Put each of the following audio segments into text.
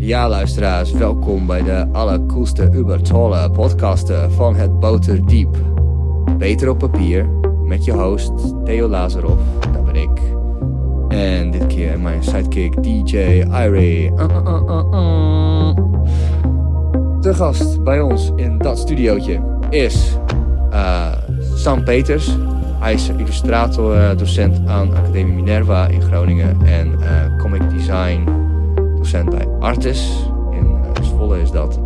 Ja, luisteraars, welkom bij de allercoolste Ubertolle podcasten van het Boterdiep. Beter op papier, met je host Theo Lazarov, dat ben ik. En dit keer mijn sidekick DJ Irie. De gast bij ons in dat studiootje is Sam Peters. Hij is illustrator, docent aan Academie Minerva in Groningen en comic design docent bij Artis. In Zwolle is dat.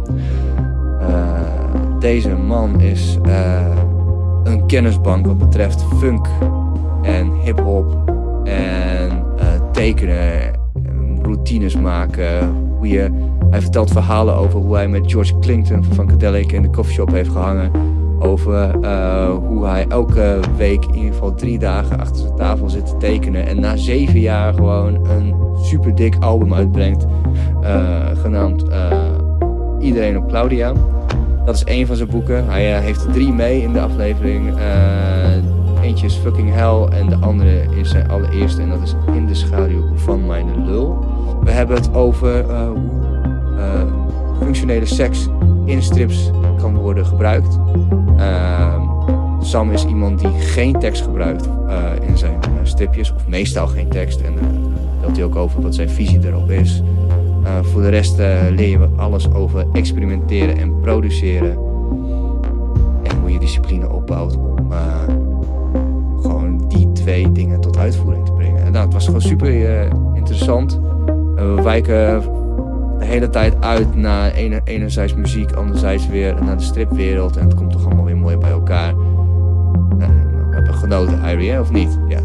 Deze man is een kennisbank wat betreft funk en hip-hop en tekenen, routines maken. Hij vertelt verhalen over hoe hij met George Clinton van Funkadelic in de coffeeshop heeft gehangen. Over hoe hij elke week in ieder geval 3 dagen achter zijn tafel zit te tekenen. En na 7 jaar gewoon een super dik album uitbrengt. Genaamd Iedereen op Claudia. Dat is 1 van zijn boeken. Hij heeft er 3 mee in de aflevering. Eentje is Fucking Hell en de andere is zijn allereerste. En dat is In de schaduw van mijn lul. We hebben het over hoe functionele seks in strips kan worden gebruikt. Sam is iemand die geen tekst gebruikt in zijn stripjes, of meestal geen tekst. En vertelt hij ook over wat zijn visie daarop is. Voor de rest leer je alles over experimenteren en produceren. En hoe je discipline opbouwt om gewoon die 2 dingen tot uitvoering te brengen. Nou, het was gewoon super interessant. We wijken de hele tijd uit naar enerzijds muziek, anderzijds weer naar de stripwereld. En het komt toch allemaal weer mooi bij elkaar. We hebben genoten, Irie, hè? Of niet? Ja.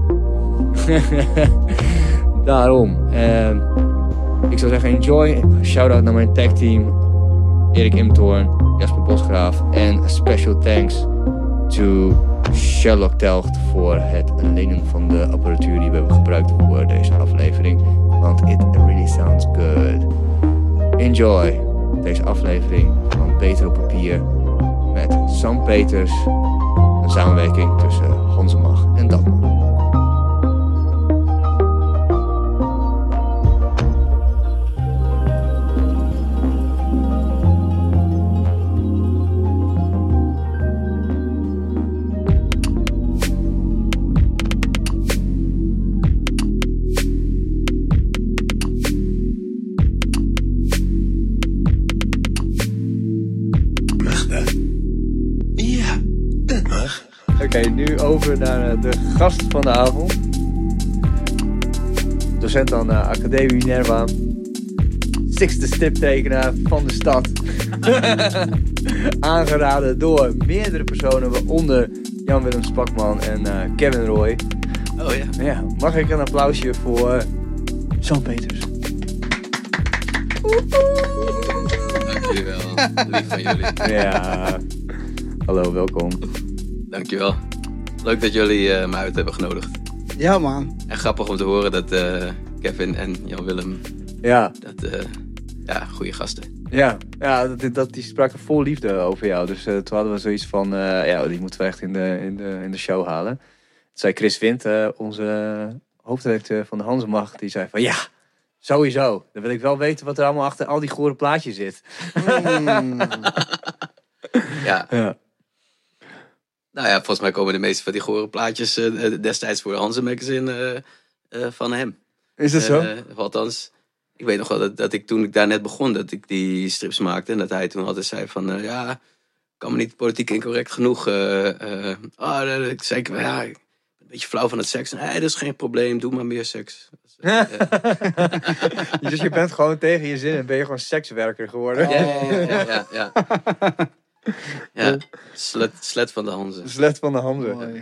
Daarom. Ik zou zeggen, enjoy. Shout-out naar mijn tagteam. Erik Imtoorn, Jasper Bosgraaf. En special thanks to Sherlock Telgt voor het lenen van de apparatuur die we hebben gebruikt voor deze aflevering. Want it really sounds good. Enjoy deze aflevering van Beter op papier met Sam Peters. Een samenwerking tussen Hansemag en Datman. Oké, nu over naar de gast van de avond. Docent aan Academie Minerva. 6e stiptekenaar van de stad. Aangeraden door meerdere personen, waaronder Jan-Willem Spakman en Kevin Roy. Oh ja. Ja, mag ik een applausje voor Sam Peters? Dank jullie wel. Lief van jullie. Ja. Hallo, welkom. Dankjewel. Leuk dat jullie me uit hebben genodigd. Ja, man. En grappig om te horen dat Kevin en Jan-Willem... Ja. Goede gasten. Ja, die spraken vol liefde over jou. Dus toen hadden we zoiets van... die moeten we echt in de show halen. Toen zei Chris Wind, onze hoofdredacteur van de Hansemag... die zei van ja, sowieso. Dan wil ik wel weten wat er allemaal achter al die gore plaatjes zit. Ja. Ja. Nou ja, volgens mij komen de meeste van die gore plaatjes destijds voor de Hansen magazine van hem. Is dat zo? Althans, ik weet nog wel dat ik toen ik daar net begon, dat ik die strips maakte. En dat hij toen altijd zei van, kan me niet politiek incorrect genoeg. Ik zei, ik ben een beetje flauw van het seks. Nee, dat is geen probleem, doe maar meer seks. Dus je bent gewoon tegen je zin en ben je gewoon sekswerker geworden. Ja. Ja, slet van de Hanzen. Slet van de Hanzen.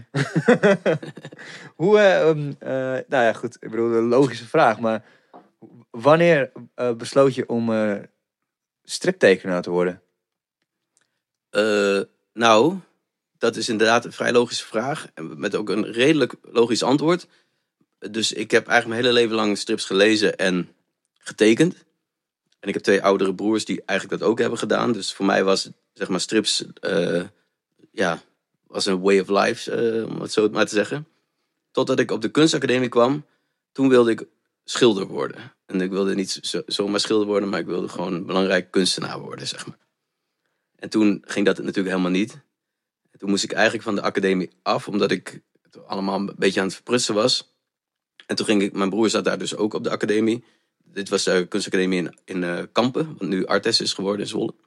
Hoe, goed, ik bedoel, een logische vraag, maar wanneer besloot je om striptekenaar te worden? Nou, dat is inderdaad een vrij logische vraag. Met ook een redelijk logisch antwoord. Dus ik heb eigenlijk mijn hele leven lang strips gelezen en getekend. En ik heb 2 oudere broers die eigenlijk dat ook hebben gedaan. Dus voor mij was, zeg maar, strips was een way of life, om het zo maar te zeggen. Totdat ik op de kunstacademie kwam. Toen wilde ik schilder worden. En ik wilde niet zomaar schilder worden, maar ik wilde gewoon een belangrijk kunstenaar worden, zeg maar. En toen ging dat natuurlijk helemaal niet. En toen moest ik eigenlijk van de academie af, omdat ik het allemaal een beetje aan het verprutsen was. En toen ging mijn broer zat daar dus ook op de academie. Dit was de kunstacademie in Kampen, wat nu Artes is geworden in Zwolle.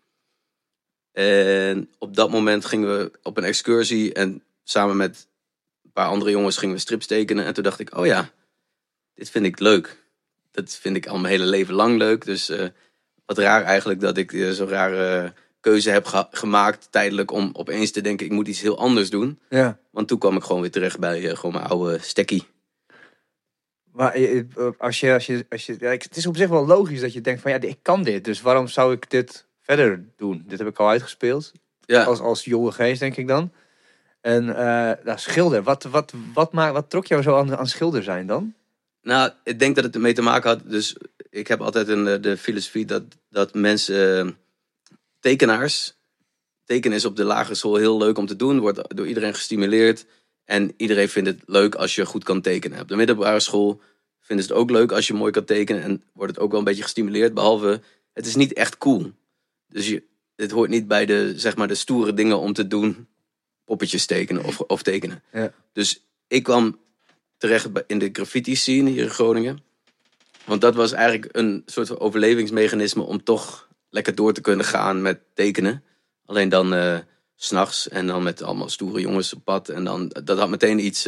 En op dat moment gingen we op een excursie en samen met een paar andere jongens gingen we strips tekenen. En toen dacht ik, oh ja, dit vind ik leuk. Dat vind ik al mijn hele leven lang leuk. Dus wat raar eigenlijk dat ik zo'n rare keuze heb gemaakt tijdelijk om opeens te denken, ik moet iets heel anders doen. Ja. Want toen kwam ik gewoon weer terecht bij gewoon mijn oude stekkie. Maar het is op zich wel logisch dat je denkt van ja, ik kan dit. Dus waarom zou ik dit verder doen? Dit heb ik al uitgespeeld. Ja. Als jonge geest, denk ik dan. En schilder. Wat trok jou zo aan schilder zijn dan? Nou, ik denk dat het ermee te maken had. Dus ik heb altijd de filosofie dat mensen, tekenaars, tekenen is op de lagere school heel leuk om te doen. Wordt door iedereen gestimuleerd. En iedereen vindt het leuk als je goed kan tekenen. Op de middelbare school vinden ze het ook leuk als je mooi kan tekenen. En wordt het ook wel een beetje gestimuleerd. Behalve, het is niet echt cool. Dus het hoort niet bij de stoere dingen om te doen. Poppetjes tekenen of tekenen. Ja. Dus ik kwam terecht in de graffiti scene hier in Groningen. Want dat was eigenlijk een soort van overlevingsmechanisme om toch lekker door te kunnen gaan met tekenen. Alleen dan 's nachts en dan met allemaal stoere jongens op pad. En dan, dat had meteen iets,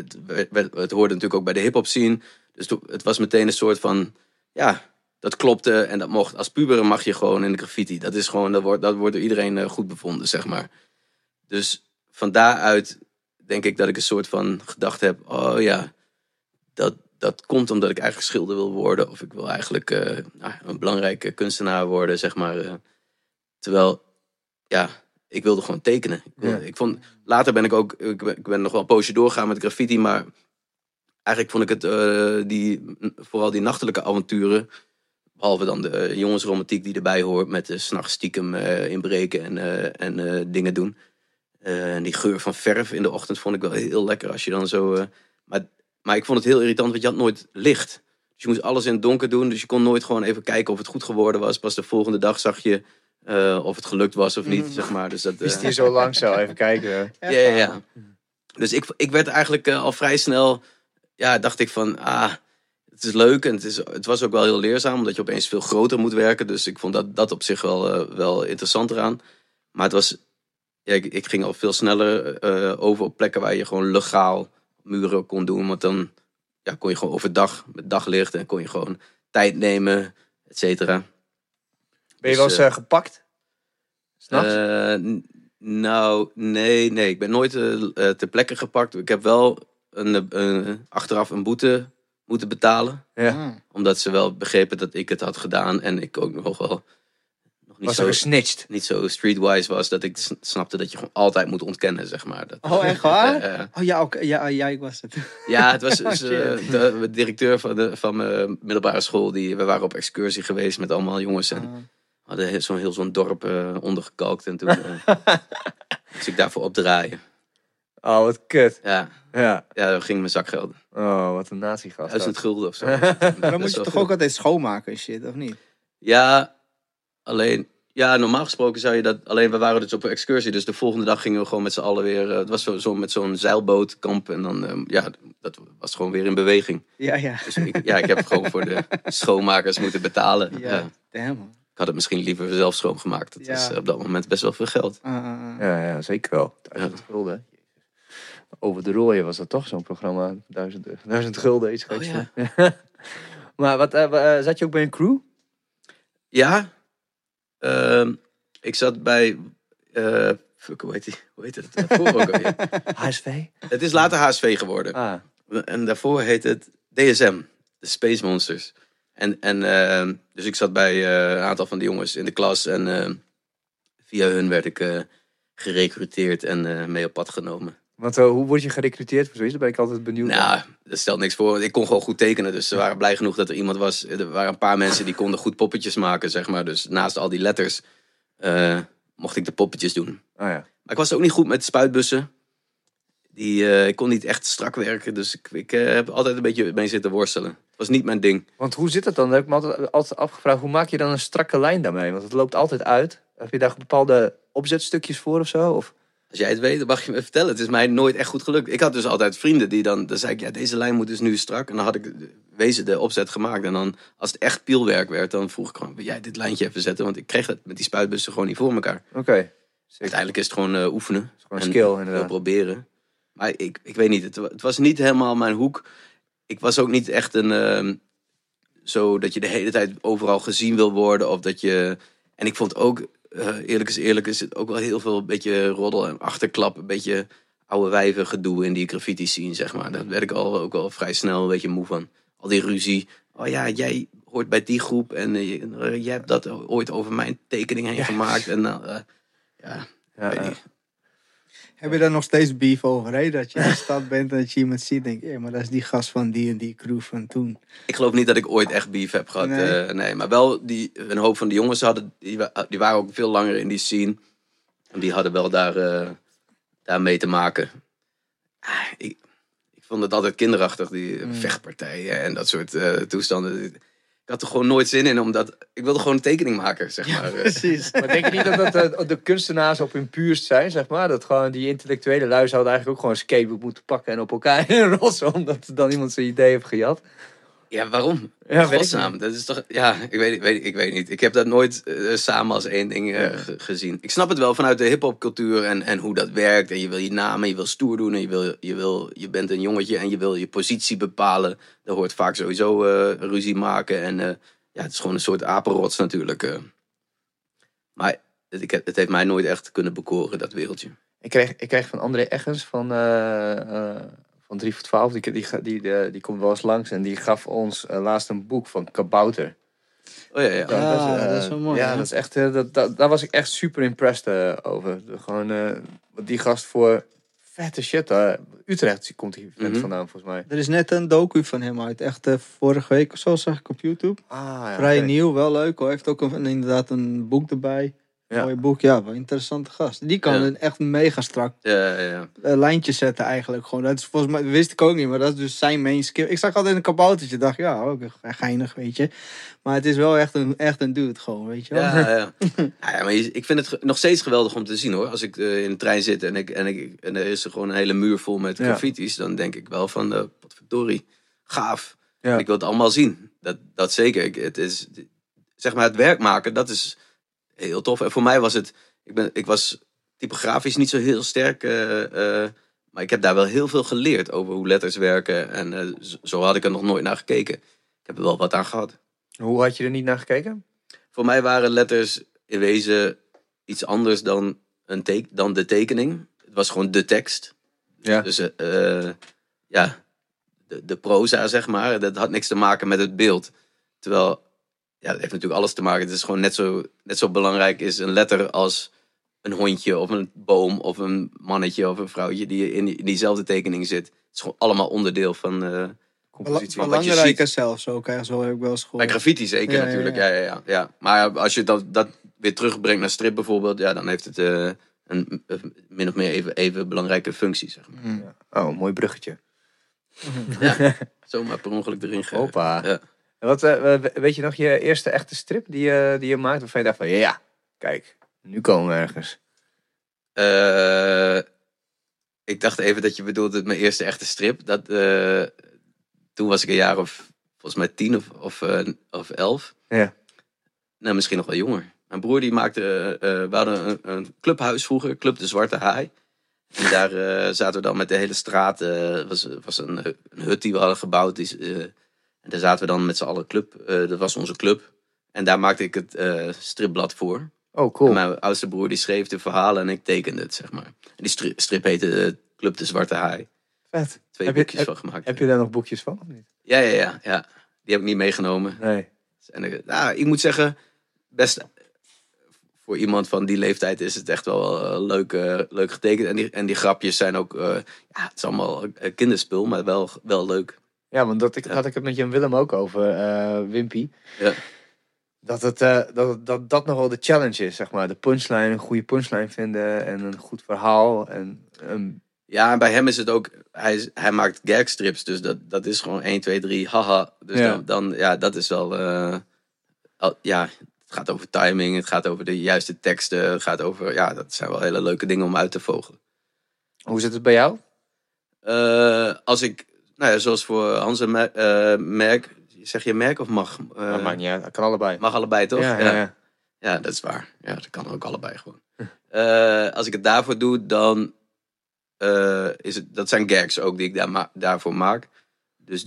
het hoorde natuurlijk ook bij de hip-hop scene. Dus het was meteen een soort van, ja, dat klopte en dat mocht. Als puber mag je gewoon in de graffiti. Dat is gewoon, dat wordt door iedereen goed bevonden, zeg maar. Dus van daaruit denk ik dat ik een soort van gedacht heb, oh ja, dat komt omdat ik eigenlijk schilder wil worden. Of ik wil eigenlijk een belangrijke kunstenaar worden, zeg maar. Terwijl, ja, ik wilde gewoon tekenen. Later ben ik ben nog wel een poosje doorgegaan met graffiti, maar eigenlijk vond ik het, vooral die nachtelijke avonturen, behalve dan de jongensromantiek die erbij hoort, met 's nachts stiekem inbreken en dingen doen. En die geur van verf in de ochtend vond ik wel heel lekker als je dan zo... Maar ik vond het heel irritant, want je had nooit licht. Dus je moest alles in het donker doen. Dus je kon nooit gewoon even kijken of het goed geworden was. Pas de volgende dag zag je of het gelukt was of niet, zeg maar. Dus dat is hier zo lang zo, even kijken. Ja. Dus ik werd eigenlijk al vrij snel... Ja, dacht ik van... het is leuk en het was ook wel heel leerzaam, omdat je opeens veel groter moet werken. Dus ik vond dat op zich wel interessant eraan. Maar het was... Ja, ik ging al veel sneller over op plekken waar je gewoon legaal muren kon doen. Want dan kon je gewoon overdag met daglicht en kon je gewoon tijd nemen, et cetera. Ben je wel eens gepakt? 's Nachts? Nou, nee. Ik ben nooit ter plekke gepakt. Ik heb wel achteraf een boete moeten betalen. Ja. Omdat ze wel begrepen dat ik het had gedaan. En ik ook nog wel... Was er gesnitcht? Niet zo streetwise was dat ik snapte dat je gewoon altijd moet ontkennen, zeg maar. Oh, echt waar? Ja, ik was het. Ja, het was dus, de directeur van mijn middelbare school. We waren op excursie geweest met allemaal jongens. En hadden zo'n dorp ondergekalkt. En toen moest ik daarvoor opdraaien. Oh, wat kut. Ja, dat ging mijn zakgeld. Oh, wat een nazi-gast. 1000 gulden of zo. Maar dan moet je toch ook altijd schoonmaken en shit, of niet? Ja, alleen... Ja, normaal gesproken zou je dat... Alleen we waren dus op een excursie. Dus de volgende dag gingen we gewoon met z'n allen weer... het was zo met zo'n zeilbootkamp. En dan, dat was gewoon weer in beweging. Ja. Dus ik heb gewoon voor de schoonmakers moeten betalen. Ja, damn. Ik had het misschien liever zelf schoongemaakt. Dat is op dat moment best wel veel geld. Ja, zeker wel. 1000 gulden. Over de rooien was dat toch zo'n programma. 1000 gulden, iets geks. Ja. Maar zat je ook bij een crew? Ja. Ik zat bij... hoe heet het? Daarvoor ook alweer. HSV? Het is later HSV geworden. En daarvoor heet het DSM. De Space Monsters. Dus ik zat bij een aantal van die jongens in de klas. En via hun werd ik gerecruiteerd en mee op pad genomen. Want hoe word je gerecruiteerd voor zoiets? Daar ben ik altijd benieuwd. Nou, dat stelt niks voor. Ik kon gewoon goed tekenen. Dus ze waren blij genoeg dat er iemand was. Er waren een paar mensen die konden goed poppetjes maken, zeg maar. Dus naast al die letters mocht ik de poppetjes doen. Oh, ja. Maar ik was ook niet goed met spuitbussen. Ik kon niet echt strak werken. Dus ik heb altijd een beetje mee zitten worstelen. was niet mijn ding. Want hoe zit het dan? Dat heb ik me altijd afgevraagd. Hoe maak je dan een strakke lijn daarmee? Want het loopt altijd uit. Heb je daar bepaalde opzetstukjes voor of zo? Of? Als jij het weet, dan mag je me vertellen. Het is mij nooit echt goed gelukt. Ik had dus altijd vrienden die dan zei ik, ja, deze lijn moet dus nu strak. En dan had ik wezen de opzet gemaakt. En dan, als het echt pielwerk werd, dan vroeg ik gewoon, wil jij dit lijntje even zetten? Want ik kreeg het met die spuitbussen gewoon niet voor elkaar. Oké. Uiteindelijk is het gewoon oefenen. Het is gewoon een skill, inderdaad. Proberen. Maar ik weet niet, het was niet helemaal mijn hoek. Ik was ook niet echt zo dat je de hele tijd overal gezien wil worden. Of dat je... En ik vond ook, eerlijk is het ook wel heel veel een beetje roddel en achterklap. Een beetje oude wijven gedoe in die graffiti scene, zeg maar. Daar werd ik ook al vrij snel een beetje moe van. Al die ruzie. Oh ja, jij hoort bij die groep en jij hebt dat ooit over mijn tekening heen gemaakt. En weet niet. Heb je daar nog steeds beef over, hè? Dat je in de stad bent en dat je iemand ziet, denk je, maar dat is die gast van die en die crew van toen. Ik geloof niet dat ik ooit echt beef heb gehad. Nee, maar wel een hoop van de jongens die waren ook veel langer in die scene. En die hadden wel daar mee te maken. Ik vond het altijd kinderachtig, die vechtpartijen en dat soort toestanden. Ik had er gewoon nooit zin in, omdat ik wilde gewoon een tekening maken, zeg maar. Precies. Maar denk je niet dat de kunstenaars op hun puurst zijn, zeg maar? Dat gewoon die intellectuele lui zouden eigenlijk ook gewoon een skateboard moeten pakken en op elkaar in rossen, omdat dan iemand zijn idee heeft gejat? Ja, waarom? Ja, Godsnaam, dat is toch... Ja, ik weet niet. Ik heb dat nooit samen als één ding gezien. Ik snap het wel vanuit de hiphopcultuur en hoe dat werkt. En je wil je naam en je wil stoer doen en je bent een jongetje en je wil je positie bepalen. Daar hoort vaak sowieso ruzie maken. En het is gewoon een soort apenrots natuurlijk. Maar het heeft mij nooit echt kunnen bekoren, dat wereldje. Ik kreeg van André Eggens van 3 voor 12, die komt wel eens langs en die gaf ons laatst een boek van Kabouter. Oh ja. Dat is wel mooi. Ja, dat is echt, daar was ik echt super impressed over. Wat die gast voor vette shit. Utrecht komt hij vandaan, volgens mij. Er is net een docu van hem uit. Echt vorige week of zo zag ik op YouTube. Vrij nieuw, wel leuk hoor. Hij heeft ook inderdaad een boek erbij. Ja. Mooi boek, ja, wel interessante gast. Die kan echt mega strak lijntjes zetten eigenlijk. Gewoon. Dat is volgens mij, dat wist ik ook niet, maar dat is dus zijn main skill. Ik zag altijd een kaboutertje, dacht ja, ook geinig, weet je. Maar het is wel echt een dude gewoon, weet je wel. Ja, maar ik vind het nog steeds geweldig om te zien hoor. Als ik in de trein zit en er is er gewoon een hele muur vol met graffiti's, dan denk ik wel van, wat verdorie, gaaf. Ja. En ik wil het allemaal zien. Dat zeker. Het is, zeg maar, het werk maken, dat is heel tof. En voor mij was het... Ik was typografisch niet zo heel sterk. Maar ik heb daar wel heel veel geleerd over hoe letters werken. En zo had ik er nog nooit naar gekeken. Ik heb er wel wat aan gehad. Hoe had je er niet naar gekeken? Voor mij waren letters in wezen iets anders dan de tekening. Het was gewoon de tekst. Ja. Dus de proza, zeg maar. Dat had niks te maken met het beeld. Terwijl... Ja, dat heeft natuurlijk alles te maken. Het is gewoon net zo belangrijk is een letter als een hondje of een boom of een mannetje of een vrouwtje die in diezelfde tekening zit. Het is gewoon allemaal onderdeel van compositie. Belangrijker zelfs ook, zo heb ik wel eens gehoord. Bij graffiti zeker natuurlijk, ja. Maar als je dat weer terugbrengt naar strip bijvoorbeeld, ja, dan heeft het een min of meer even belangrijke functie, zeg maar. Ja. Oh, mooi bruggetje. Ja, zomaar per ongeluk erin gaan. Hoppa. Ja. Wat, weet je nog je eerste echte strip die je maakt? Waarvan je dacht van, ja, kijk, nu komen we ergens. Ik dacht even dat je bedoelde mijn eerste echte strip. Toen was ik een jaar of, volgens mij 10 of 11. Ja. Nou, misschien nog wel jonger. Mijn broer die maakte, we hadden een clubhuis vroeger, Club de Zwarte Haai. En daar zaten we dan met de hele straat. Was een hut die we hadden gebouwd. En daar zaten we dan met z'n allen dat was onze club. En daar maakte ik het stripblad voor. Oh, cool. En mijn oudste broer die schreef de verhalen en ik tekende het, zeg maar. En die strip heette Club de Zwarte Haai. Vet. 2 boekjes van gemaakt. Heb je daar nog boekjes van? Of niet? Ja. Die heb ik niet meegenomen. Nee. En, ik moet zeggen, best voor iemand van die leeftijd is het echt wel leuk getekend. En die grapjes zijn ook, het is allemaal kinderspul, maar wel leuk. Ja, want had ik het met Jan Willem ook over, Wimpy. Ja. Dat nog wel de challenge is, zeg maar. De punchline, een goede punchline vinden en een goed verhaal. En Ja, en bij hem is het ook... Hij maakt gagstrips, dus dat is gewoon 1, 2, 3, haha. Dus dan dat is wel... het gaat over timing, het gaat over de juiste teksten. Het gaat over... Ja, dat zijn wel hele leuke dingen om uit te vogelen. Hoe zit het bij jou? Als ik... zoals voor Hans en Merk... Zeg je Merk of mag? Maakt niet uit, dat kan allebei. Mag allebei, toch? Ja, dat is waar. Ja, dat kan ook allebei gewoon. Als ik het daarvoor doe, dan... dat zijn gags ook die ik daarvoor maak. Dus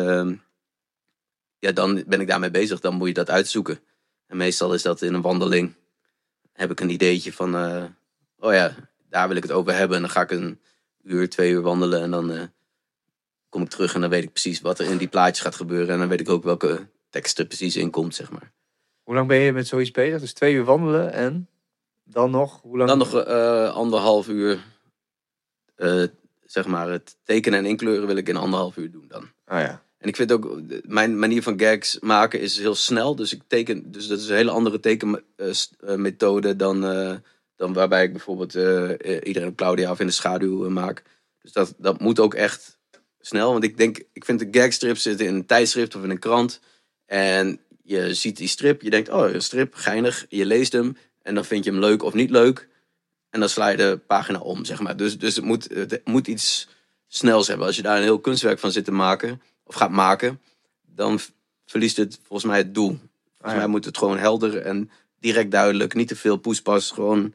dan ben ik daarmee bezig. Dan moet je dat uitzoeken. En meestal is dat in een wandeling. Heb ik een ideetje van... daar wil ik het over hebben. En dan ga ik 1 uur, 2 uur wandelen. En dan kom ik terug en dan weet ik precies wat er in die plaatjes gaat gebeuren. En dan weet ik ook welke tekst er precies in komt, zeg maar. Hoe lang ben je met zoiets bezig? Dus 2 uur wandelen en dan nog? Hoe lang? Dan nog 1,5 uur... zeg maar, het tekenen en inkleuren wil ik in 1,5 uur doen dan. En ik vind ook, mijn manier van gags maken is heel snel. Dus ik teken, dus dat is een hele andere tekenmethode dan waarbij ik bijvoorbeeld iedereen Claudia of in de schaduw maak. Dus dat moet ook echt snel. Want ik vind de gagstrips zitten in een tijdschrift of in een krant. En je ziet die strip, je denkt, een strip, geinig. Je leest hem en dan vind je hem leuk of niet leuk. En dan sla je de pagina om, zeg maar. Dus het moet iets snels hebben. Als je daar een heel kunstwerk van zit te maken, of gaat maken, dan verliest het volgens mij het doel. Volgens mij moet het gewoon helder en direct duidelijk. Niet te veel poespas. Gewoon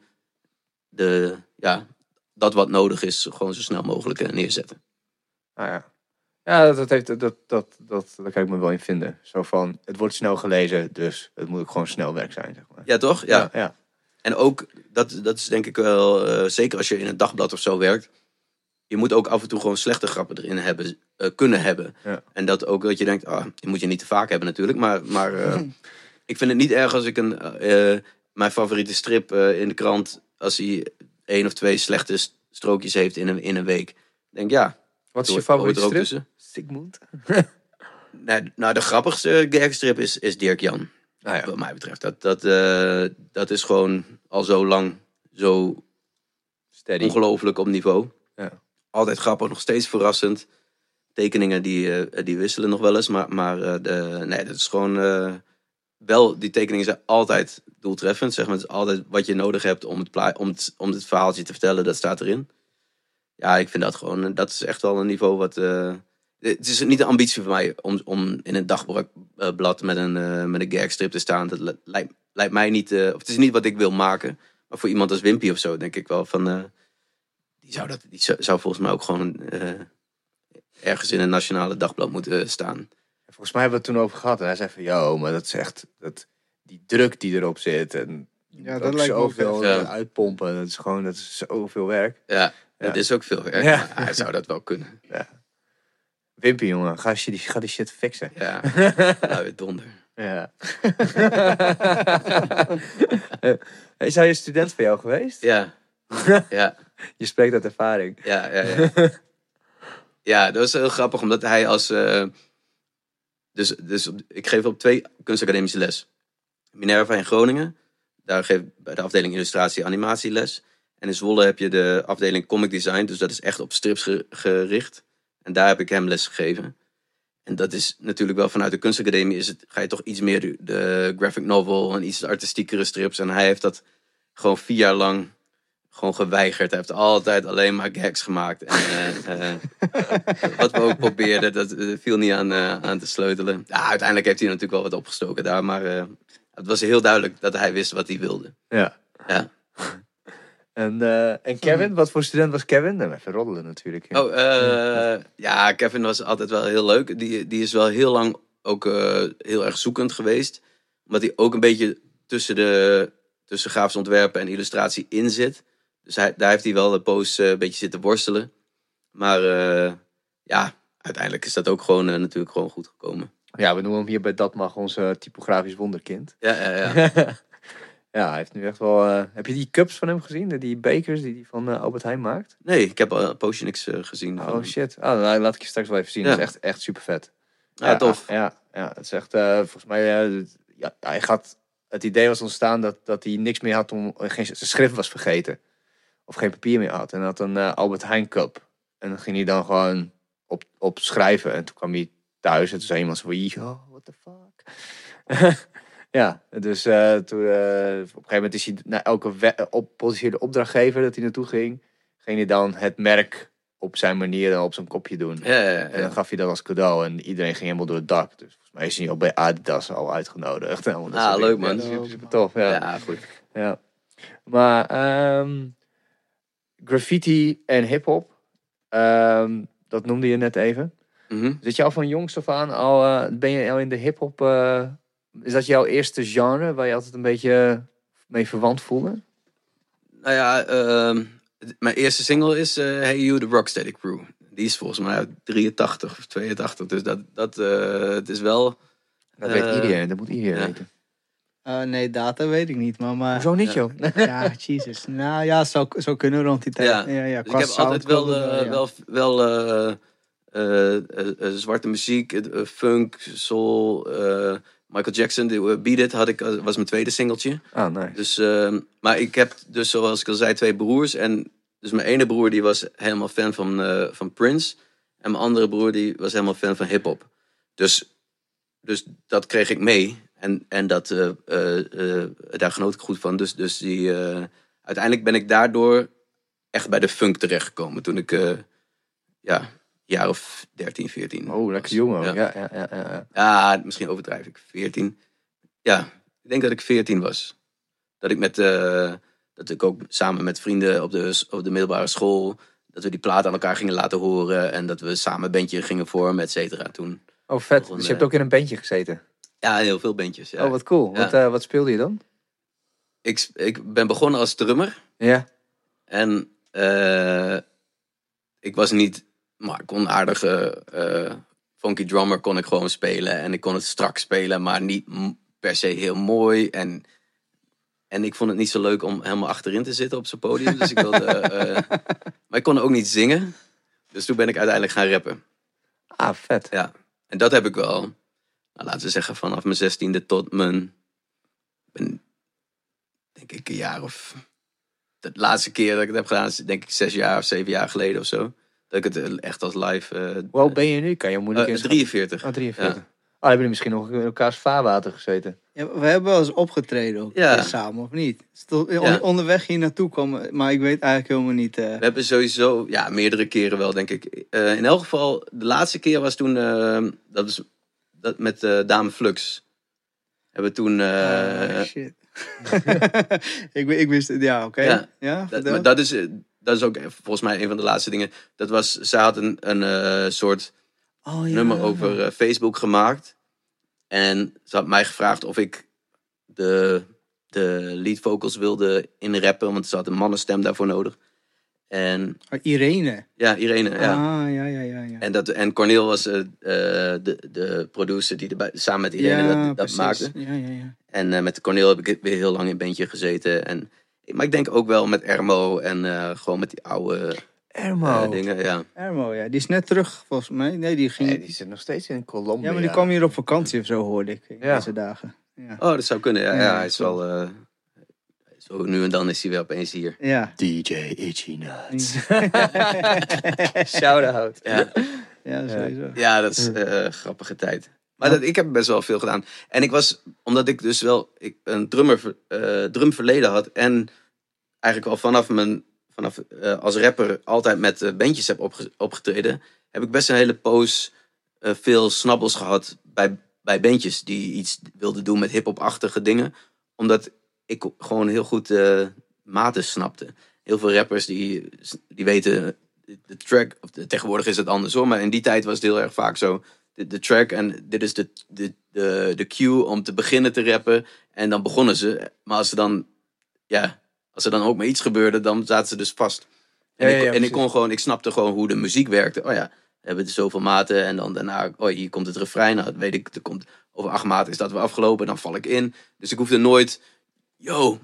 dat wat nodig is, gewoon zo snel mogelijk neerzetten. Ja, daar kan ik me wel in vinden. Zo van, het wordt snel gelezen, dus het moet ook gewoon snel werk zijn, zeg maar. Ja, toch? Ja. En ook, dat is denk ik wel, zeker als je in een dagblad of zo werkt, je moet ook af en toe gewoon slechte grappen erin kunnen hebben. Ja. En dat ook dat je denkt, die moet je niet te vaak hebben natuurlijk, maar ik vind het niet erg als ik mijn favoriete strip in de krant, als hij 1 of 2 slechte strookjes heeft in een week. Denk wat is je favoriete strip? Tussen. Sigmund? Nou, de grappigste gagstrip is Dirk Jan. Wat mij betreft. Dat is gewoon al zo lang zo steady, ongelooflijk op niveau. Ja. Altijd grappig, nog steeds verrassend. Tekeningen die wisselen nog wel eens. Maar dat is gewoon... wel, die tekeningen zijn altijd doeltreffend. Zeg maar. Het is altijd wat je nodig hebt om het verhaaltje te vertellen. Dat staat erin. Ja, ik vind dat gewoon... Dat is echt wel een niveau wat... het is niet een ambitie voor mij om in een dagblad met een gagstrip te staan. Dat lijkt mij niet... of het is niet wat ik wil maken. Maar voor iemand als Wimpy of zo denk ik wel van... die zou volgens mij ook gewoon ergens in een nationale dagblad moeten staan. Volgens mij hebben we het toen over gehad. En hij zei van, maar dat is echt... die druk die erop zit. En dat lijkt me zoveel uitpompen. Dat is zoveel werk. Ja, dat is ook veel werk. Ja. Hij zou dat wel kunnen. Ja. Wimpy, jongen, ga die shit fixen. Ja, nou weer donder. Ja. Is hij een student van jou geweest? Ja. Je spreekt uit ervaring. Ja. Ja, dat was heel grappig, omdat hij als... Dus ik geef op 2 kunstacademische les. Minerva in Groningen, daar geef ik bij de afdeling illustratie animatie les. En in Zwolle heb je de afdeling comic design, dus dat is echt op strips gericht. En daar heb ik hem les gegeven. En dat is natuurlijk wel vanuit de kunstacademie ga je toch iets meer de graphic novel en iets artistiekere strips. En hij heeft dat gewoon 4 jaar lang gewoon geweigerd. Hij heeft altijd alleen maar gags gemaakt. En wat we ook probeerden, dat viel niet aan te sleutelen. Ja, uiteindelijk heeft hij natuurlijk wel wat opgestoken daar. Maar het was heel duidelijk dat hij wist wat hij wilde. Ja. En Kevin, wat voor student was Kevin? Even roddelen natuurlijk. Ja, Kevin was altijd wel heel leuk. Die is wel heel lang ook heel erg zoekend geweest. Omdat hij ook een beetje tussen grafisch ontwerpen en illustratie in zit. Dus daar heeft hij wel de poos een beetje zitten worstelen. Maar uiteindelijk is dat ook gewoon natuurlijk gewoon goed gekomen. Ja, we noemen hem hier bij Dat Mag onze typografisch wonderkind. Ja. Ja, hij heeft nu echt wel... heb je die cups van hem gezien? Die bekers die hij van Albert Heijn maakt? Nee, ik heb een poosje niks gezien. Oh shit. Dan laat ik je straks wel even zien. Ja. Dat is echt super vet. Ja, tof. Ja, het is echt... volgens mij... hij gaat... Het idee was ontstaan dat hij niks meer had om... Zijn schrift was vergeten. of geen papier meer had. En had een Albert Heijn cup. En dan ging hij dan gewoon op schrijven. En toen kwam hij thuis en toen zei iemand zo van, yo, what the fuck? Ja, dus toen, op een gegeven moment is hij naar elke potentiële opdrachtgever dat hij naartoe ging hij dan het merk op zijn manier op zijn kopje doen. Ja. En dan gaf hij dat als cadeau en iedereen ging helemaal door het dak. Dus volgens mij is hij ook bij Adidas al uitgenodigd. Leuk man. Dat is super tof. Ja, goed. Ja. Maar graffiti en hip-hop, dat noemde je net even. Mm-hmm. Zit je al van jongs af aan ben je al in de hip-hop? Is dat jouw eerste genre waar je altijd een beetje mee verwant voelde? Nou ja, mijn eerste single is Hey You, The Rocksteady Crew. Die is volgens mij uit 83 of 82. Dus dat het is wel... Dat weet iedereen, dat moet iedereen weten. Nee, data weet ik niet, maar... Zo niet, joh? Ja, Jesus. Nou ja, zou kunnen rond die tijd. Ja, dus ik heb altijd wel zwarte muziek, funk, soul... Michael Jackson, Beat It, was mijn tweede singeltje. Ah, nice. Dus, maar ik heb dus, zoals ik al zei, 2 broers. En dus mijn ene broer die was helemaal fan van Prince. En mijn andere broer die was helemaal fan van hiphop. Dus dat kreeg ik mee. En dat, daar genoot ik goed van. Dus uiteindelijk ben ik daardoor echt bij de funk terechtgekomen. Toen ik, jaar of 13, 14. Oh, lekker jong ook. Ja, misschien overdrijf ik. 14. Ja, ik denk dat ik 14 was. Dat ik ook samen met vrienden op de middelbare school... dat we die plaat aan elkaar gingen laten horen... en dat we samen een bandje gingen vormen, et cetera. Toen oh, vet. Dus je hebt ook in een bandje gezeten? Ja, heel veel bandjes. Ja. Oh, wat cool. Ja. Wat speelde je dan? Ik ben begonnen als drummer. Ja. En ik was niet... Maar ik kon aardige funky drummer kon ik gewoon spelen. En ik kon het strak spelen, maar niet per se heel mooi. En ik vond het niet zo leuk om helemaal achterin te zitten op zo'n podium. Dus ik wilde... maar ik kon ook niet zingen. Dus toen ben ik uiteindelijk gaan rappen. Ah, vet. Ja. En dat heb ik wel, nou, laten we zeggen, vanaf mijn 16e tot mijn... denk ik een jaar of... De laatste keer dat ik het heb gedaan is denk ik 6 jaar of 7 jaar geleden of zo. Dat ik het echt als live... Hoe oud ben je nu? Kan je moeilijk in 43. Oh, 43. Ja. Oh, hebben jullie misschien nog in elkaars vaarwater gezeten? Ja, we hebben wel eens opgetreden ook samen, of niet? Onderweg hier naartoe komen, maar ik weet eigenlijk helemaal niet... We hebben sowieso, meerdere keren wel, denk ik. In elk geval, de laatste keer was toen... dat met Dame Flux. Hebben we toen... shit. ik wist het, ja, oké. Ja, maar dat is ook volgens mij een van de laatste dingen. Zij had een soort nummer over Facebook gemaakt. En ze had mij gevraagd of ik de lead vocals wilde inrappen. Want ze had een mannenstem daarvoor nodig. En, Irene? Ja, Irene. Ja. Ja. En Cornel was de producer die samen met Irene dat maakte. Ja. En met Cornel heb ik weer heel lang in een bandje gezeten. Maar ik denk ook wel met Ermo en gewoon met die oude dingen. Ja. Ermo, ja. Die is net terug, volgens mij. Nee, die zit nog steeds in Colombia. Ja, maar die kwam hier op vakantie of zo, hoorde ik. Deze dagen. Ja. Oh, dat zou kunnen. Ja, hij is wel... zo nu en dan is hij wel opeens hier. Ja. DJ Itchy Nuts. Shout-out. Ja, sowieso. Ja, dat is een grappige tijd. Maar ik heb best wel veel gedaan. En ik was, omdat ik dus wel een drumverleden had. En eigenlijk al vanaf als rapper altijd met bandjes heb opgetreden. Heb ik best een hele poos veel snabbels gehad bij bandjes die iets wilden doen met hip-hop-achtige dingen. Omdat ik gewoon heel goed maten snapte. Heel veel rappers die weten de track, of tegenwoordig is het andersom. Maar in die tijd was het heel erg vaak zo. De track en dit is de cue om te beginnen te rappen. En dan begonnen ze. Maar als er dan ook maar iets gebeurde, dan zaten ze dus vast. En ik snapte gewoon hoe de muziek werkte. Oh ja, we hebben dus zoveel maten. En dan daarna, hier komt het refrein. Nou, dat weet ik, over 8 maten is dat weer afgelopen. Dan val ik in. Dus ik hoefde nooit, yo.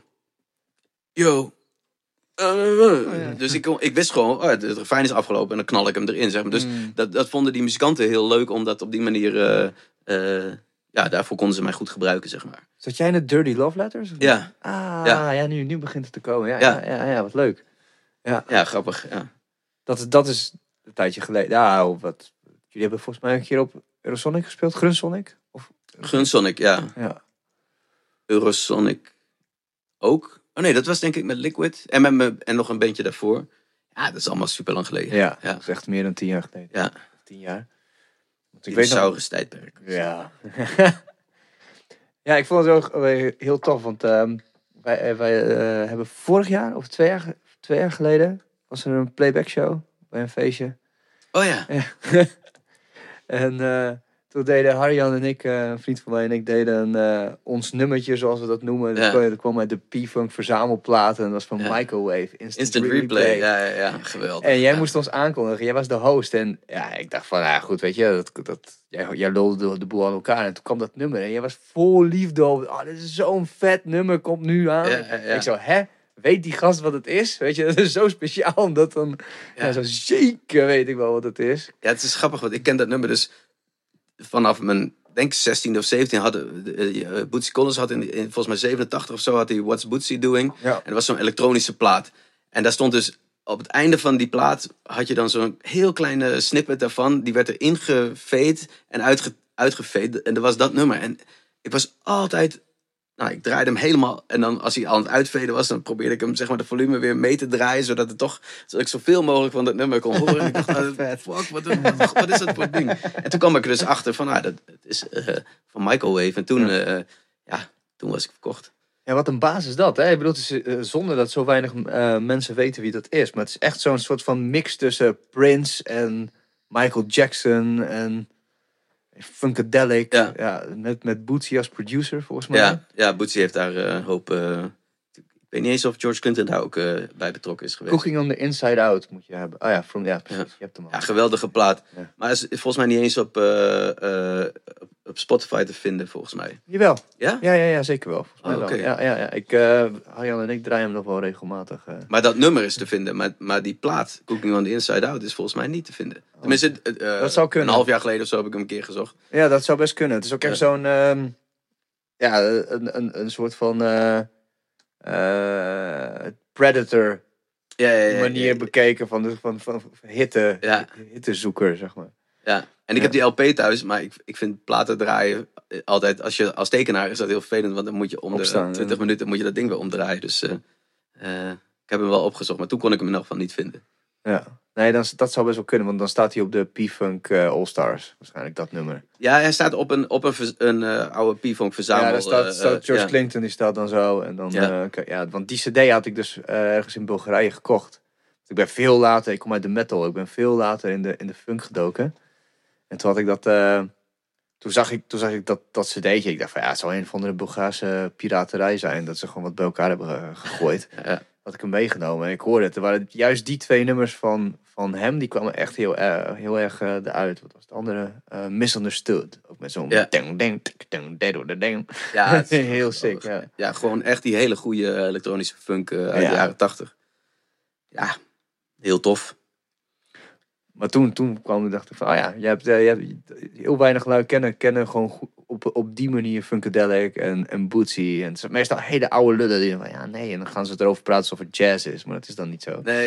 Dus ik wist gewoon, het refrein is afgelopen en dan knal ik hem erin, zeg maar. Dus dat vonden die muzikanten heel leuk, omdat op die manier, daarvoor konden ze mij goed gebruiken, zeg maar. Zat jij in de Dirty Love Letters? Of ja. Ja, nu begint het te komen. Ja, wat leuk. Ja, grappig. Ja. Dat is een tijdje geleden. Ja, wat. Jullie hebben volgens mij een keer op Eurosonic gespeeld. Grunsonic? Grunsonic, ja. Ja. Eurosonic ook. Oh nee, dat was denk ik met Liquid. En nog een bandje daarvoor. Ja, dat is allemaal super lang geleden. Ja, dat is echt meer dan 10 jaar geleden. Ja. 10 jaar. Want ik weet Saurus tijdperk. Ja. Ja, ik vond het ook heel tof. Want wij hebben vorig jaar, of 2 jaar geleden, was er een playback show bij een feestje. Oh ja. En toen deden Harjan en ik, een vriend van mij en ik, deden ons nummertje, zoals we dat noemen. Dat kwam uit de P-Funk verzamelplaten. En dat was van Microwave. Instant Replay. Ja, geweldig. En jij moest ons aankondigen. Jij was de host. En ja, ik dacht van, goed, weet je, jij lulde de boel aan elkaar. En toen kwam dat nummer. En jij was vol liefde over, dit is zo'n vet nummer, komt nu aan. Ja. Ik zo, weet die gast wat het is? Weet je, dat is zo speciaal. Omdat dan, zo zeker weet ik wel wat het is. Ja, het is grappig, want ik ken dat nummer dus vanaf mijn, denk 16 of 17 Bootsy Collins had in volgens mij 87 of zo had hij What's Bootsy Doing. Ja. En dat was zo'n elektronische plaat. En daar stond dus op het einde van die plaat had je dan zo'n heel kleine snippet daarvan. Die werd er ingeveed en uitgeveed. En dat was dat nummer. En ik was altijd, ik draaide hem helemaal. En dan als hij aan het uitveden was, dan probeerde ik hem zeg maar de volume weer mee te draaien. Zodat ik zoveel mogelijk van dat nummer kon horen. En ik dacht, fuck, wat is dat voor ding? En toen kwam ik er dus achter van, dat is van Microwave. En toen was ik verkocht. Ja, wat een basis is dat, hè? Ik bedoel, het is zonder dat zo weinig mensen weten wie dat is. Maar het is echt zo'n soort van mix tussen Prince en Michael Jackson en Funkadelic. Ja, met Bootsy als producer, volgens mij. Ja, Bootsy heeft daar een hoop... ik weet niet eens of George Clinton daar ook bij betrokken is geweest. Cooking on the Inside Out moet je hebben. Precies. Je hebt hem al. Ja, geweldige plaat. Ja. Maar is volgens mij niet eens op Spotify te vinden, volgens mij. Jawel. Ja? Ja, zeker wel. Okay. Ja. Harjan en ik draaien hem nog wel regelmatig. Maar dat nummer is te vinden. Maar die plaat, Cooking on the Inside Out, is volgens mij niet te vinden. Tenminste, dat zou kunnen. Een half jaar geleden of zo heb ik hem een keer gezocht. Ja, dat zou best kunnen. Het is ook echt zo'n... een soort van... Predator manier bekeken van hittezoeker, zeg maar. Ja, en ik heb die LP thuis, maar ik vind platen draaien altijd, als tekenaar is dat heel vervelend, want dan moet je om de 20 minuten moet je dat ding weer omdraaien. Dus ik heb hem wel opgezocht, maar toen kon ik hem in elk geval niet vinden. Ja, nee, dat zou best wel kunnen, want dan staat hij op de P-Funk All-Stars, waarschijnlijk dat nummer. Ja, hij staat op een oude P-Funk verzamel. Ja, daar staat George Clinton, die staat dan zo. En dan, want die cd had ik dus ergens in Bulgarije gekocht. Ik ben veel later, ik kom uit de metal, ik ben veel later in de funk gedoken. En toen had ik dat, toen zag ik dat cd'tje. Ik dacht van het zal een of andere Bulgaarse piraterij zijn, dat ze gewoon wat bij elkaar hebben gegooid. Ja. Had ik hem meegenomen en ik hoorde het. Er waren juist die 2 nummers van hem, die kwamen echt heel erg eruit. Wat was het andere? Misunderstood. Ook met zo'n ding. Ja, heel sick. Ja, gewoon echt die hele goede elektronische funk uit de jaren 80. Ja, heel tof. Maar toen kwam ik, dacht ik van, je hebt heel weinig lui kennen gewoon op die manier Funkadelic en Bootsy. En het zijn meestal hele oude lullen die van, en dan gaan ze erover praten alsof het jazz is. Maar dat is dan niet zo. Nee,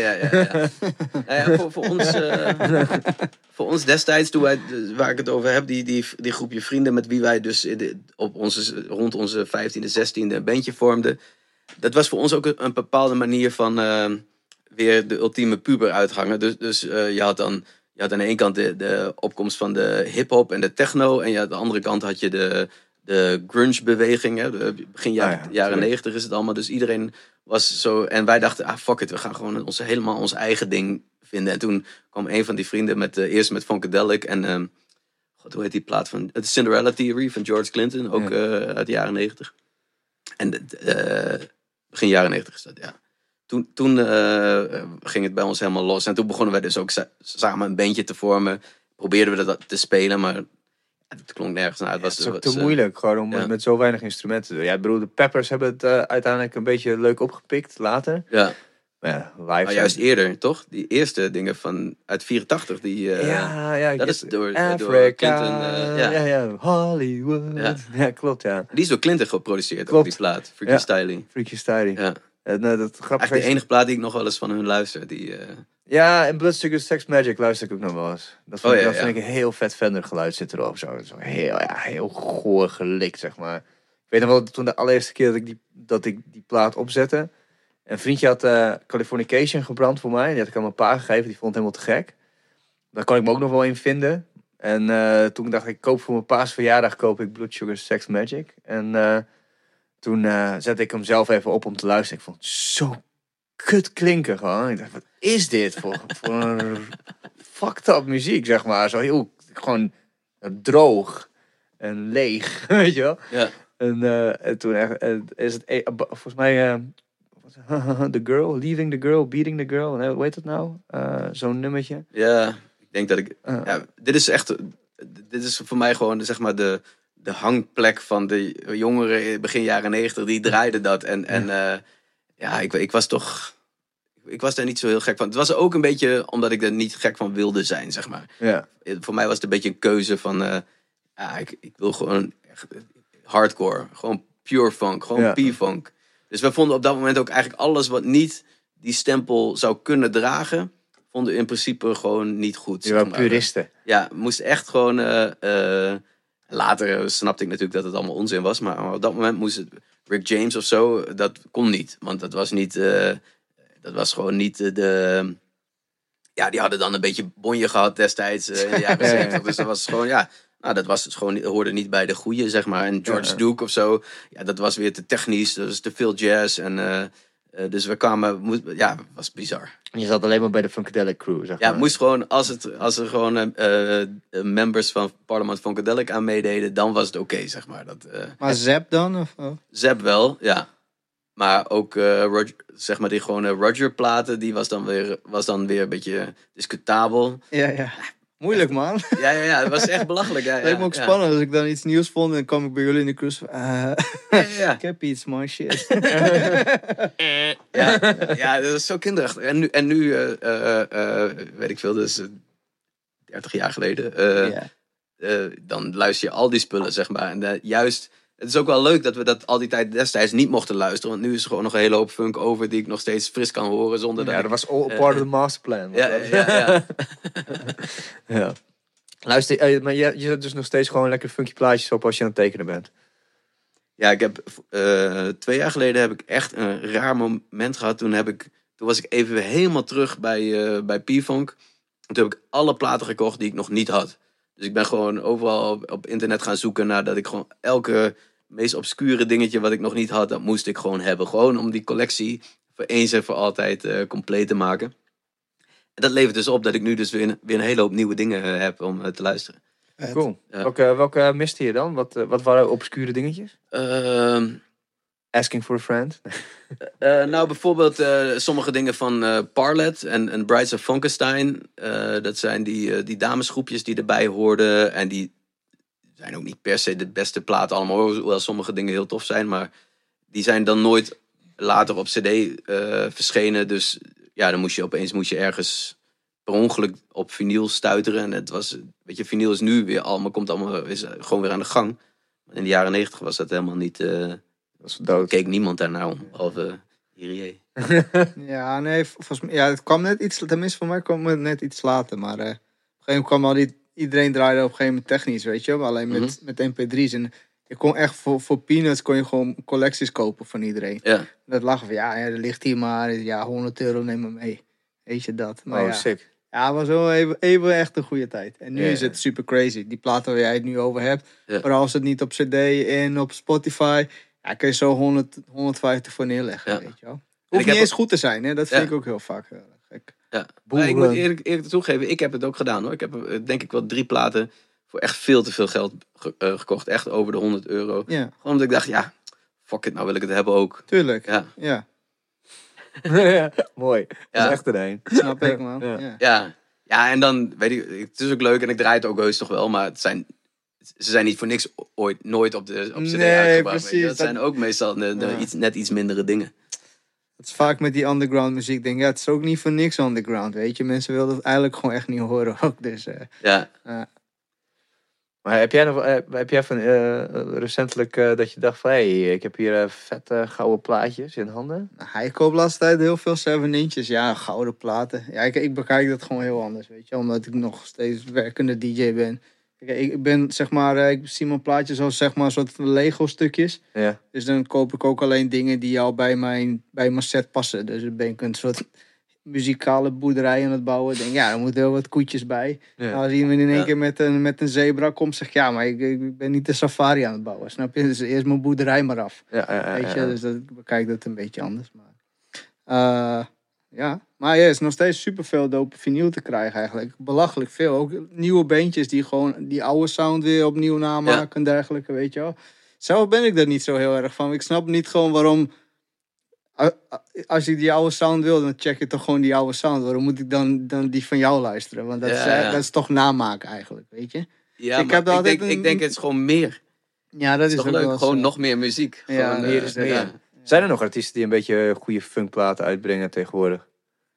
voor ons destijds, toen waar ik het over heb, die groepje vrienden met wie wij dus rond onze 15e, 16e een bandje vormden. Dat was voor ons ook een bepaalde manier van... weer de ultieme puber uithangen. Dus je had aan de ene kant de opkomst van de hip-hop en de techno. En aan de andere kant had je de grunge-beweging. Begin jaren 90 is het allemaal. Dus iedereen was zo... En wij dachten, fuck it, we gaan gewoon helemaal ons eigen ding vinden. En toen kwam een van die vrienden eerst met Funkadelic. En hoe heet die plaat van... The Cinderella Theory van George Clinton. Ook uit de jaren 90. En begin jaren 90 is dat, ja. Toen ging het bij ons helemaal los. En toen begonnen wij dus ook samen een bandje te vormen. Probeerden we dat te spelen, maar het klonk nergens naar. Het is ook te moeilijk gewoon om met zo weinig instrumenten te doen. Ja, ik bedoel, de Peppers hebben het uiteindelijk een beetje leuk opgepikt later. Ja. Maar maar juist eerder, toch? Die eerste dingen uit 84. Dat is door Clinton. Hollywood. Ja, klopt, ja. Die is door Clinton geproduceerd, ook die plaat. Freaky Styling. Freaky Styling. Ja. Dat grappige de enige plaat die ik nog wel eens van hun luister. Die, Ja, en Blood Sugar Sex Magic luister ik ook nog wel eens. Dat vind ik een heel vet Fender geluid zit erop. Zo heel goor gelikt, zeg maar. Ik weet nog wel, toen de allereerste keer dat ik die plaat opzette. Een vriendje had Californication gebrand voor mij. Die had ik aan mijn pa gegeven. Die vond het helemaal te gek. Daar kon ik me ook nog wel in vinden. En toen dacht ik koop voor mijn pa's verjaardag koop ik Blood Sugar Sex Magic. En toen zette ik hem zelf even op om te luisteren. Ik vond het zo kut klinken gewoon. Ik dacht, wat is dit voor een fucked up muziek, zeg maar. Zo heel gewoon droog en leeg, weet je wel. Ja. En toen is het volgens mij The Girl, Leaving the Girl, Beating the Girl. Hoe heet dat nou? Zo'n nummertje. Ja, ik denk dat ik... dit is voor mij gewoon zeg maar de hangplek van de jongeren begin jaren 90. Die draaiden dat. Ik was toch... Ik was daar niet zo heel gek van. Het was ook een beetje omdat ik er niet gek van wilde zijn, zeg maar. Ja. Voor mij was het een beetje een keuze van... ik wil gewoon echt hardcore. Gewoon pure funk. Gewoon P-funk. Dus we vonden op dat moment ook eigenlijk alles wat niet die stempel zou kunnen dragen... vonden we in principe gewoon niet goed. Je waren puristen. Ja, moest echt gewoon... later snapte ik natuurlijk dat het allemaal onzin was. Maar op dat moment moest het... Rick James of zo, dat kon niet. Want dat was niet... dat was gewoon niet de... Ja, die hadden dan een beetje bonje gehad destijds in de jaren 70. Dus dat was gewoon, dat was het gewoon, hoorde niet bij de goeie, zeg maar. En George Duke of zo, dat was weer te technisch. Dat was te veel jazz. En dus we kwamen, was bizar. Je zat alleen maar bij de Funkadelic crew, zeg maar. Ja, het moest gewoon, als er gewoon members van Parliament Funkadelic aan meededen, dan was het oké, zeg maar. Maar Zep dan? Of? Zep wel, ja. Maar ook Roger, zeg maar die gewone Roger-platen, die was dan weer een beetje discutabel. Ja. Moeilijk, man. Ja, het was echt belachelijk. Het leek me ook spannend als ik dan iets nieuws vond en dan kwam ik bij jullie in de cruise. Ik heb iets, man, shit. Ja, dat was zo kinderachtig. En nu weet ik veel, dus 30 jaar geleden, dan luister je al die spullen, zeg maar. En juist... Het is ook wel leuk dat we dat al die tijd destijds niet mochten luisteren. Want nu is er gewoon nog een hele hoop funk over die ik nog steeds fris kan horen. Zonder dat dat was all part of the masterplan. Ja. Luister, maar je zet dus nog steeds gewoon lekker funky plaatjes op als je aan het tekenen bent. Ja, ik heb 2 jaar geleden heb ik echt een raar moment gehad. Toen was ik even helemaal terug bij P-Funk. Toen heb ik alle platen gekocht die ik nog niet had. Dus ik ben gewoon overal op internet gaan zoeken naar dat ik gewoon elke meest obscure dingetje wat ik nog niet had, dat moest ik gewoon hebben. Gewoon om die collectie voor eens en voor altijd compleet te maken. En dat levert dus op dat ik nu dus weer een hele hoop nieuwe dingen heb om te luisteren. Cool. Welke miste je dan? Wat waren obscure dingetjes? Asking for a friend? Nou, bijvoorbeeld sommige dingen van Parlet en Brides of Funkenstein. Dat zijn die damesgroepjes die erbij hoorden. En die zijn ook niet per se de beste platen allemaal. Hoewel sommige dingen heel tof zijn. Maar die zijn dan nooit later op cd verschenen. Dus ja, dan moest je ergens per ongeluk op vinyl stuiteren. En het was, weet je, vinyl is nu weer is gewoon weer aan de gang. In de jaren 90 was dat helemaal niet... keek niemand daarnaar om, behalve Hirie. Ja, nee, het kwam net iets, tenminste voor mij kwam het net iets later, maar op een gegeven moment kwam iedereen draaide op een gegeven moment technisch, weet je, alleen met mp3's en je kon echt voor peanuts kon je gewoon collecties kopen van iedereen. Ja. Dat lag van, er ligt hier maar, €100 neem maar mee, weet je dat. Maar sick. Ja, het was wel even echt een goede tijd. En nu is het super crazy, die platen waar jij het nu over hebt, maar als het niet op cd en op Spotify... Ja, kun je zo 150 voor neerleggen, weet je wel. Hoeft niet eens goed te zijn, hè? Dat vind ik ook heel vaak gek. Ja. Maar ik moet eerlijk toegeven, ik heb het ook gedaan, hoor. Ik heb denk ik wel 3 platen voor echt veel te veel geld gekocht. Echt over de €100. Ja. Gewoon omdat ik dacht, fuck it, nou wil ik het hebben ook. Tuurlijk, ja. Mooi. Dat is echt een. Snap ik, man. Ja, en dan, weet ik, het is ook leuk en ik draai het ook heus nog wel, maar ze zijn niet voor niks nooit op cd uitgebracht. Precies. Dat zijn ook meestal net iets mindere dingen. Het is vaak met die underground muziek. Denk het is ook niet voor niks underground, weet je. Mensen willen het eigenlijk gewoon echt niet horen ook. Dus, Maar heb jij van recentelijk dat je dacht van... Hey, ik heb hier vette gouden plaatjes in handen? Nou, hij koopt de laatste tijd heel veel 7 inches. Ja, gouden platen. Ja, ik bekijk dat gewoon heel anders, weet je. Omdat ik nog steeds werkende DJ ben. Ik ben, zeg maar, ik zie mijn plaatjes als, zeg maar, soort Lego stukjes. Ja. Dus dan koop ik ook alleen dingen die al bij mijn set passen. Dus dan ben ik een soort muzikale boerderij aan het bouwen. Denk, ja, er moeten heel wat koetjes bij. Ja. Nou, als iemand in één keer met een zebra komt, zeg ja, maar ik ben niet de safari aan het bouwen. Snap je? Dus eerst mijn boerderij maar af. Weet je? Dus ik bekijk dat een beetje anders. Maar maar ja, het is nog steeds superveel dope vinyl te krijgen eigenlijk. Belachelijk veel. Ook nieuwe bandjes die gewoon die oude sound weer opnieuw namaken en dergelijke, weet je wel. Zelf ben ik er niet zo heel erg van. Ik snap niet gewoon waarom... Als ik die oude sound wil, dan check ik toch gewoon die oude sound. Waarom moet ik dan die van jou luisteren? Want dat is toch namaken eigenlijk, weet je? Ja, ik denk het is gewoon meer. Ja, dat is toch ook leuk. Wel gewoon nog meer muziek. Ja, gewoon, meer is meer. Ja. Zijn er nog artiesten die een beetje goede funkplaten uitbrengen tegenwoordig?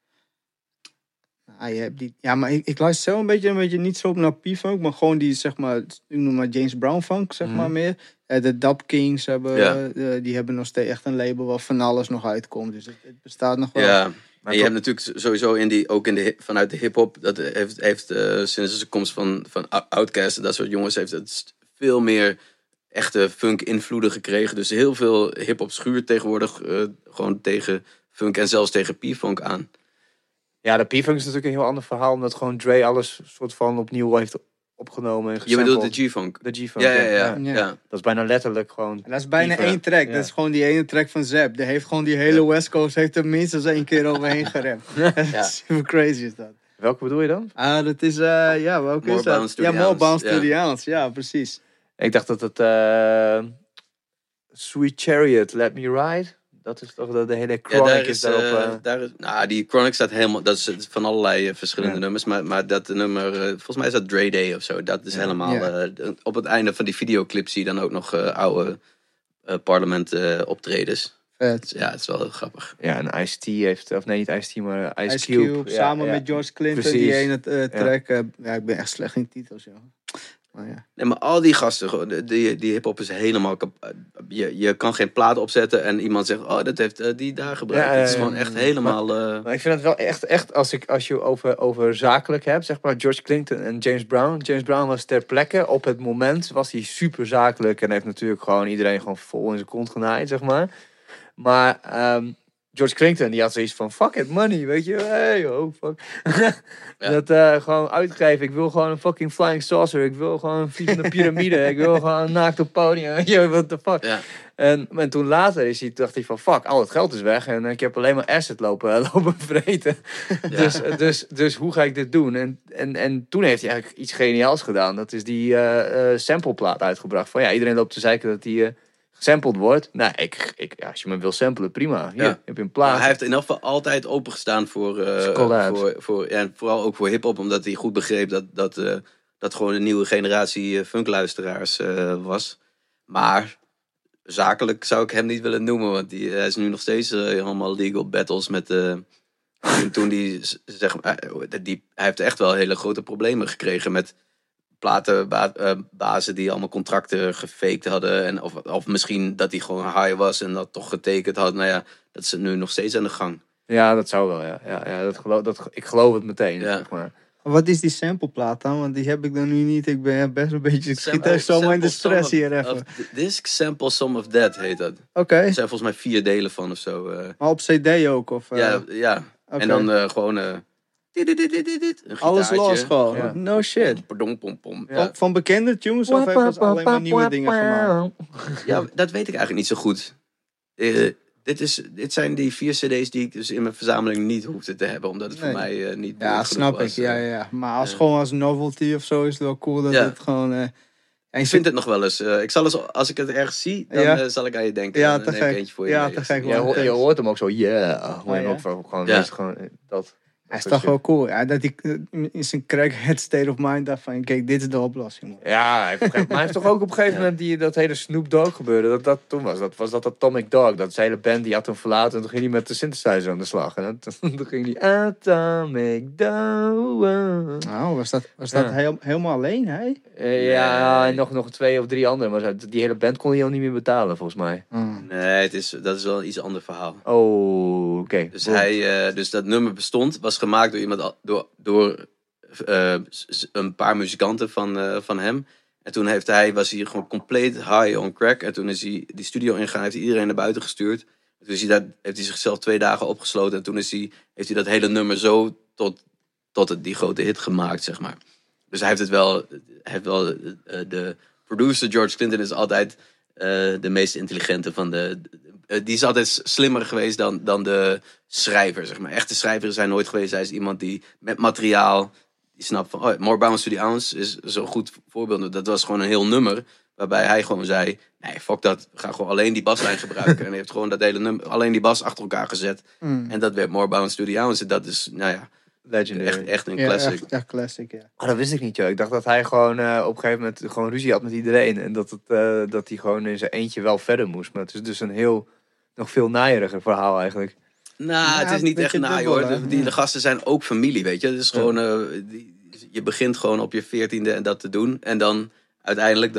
Je hebt die, ja, maar ik luister zelf een beetje niet zo op naar P-funk, maar gewoon die, zeg maar, ik noem maar James Brown funk, zeg maar meer. De Dub Kings hebben, die hebben nog steeds echt een label waar van alles nog uitkomt. Dus het bestaat nog wel. Ja, en je hebt natuurlijk sowieso vanuit de hip-hop, dat heeft sinds de komst van Outkast en dat soort jongens, heeft het veel meer echte funk-invloeden gekregen. Dus heel veel hip-hop schuurt tegenwoordig gewoon tegen funk en zelfs tegen P-funk aan. Ja, de P-funk is natuurlijk een heel ander verhaal, omdat gewoon Dre alles soort van opnieuw heeft opgenomen en gesampled. Je bedoelt de G-funk? De G-funk, ja. Dat is bijna letterlijk gewoon... En dat is bijna één track. Ja. Dat is gewoon die ene track van Zep. Die heeft gewoon die hele West Coast heeft er minstens 1 keer overheen geremd. Super crazy is dat. Welke bedoel je dan? Dat is, welke is dat? More Bounce to the Ounce. Ja, precies. Ik dacht dat het Sweet Chariot, Let Me Ride... Dat is toch de hele Chronic is daarop... die Chronic staat helemaal... Dat is van allerlei verschillende nummers. Maar dat nummer... volgens mij is dat Dre Day of zo. Dat is helemaal... op het einde van die videoclip zie je dan ook nog oude Parlement optredens. Vet. Ja, het is wel heel grappig. Ja, en Ice-T heeft... Of nee, niet Ice-T, maar Ice Cube. Samen met George Clinton. Precies. Die ene track. Ik ben echt slecht in titels, joh. Nee, maar al die gasten, die hip-hop is helemaal kapot. Je kan geen plaat opzetten en iemand zegt, dat heeft die daar gebruikt. Het is gewoon echt helemaal... Maar ik vind het wel echt als je over zakelijk hebt, zeg maar George Clinton en James Brown. James Brown was ter plekke, op het moment was hij super zakelijk en heeft natuurlijk gewoon iedereen gewoon vol in zijn kont genaaid, zeg maar. Maar George Clinton, die had zoiets van, fuck it, money, weet je. Hey, oh, fuck. Dat gewoon uitgeven. Ik wil gewoon een fucking flying saucer. Ik wil gewoon een vliegende piramide. Ik wil gewoon een naakt op podium. What the fuck. Ja. En toen later dacht hij van, fuck, al het geld is weg. En ik heb alleen maar asset lopen vreten. Ja. Dus hoe ga ik dit doen? En toen heeft hij eigenlijk iets geniaals gedaan. Dat is die sampleplaat uitgebracht. Van iedereen loopt te zeiken dat die... gesampled wordt. Nou, als je me wil samplen, prima. Hier heb je een plaat. Maar hij heeft in elk geval altijd opengestaan voor en vooral ook voor hip-hop, omdat hij goed begreep dat gewoon een nieuwe generatie funkluisteraars was. Maar zakelijk zou ik hem niet willen noemen, want hij is nu nog steeds allemaal legal battles met... toen hij heeft echt wel hele grote problemen gekregen met platenbazen die allemaal contracten gefaked hadden. En of misschien dat hij gewoon high was en dat toch getekend had. Nou ja, dat is nu nog steeds aan de gang. Ja, dat zou wel, ik geloof het meteen, zeg maar. Wat is die sampleplaat dan? Want die heb ik dan nu niet. Ik ben best een beetje... Ik schiet echt zomaar in de stress hier even. Disc Sample Some of That heet dat. Oké. Er zijn volgens mij 4 delen van of zo. Maar op cd ook? Of, Ja. Okay. En dan gewoon... alles los gewoon. Ja. No shit. Van bekende tunes of hebben ze alleen maar nieuwe dingen gemaakt? Ja, dat weet ik eigenlijk niet zo goed. Dit zijn die 4 cd's die ik dus in mijn verzameling niet hoefde te hebben. Omdat het voor mij niet snap was. Ik. Ja. Maar gewoon als novelty of zo is het wel cool dat het gewoon... ik vind het nog wel eens. Ik zal eens, als ik het ergens zie, dan zal ik aan je denken. Ja, te gek. Eentje voor je. Ja, te gek. Je hoort hem ook zo, gewoon dat. Hij is toch wel cool. Ja, dat hij in zijn crackhead state of mind dacht van... Kijk, dit is de oplossing. Man. Ja, maar hij heeft toch ook op een gegeven moment dat hele Snoop Dogg gebeurde. Toen was dat Atomic Dog. Dat zijn hele band die had hem verlaten. En toen ging hij met de synthesizer aan de slag. En toen ging hij Atomic Dog. Nou, was dat helemaal alleen, hè? Ja, en nog 2 of 3 anderen. Maar die hele band kon hij al niet meer betalen, volgens mij. Nee, dat is wel een iets ander verhaal. Oh, oké. Dus dus dat nummer was gemaakt door iemand, door een paar muzikanten van hem. En toen was hij gewoon compleet high on crack. En toen is hij die studio ingegaan, heeft hij iedereen naar buiten gestuurd. Dus heeft hij zichzelf 2 dagen opgesloten. En toen heeft hij dat hele nummer zo tot die grote hit gemaakt, zeg maar. Dus hij heeft de producer George Clinton is altijd de meest intelligente van die is altijd slimmer geweest dan de schrijver, zeg maar. Echte schrijvers zijn nooit geweest. Hij is iemand die met materiaal, die snapt van, More Bounce to the Ounce is zo'n goed voorbeeld. Dat was gewoon een heel nummer, waarbij hij gewoon zei, nee, fuck dat, we gaan gewoon alleen die baslijn gebruiken. En hij heeft gewoon dat hele nummer, alleen die bas achter elkaar gezet. En dat werd More Bounce to the Ounce. En dat is, nou ja, legendary. Echt een classic. Ja, classic, ja. Oh, dat wist ik niet, joh. Ik dacht dat hij gewoon op een gegeven moment gewoon ruzie had met iedereen. En dat hij gewoon in zijn eentje wel verder moest. Maar het is dus een nog veel naaieriger verhaal eigenlijk. Nou, het is niet echt naai, hoor. De gasten zijn ook familie, weet je. Het is gewoon, je begint gewoon op je 14e en dat te doen. En dan uiteindelijk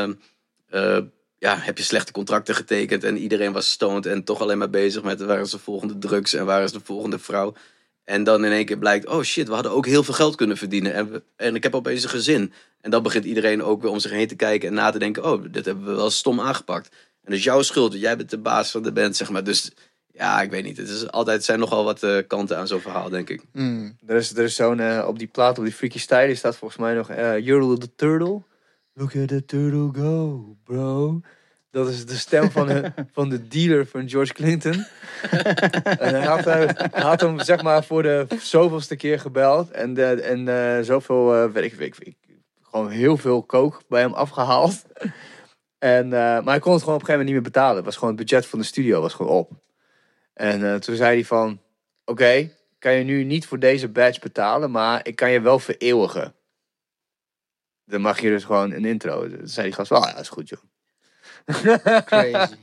heb je slechte contracten getekend. En iedereen was stoned en toch alleen maar bezig met waar is de volgende drugs en waar is de volgende vrouw. En dan in één keer blijkt, oh shit, we hadden ook heel veel geld kunnen verdienen. En ik heb opeens een gezin. En dan begint iedereen ook weer om zich heen te kijken en na te denken, oh, dit hebben we wel stom aangepakt. En dat is jouw schuld, want jij bent de baas van de band, zeg maar. Dus ja, ik weet niet. Het zijn nogal wat kanten aan zo'n verhaal, denk ik. Er is zo'n, op die plaat, op die Freaky Style, staat volgens mij nog You're the Turtle. Look at the turtle go, bro. Dat is de stem van de dealer van George Clinton. En hij had hem zeg maar voor de zoveelste keer gebeld. En zoveel, gewoon heel veel coke bij hem afgehaald. Maar hij kon het gewoon op een gegeven moment niet meer betalen. Het was gewoon het budget van de studio was gewoon op. En toen zei hij van, oké, kan je nu niet voor deze badge betalen, maar ik kan je wel vereeuwigen. Dan mag je dus gewoon een intro. Toen zei die gast, ja, dat is goed, joh. Crazy.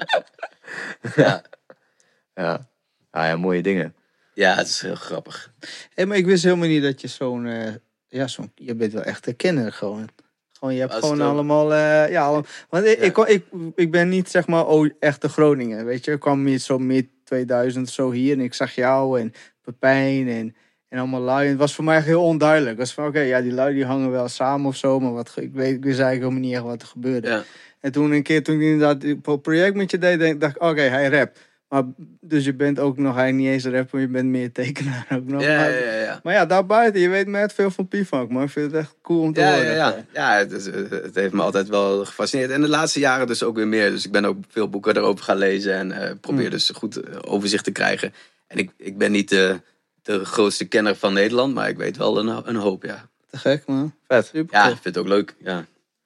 Ja, mooie dingen. Ja, het is heel grappig. Hey, maar ik wist helemaal niet dat je je bent wel echt een kenner gewoon. Je hebt gewoon allemaal, want ik ben niet zeg maar echte Groningen, weet je. Ik kwam niet zo mid 2000 zo hier en ik zag jou en Pepijn en allemaal lui. En het was voor mij echt heel onduidelijk. Het was van, die lui die hangen wel samen of zo, maar ik wist eigenlijk helemaal niet echt wat er gebeurde. Ja. En toen ik inderdaad het project met je deed, dacht ik, hij rapt. Maar, dus je bent ook nog eigenlijk niet eens een rapper, maar je bent meer tekenaar ook nog. Ja. Maar ja, daarbuiten, je weet net veel van P-Funk, man. Ik vind het echt cool om te horen. Ja, het heeft me altijd wel gefascineerd. En de laatste jaren dus ook weer meer. Dus ik ben ook veel boeken erover gaan lezen en probeer dus goed overzicht te krijgen. En ik ben niet de grootste kenner van Nederland, maar ik weet wel een hoop, ja. Te gek, man. Vet. Super ja, ik vind het ook leuk, ja.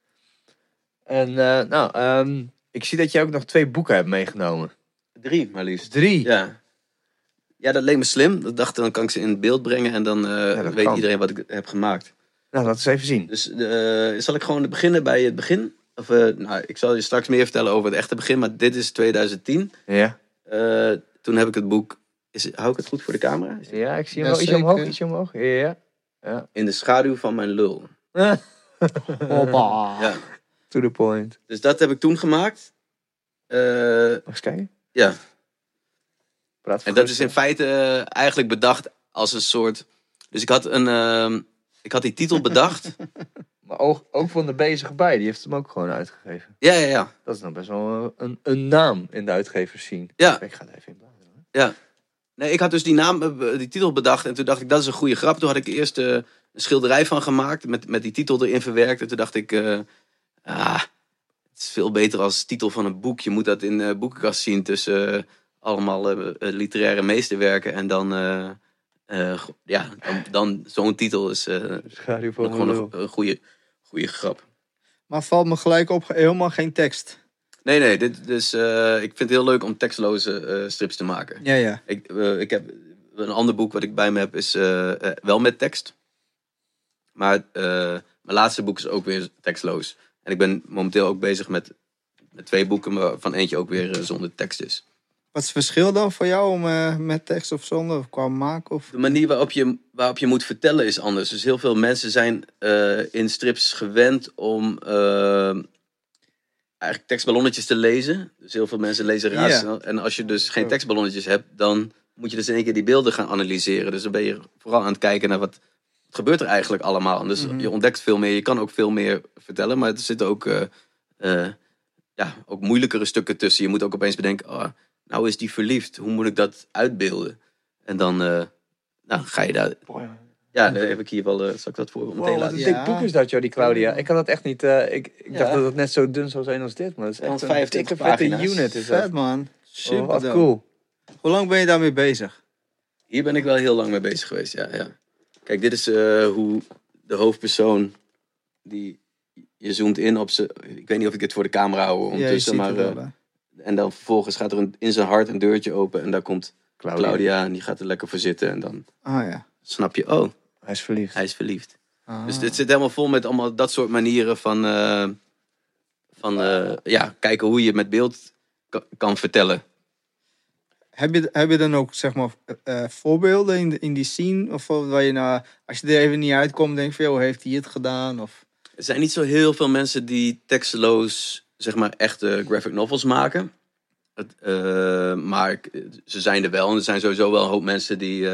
En ik zie dat je ook nog 2 boeken hebt meegenomen. 3, maar liefst. 3? Ja, dat leek me slim. Ik dacht, dan kan ik ze in beeld brengen en dan weet iedereen wat ik heb gemaakt. Nou, laten we eens even zien. Dus zal ik gewoon beginnen bij het begin? Of, ik zal je straks meer vertellen over het echte begin, maar dit is 2010. Ja. Toen heb ik het boek... Hou ik het goed voor de camera? Ja, ik zie hem wel. Ietsje omhoog. Ja. In de schaduw van mijn lul. Hoppa. Ja. To the point. Dus dat heb ik toen gemaakt. Mag eens kijken? Ja. En dat is in feite eigenlijk bedacht als een soort... Dus ik had die titel bedacht. Maar ook van de bezige bij, die heeft hem ook gewoon uitgegeven. Ja. Dat is nou best wel een naam in de uitgeversscene. Ja. Ik ga er even in bladeren. Ja. Nee, ik had dus die titel bedacht en toen dacht ik, dat is een goede grap. Toen had ik eerst een schilderij van gemaakt met die titel erin verwerkt. En toen dacht ik, het is veel beter als titel van een boek. Je moet dat in de boekenkast zien tussen allemaal literaire meesterwerken. En dan zo'n titel is gewoon een goede grap. Maar valt me gelijk op, helemaal geen tekst. Nee, ik vind het heel leuk om tekstloze strips te maken. Ja. Ik heb Een ander boek wat ik bij me heb is wel met tekst. Maar mijn laatste boek is ook weer tekstloos. En ik ben momenteel ook bezig met 2 boeken, waarvan eentje ook weer zonder tekst is. Wat is het verschil dan voor jou om met tekst of zonder, of qua maken? Of... De manier waarop je moet vertellen is anders. Dus heel veel mensen zijn in strips gewend om eigenlijk tekstballonnetjes te lezen. Dus heel veel mensen lezen razend. En als je dus geen tekstballonnetjes hebt, dan moet je dus in één keer die beelden gaan analyseren. Dus dan ben je vooral aan het kijken naar wat gebeurt er eigenlijk allemaal. En dus je ontdekt veel meer, je kan ook veel meer vertellen. Maar er zitten ook, ook moeilijkere stukken tussen. Je moet ook opeens bedenken, nou is die verliefd. Hoe moet ik dat uitbeelden? En dan ga je daar... Ja, daar heb ik hier wel... zal ik dat voor meteen laten zien? Wat een dik boek is dat, joh, die Claudia. Ik had dat echt niet... ik dacht dat het net zo dun zou zijn als dit. Maar het is echt een dikke vette unit. Is vet, man. Super wat cool. Hoe lang ben je daarmee bezig? Hier ben ik wel heel lang mee bezig geweest, ja. Kijk, dit is hoe de hoofdpersoon... Je zoomt in op ze. Ik weet niet of ik dit voor de camera hou ondertussen, maar... en dan vervolgens gaat er in zijn hart een deurtje open. En daar komt Claudia en die gaat er lekker voor zitten. En dan snap je, hij is verliefd. Dus dit zit helemaal vol met allemaal dat soort manieren van kijken hoe je met beeld kan vertellen. Heb je dan ook, zeg maar, voorbeelden in die scene? Of waar je als je er even niet uitkomt, denk je, hoe heeft hij het gedaan? Of... Er zijn niet zo heel veel mensen die teksteloos, zeg maar, echte graphic novels maken. Maar ze zijn er wel. En er zijn sowieso wel een hoop mensen die...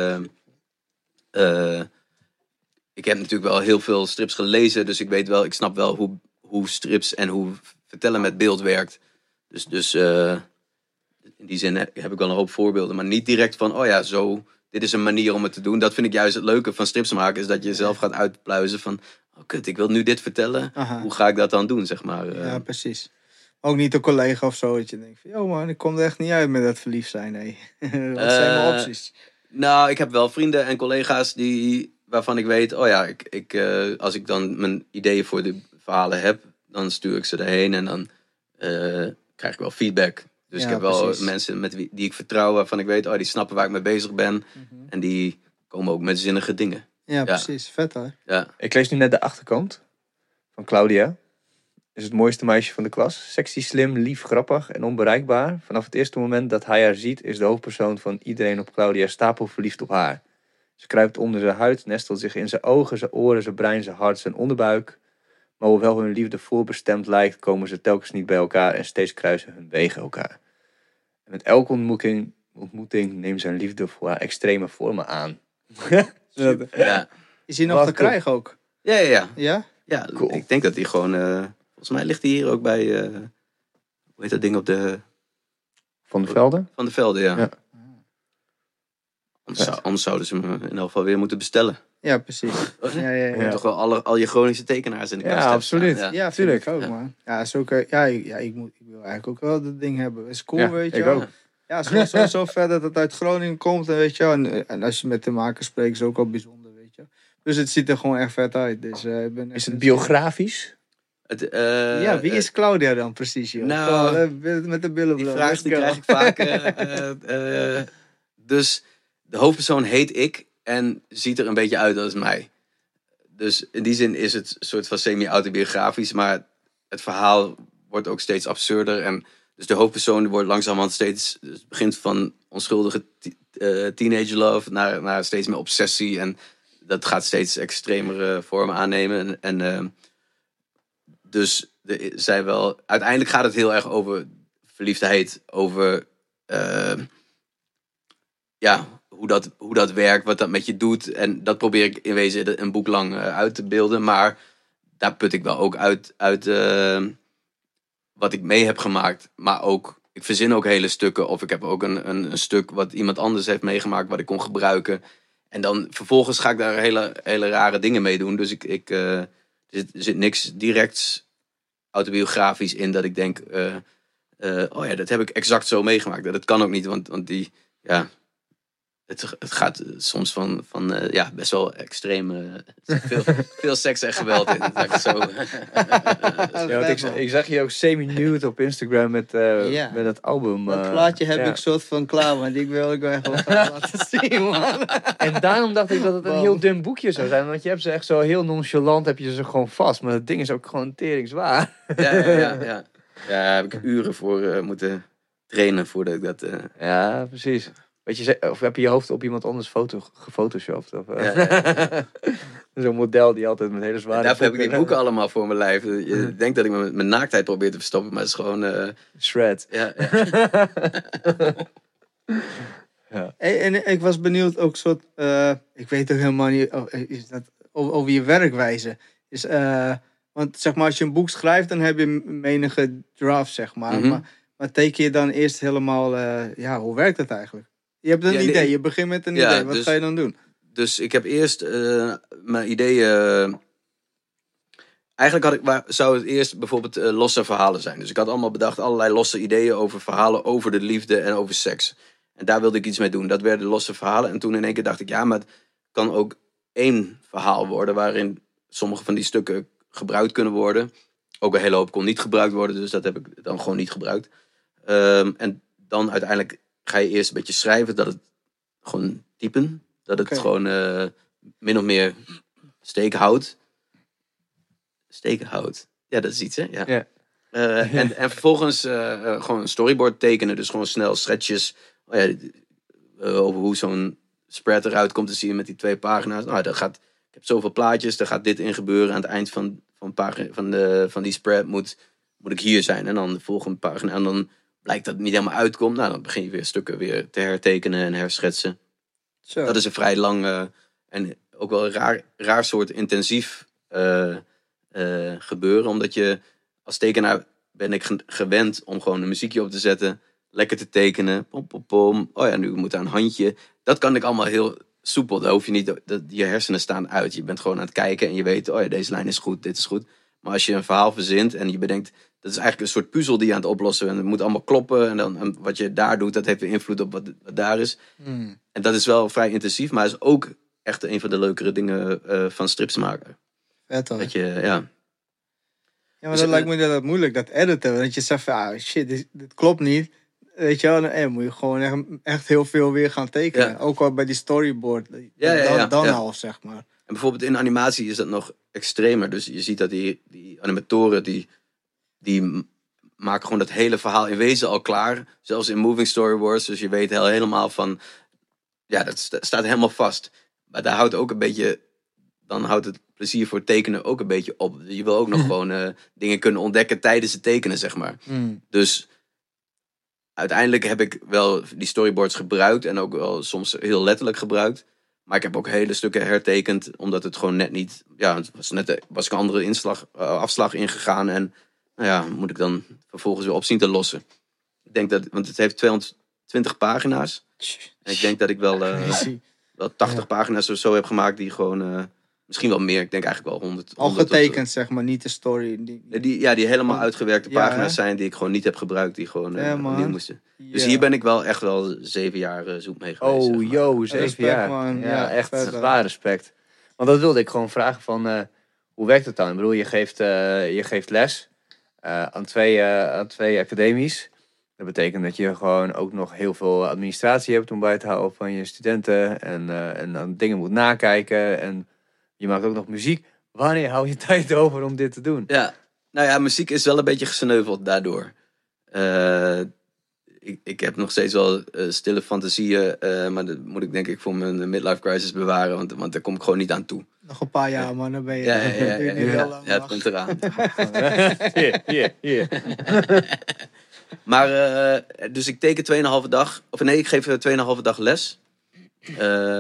ik heb natuurlijk wel heel veel strips gelezen. Dus ik snap wel hoe strips en hoe vertellen met beeld werkt. Dus in die zin heb ik wel een hoop voorbeelden. Maar niet direct van, dit is een manier om het te doen. Dat vind ik juist het leuke van strips maken. Is dat je zelf gaat uitpluizen van... kut, ik wil nu dit vertellen. Aha. Hoe ga ik dat dan doen, zeg maar? Ja, precies. Ook niet een collega of zo. Dat je denkt van, man, ik kom er echt niet uit met dat verliefd zijn. Nee. Wat zijn mijn opties? Nou, ik heb wel vrienden en collega's waarvan ik weet... als ik dan mijn ideeën voor de verhalen heb... dan stuur ik ze erheen en dan krijg ik wel feedback. Dus ik heb wel mensen die ik vertrouw... waarvan ik weet, die snappen waar ik mee bezig ben. En die komen ook met zinnige dingen. Ja, precies. Vet, hoor. Ja. Ik lees nu net de achterkant van Claudia. Is het mooiste meisje van de klas. Sexy, slim, lief, grappig en onbereikbaar. Vanaf het eerste moment dat hij haar ziet... is de hoofdpersoon van iedereen op Claudia stapelverliefd op haar. Ze kruipt onder zijn huid, nestelt zich in zijn ogen, zijn oren, zijn brein, zijn hart, zijn onderbuik. Maar hoewel hun liefde voorbestemd lijkt... komen ze telkens niet bij elkaar en steeds kruisen hun wegen elkaar. En met elke ontmoeting neemt zijn liefde voor haar extreme vormen aan. Ja. Is hij nog te krijgen ook? Ja. Ja? Ja, cool. Ik denk dat hij gewoon... volgens mij ligt hij hier ook bij... hoe heet dat ding op de... Van de Velden? Van de Velden, ja. Ja. Anders zouden ze hem in elk geval weer moeten bestellen. Ja, precies. Ja. Toch wel al je Groningse tekenaars in de kast Ja, hebben absoluut. staan. Ja, vind ik ook, man. Ja, is ook, ik wil eigenlijk ook wel dat ding hebben. Is cool, weet je ik wel. ook. Ja, zo ver dat het uit Groningen komt, en weet je wel. En als je met de makers spreekt, is het ook al bijzonder, weet je. Dus het ziet er gewoon echt vet uit. Dus, is het biografisch? Wie is Claudia dan precies, joh? Nou, met de billen. Die vraag die krijg ik vaak. Dus de hoofdpersoon heet ik en ziet er een beetje uit als mij. Dus in die zin is het een soort van semi-autobiografisch, maar het verhaal wordt ook steeds absurder. En dus de hoofdpersoon wordt langzamerhand steeds... Het begint van onschuldige teenage love naar steeds meer obsessie. En dat gaat steeds extremere vormen aannemen. Dus uiteindelijk gaat het heel erg over verliefdheid. Over hoe dat werkt, wat dat met je doet. En dat probeer ik in wezen een boek lang uit te beelden. Maar daar put ik wel ook uit wat ik mee heb gemaakt. Maar ook, ik verzin ook hele stukken. Of ik heb ook een stuk wat iemand anders heeft meegemaakt, wat ik kon gebruiken. En dan vervolgens ga ik daar hele rare dingen mee doen. Dus er zit niks directs autobiografisch in dat ik denk... dat heb ik exact zo meegemaakt. Dat kan ook niet, want die... Ja, Het gaat soms van best wel extreem. Veel seks en geweld in. Ik zag je ook semi-nude op Instagram met het album. Dat plaatje heb ik soort van klaar, maar die wil ik wel echt laten zien, man. En daarom dacht ik dat het een heel dun boekje zou zijn. Want je hebt ze echt zo heel nonchalant, heb je ze gewoon vast. Maar het ding is ook gewoon teringzwaar. Ja, daar heb ik uren voor moeten trainen voordat ik dat... Ja, precies. Weet je, of heb je je hoofd op iemand anders gefotoshopt? Of, Zo'n model die altijd met hele zware... Daarvoor heb ik die boeken allemaal voor mijn lijf. Je denkt dat ik mijn naaktheid probeer te verstoppen, maar het is gewoon... Shred. Ja. Ja. En ik was benieuwd ook soort... ik weet ook helemaal niet over je werkwijze. Want zeg maar, als je een boek schrijft, dan heb je menige draft, zeg maar. Mm-hmm. Maar teken je dan eerst helemaal... hoe werkt dat eigenlijk? Je hebt een idee, je begint met een idee. Wat ga je dan doen? Dus ik heb eerst mijn ideeën... Eigenlijk zou het eerst bijvoorbeeld losse verhalen zijn. Dus ik had allemaal bedacht allerlei losse ideeën over verhalen over de liefde en over seks. En daar wilde ik iets mee doen. Dat werden losse verhalen. En toen in één keer dacht ik, ja, maar het kan ook één verhaal worden waarin sommige van die stukken gebruikt kunnen worden. Ook een hele hoop kon niet gebruikt worden, dus dat heb ik dan gewoon niet gebruikt. En dan uiteindelijk ga je eerst een beetje schrijven, dat het gewoon typen. Dat het gewoon min of meer steken houdt. Steken houdt. Ja, dat is iets, hè? Ja. Ja. En vervolgens gewoon een storyboard tekenen. Dus gewoon snel schetsjes over hoe zo'n spread eruit komt te zien met die 2 pagina's. Nou, ik heb zoveel plaatjes, daar gaat dit in gebeuren. Aan het eind van die spread moet ik hier zijn. En dan de volgende pagina. En dan blijkt dat het niet helemaal uitkomt. Nou, dan begin je weer stukken weer te hertekenen en herschetsen. Zo. Dat is een vrij lang en ook wel een raar soort intensief gebeuren. Omdat je als tekenaar ben ik gewend om gewoon een muziekje op te zetten. Lekker te tekenen. Pom, pom, pom. Oh ja, nu moet daar een handje. Dat kan ik allemaal heel soepel. Daar hoef je niet, je hersenen staan uit. Je bent gewoon aan het kijken en je weet, oh ja, deze lijn is goed, dit is goed. Maar als je een verhaal verzint en je bedenkt, dat is eigenlijk een soort puzzel die je aan het oplossen. En het moet allemaal kloppen. En wat je daar doet, dat heeft weer invloed op wat daar is. Mm. En dat is wel vrij intensief, maar is ook echt een van de leukere dingen van strips maken. Vet hoor. Dat je, ja. Ja, maar dus, dat lijkt me dat moeilijk, dat editen. Dat je zegt van, shit, dit klopt niet. Weet je wel, dan moet je gewoon echt heel veel weer gaan tekenen. Ja. Ook al bij die storyboard. Dan al, zeg maar. En bijvoorbeeld in animatie is dat nog extremer. Dus je ziet dat die animatoren, die maken gewoon dat hele verhaal in wezen al klaar. Zelfs in moving storyboards. Dus je weet helemaal van, ja, dat staat helemaal vast. Maar daar houdt ook een beetje, dan houdt het plezier voor tekenen ook een beetje op. Je wil ook nog gewoon dingen kunnen ontdekken tijdens het tekenen, zeg maar. Dus uiteindelijk heb ik wel die storyboards gebruikt en ook wel soms heel letterlijk gebruikt. Maar ik heb ook hele stukken hertekend, omdat het gewoon net niet... Ja, was ik een andere afslag ingegaan en nou ja, moet ik dan vervolgens weer op zien te lossen. Ik denk dat, want het heeft 220 pagina's. En ik denk dat ik wel 80 pagina's of zo heb gemaakt die gewoon... misschien wel meer, ik denk eigenlijk wel 100. Al getekend, zeg maar, niet de story. Die helemaal uitgewerkte pagina's zijn die ik gewoon niet heb gebruikt, die gewoon opnieuw moesten. Dus hier ben ik wel echt wel 7 jaar zoek mee geweest. Oh, yo, 7 jaar. Man. Ja, echt zwaar respect. Want dat wilde ik gewoon vragen van, hoe werkt het dan? Ik bedoel, je geeft les aan twee academies. Dat betekent dat je gewoon ook nog heel veel administratie hebt om bij te houden van je studenten. En dan dingen moet nakijken en... Je maakt ook nog muziek. Wanneer hou je tijd over om dit te doen? Ja, nou ja, muziek is wel een beetje gesneuveld daardoor. Ik heb nog steeds wel stille fantasieën. Maar dat moet ik denk ik voor mijn midlife crisis bewaren. Want daar kom ik gewoon niet aan toe. Nog een paar jaar, man. Dan ben je... Ja, het komt eraan. Hier. Maar, dus ik teken 2,5 dag. Of nee, ik geef 2,5 dag les. 1,5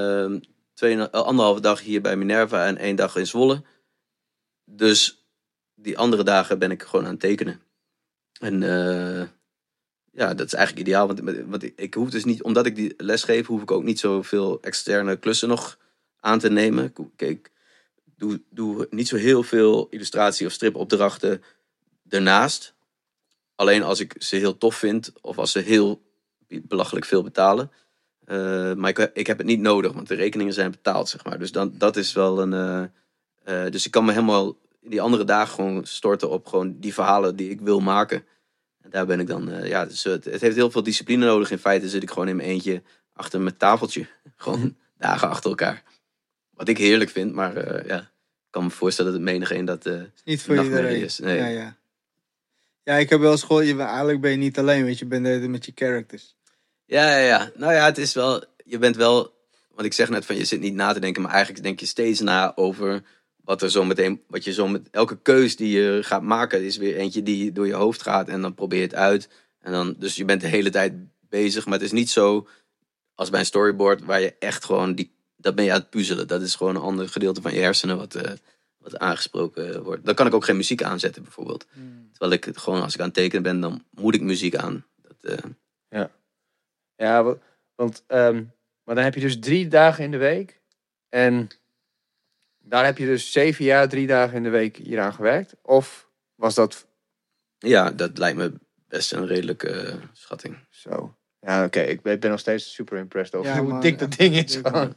dag hier bij Minerva en 1 dag in Zwolle. Dus die andere dagen ben ik gewoon aan het tekenen. En ja, dat is eigenlijk ideaal. Want ik hoef dus niet, omdat ik die les geef, hoef ik ook niet zoveel externe klussen nog aan te nemen. Ik doe niet zo heel veel illustratie- of stripopdrachten ernaast. Alleen als ik ze heel tof vind of als ze heel belachelijk veel betalen. Maar ik heb het niet nodig, want de rekeningen zijn betaald, zeg maar. Dus dat is wel een... dus ik kan me helemaal die andere dagen gewoon storten op gewoon die verhalen die ik wil maken. En daar ben ik dan... dus het heeft heel veel discipline nodig. In feite zit ik gewoon in mijn eentje achter mijn tafeltje. Gewoon dagen achter elkaar. Wat ik heerlijk vind, maar ik kan me voorstellen dat het menigeen dat niet voor iedereen is. Nee. Ja, ik heb wel eens gehoord, eigenlijk ben je niet alleen, want je bent met je characters. Ja. Nou ja, het is wel... Je bent wel... Want ik zeg net van, je zit niet na te denken, maar eigenlijk denk je steeds na over wat er zo meteen... Wat je zo met elke keus die je gaat maken, is weer eentje die door je hoofd gaat en dan probeer je het uit. En dan, dus je bent de hele tijd bezig, maar het is niet zo als bij een storyboard waar je echt gewoon dat ben je aan het puzzelen. Dat is gewoon een ander gedeelte van je hersenen wat aangesproken wordt. Dan kan ik ook geen muziek aanzetten bijvoorbeeld. Terwijl ik gewoon, als ik aan het tekenen ben, dan moet ik muziek aan. Ja, want maar dan heb je dus 3 dagen in de week. En daar heb je dus 7 jaar, 3 dagen in de week hieraan gewerkt. Of was dat... Ja, dat lijkt me best een redelijke schatting. Zo. Ja, oké. Ik ben nog steeds super impressed over hoe dik dat ding is.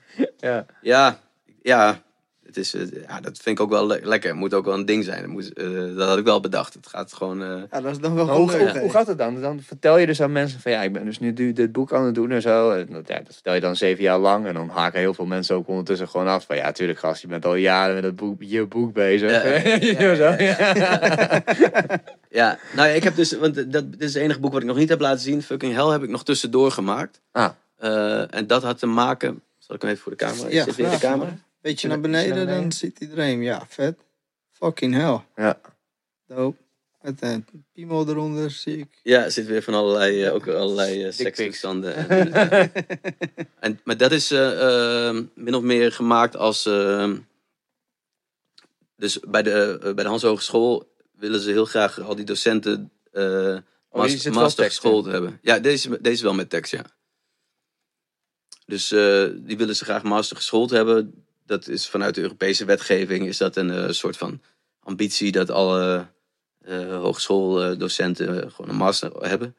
Ja. Het is, dat vind ik ook wel lekker. Het moet ook wel een ding zijn. Dat had ik wel bedacht. Het gaat gewoon... Ja, dat is dan wel leuk. Hoe gaat het dan? Dan vertel je dus aan mensen van... Ja, ik ben dus nu dit boek aan het doen en zo. En dat vertel je dan 7 jaar lang. En dan haken heel veel mensen ook ondertussen gewoon af. Van ja, tuurlijk gast, je bent al jaren met je boek bezig. Ja, nou ja, ik heb dus... Want dit is het enige boek wat ik nog niet heb laten zien. Fucking Hell heb ik nog tussendoor gemaakt. En dat had te maken... Zal ik hem even voor de camera? Ja, zit weer in de camera? Beetje naar beneden, dan ziet iedereen. Ja, vet. Fucking hell. Ja. Dope. Met een piemel eronder, zie ik. Ja, er zit weer van allerlei sekstoestanden. Maar dat is min of meer gemaakt als... dus bij de Hans Hogeschool willen ze heel graag al die docenten master geschoold hebben. Ja, deze is wel met tekst, ja. Dus die willen ze graag master geschoold hebben. Dat is vanuit de Europese wetgeving is dat een soort van ambitie dat alle hogeschooldocenten gewoon een master hebben.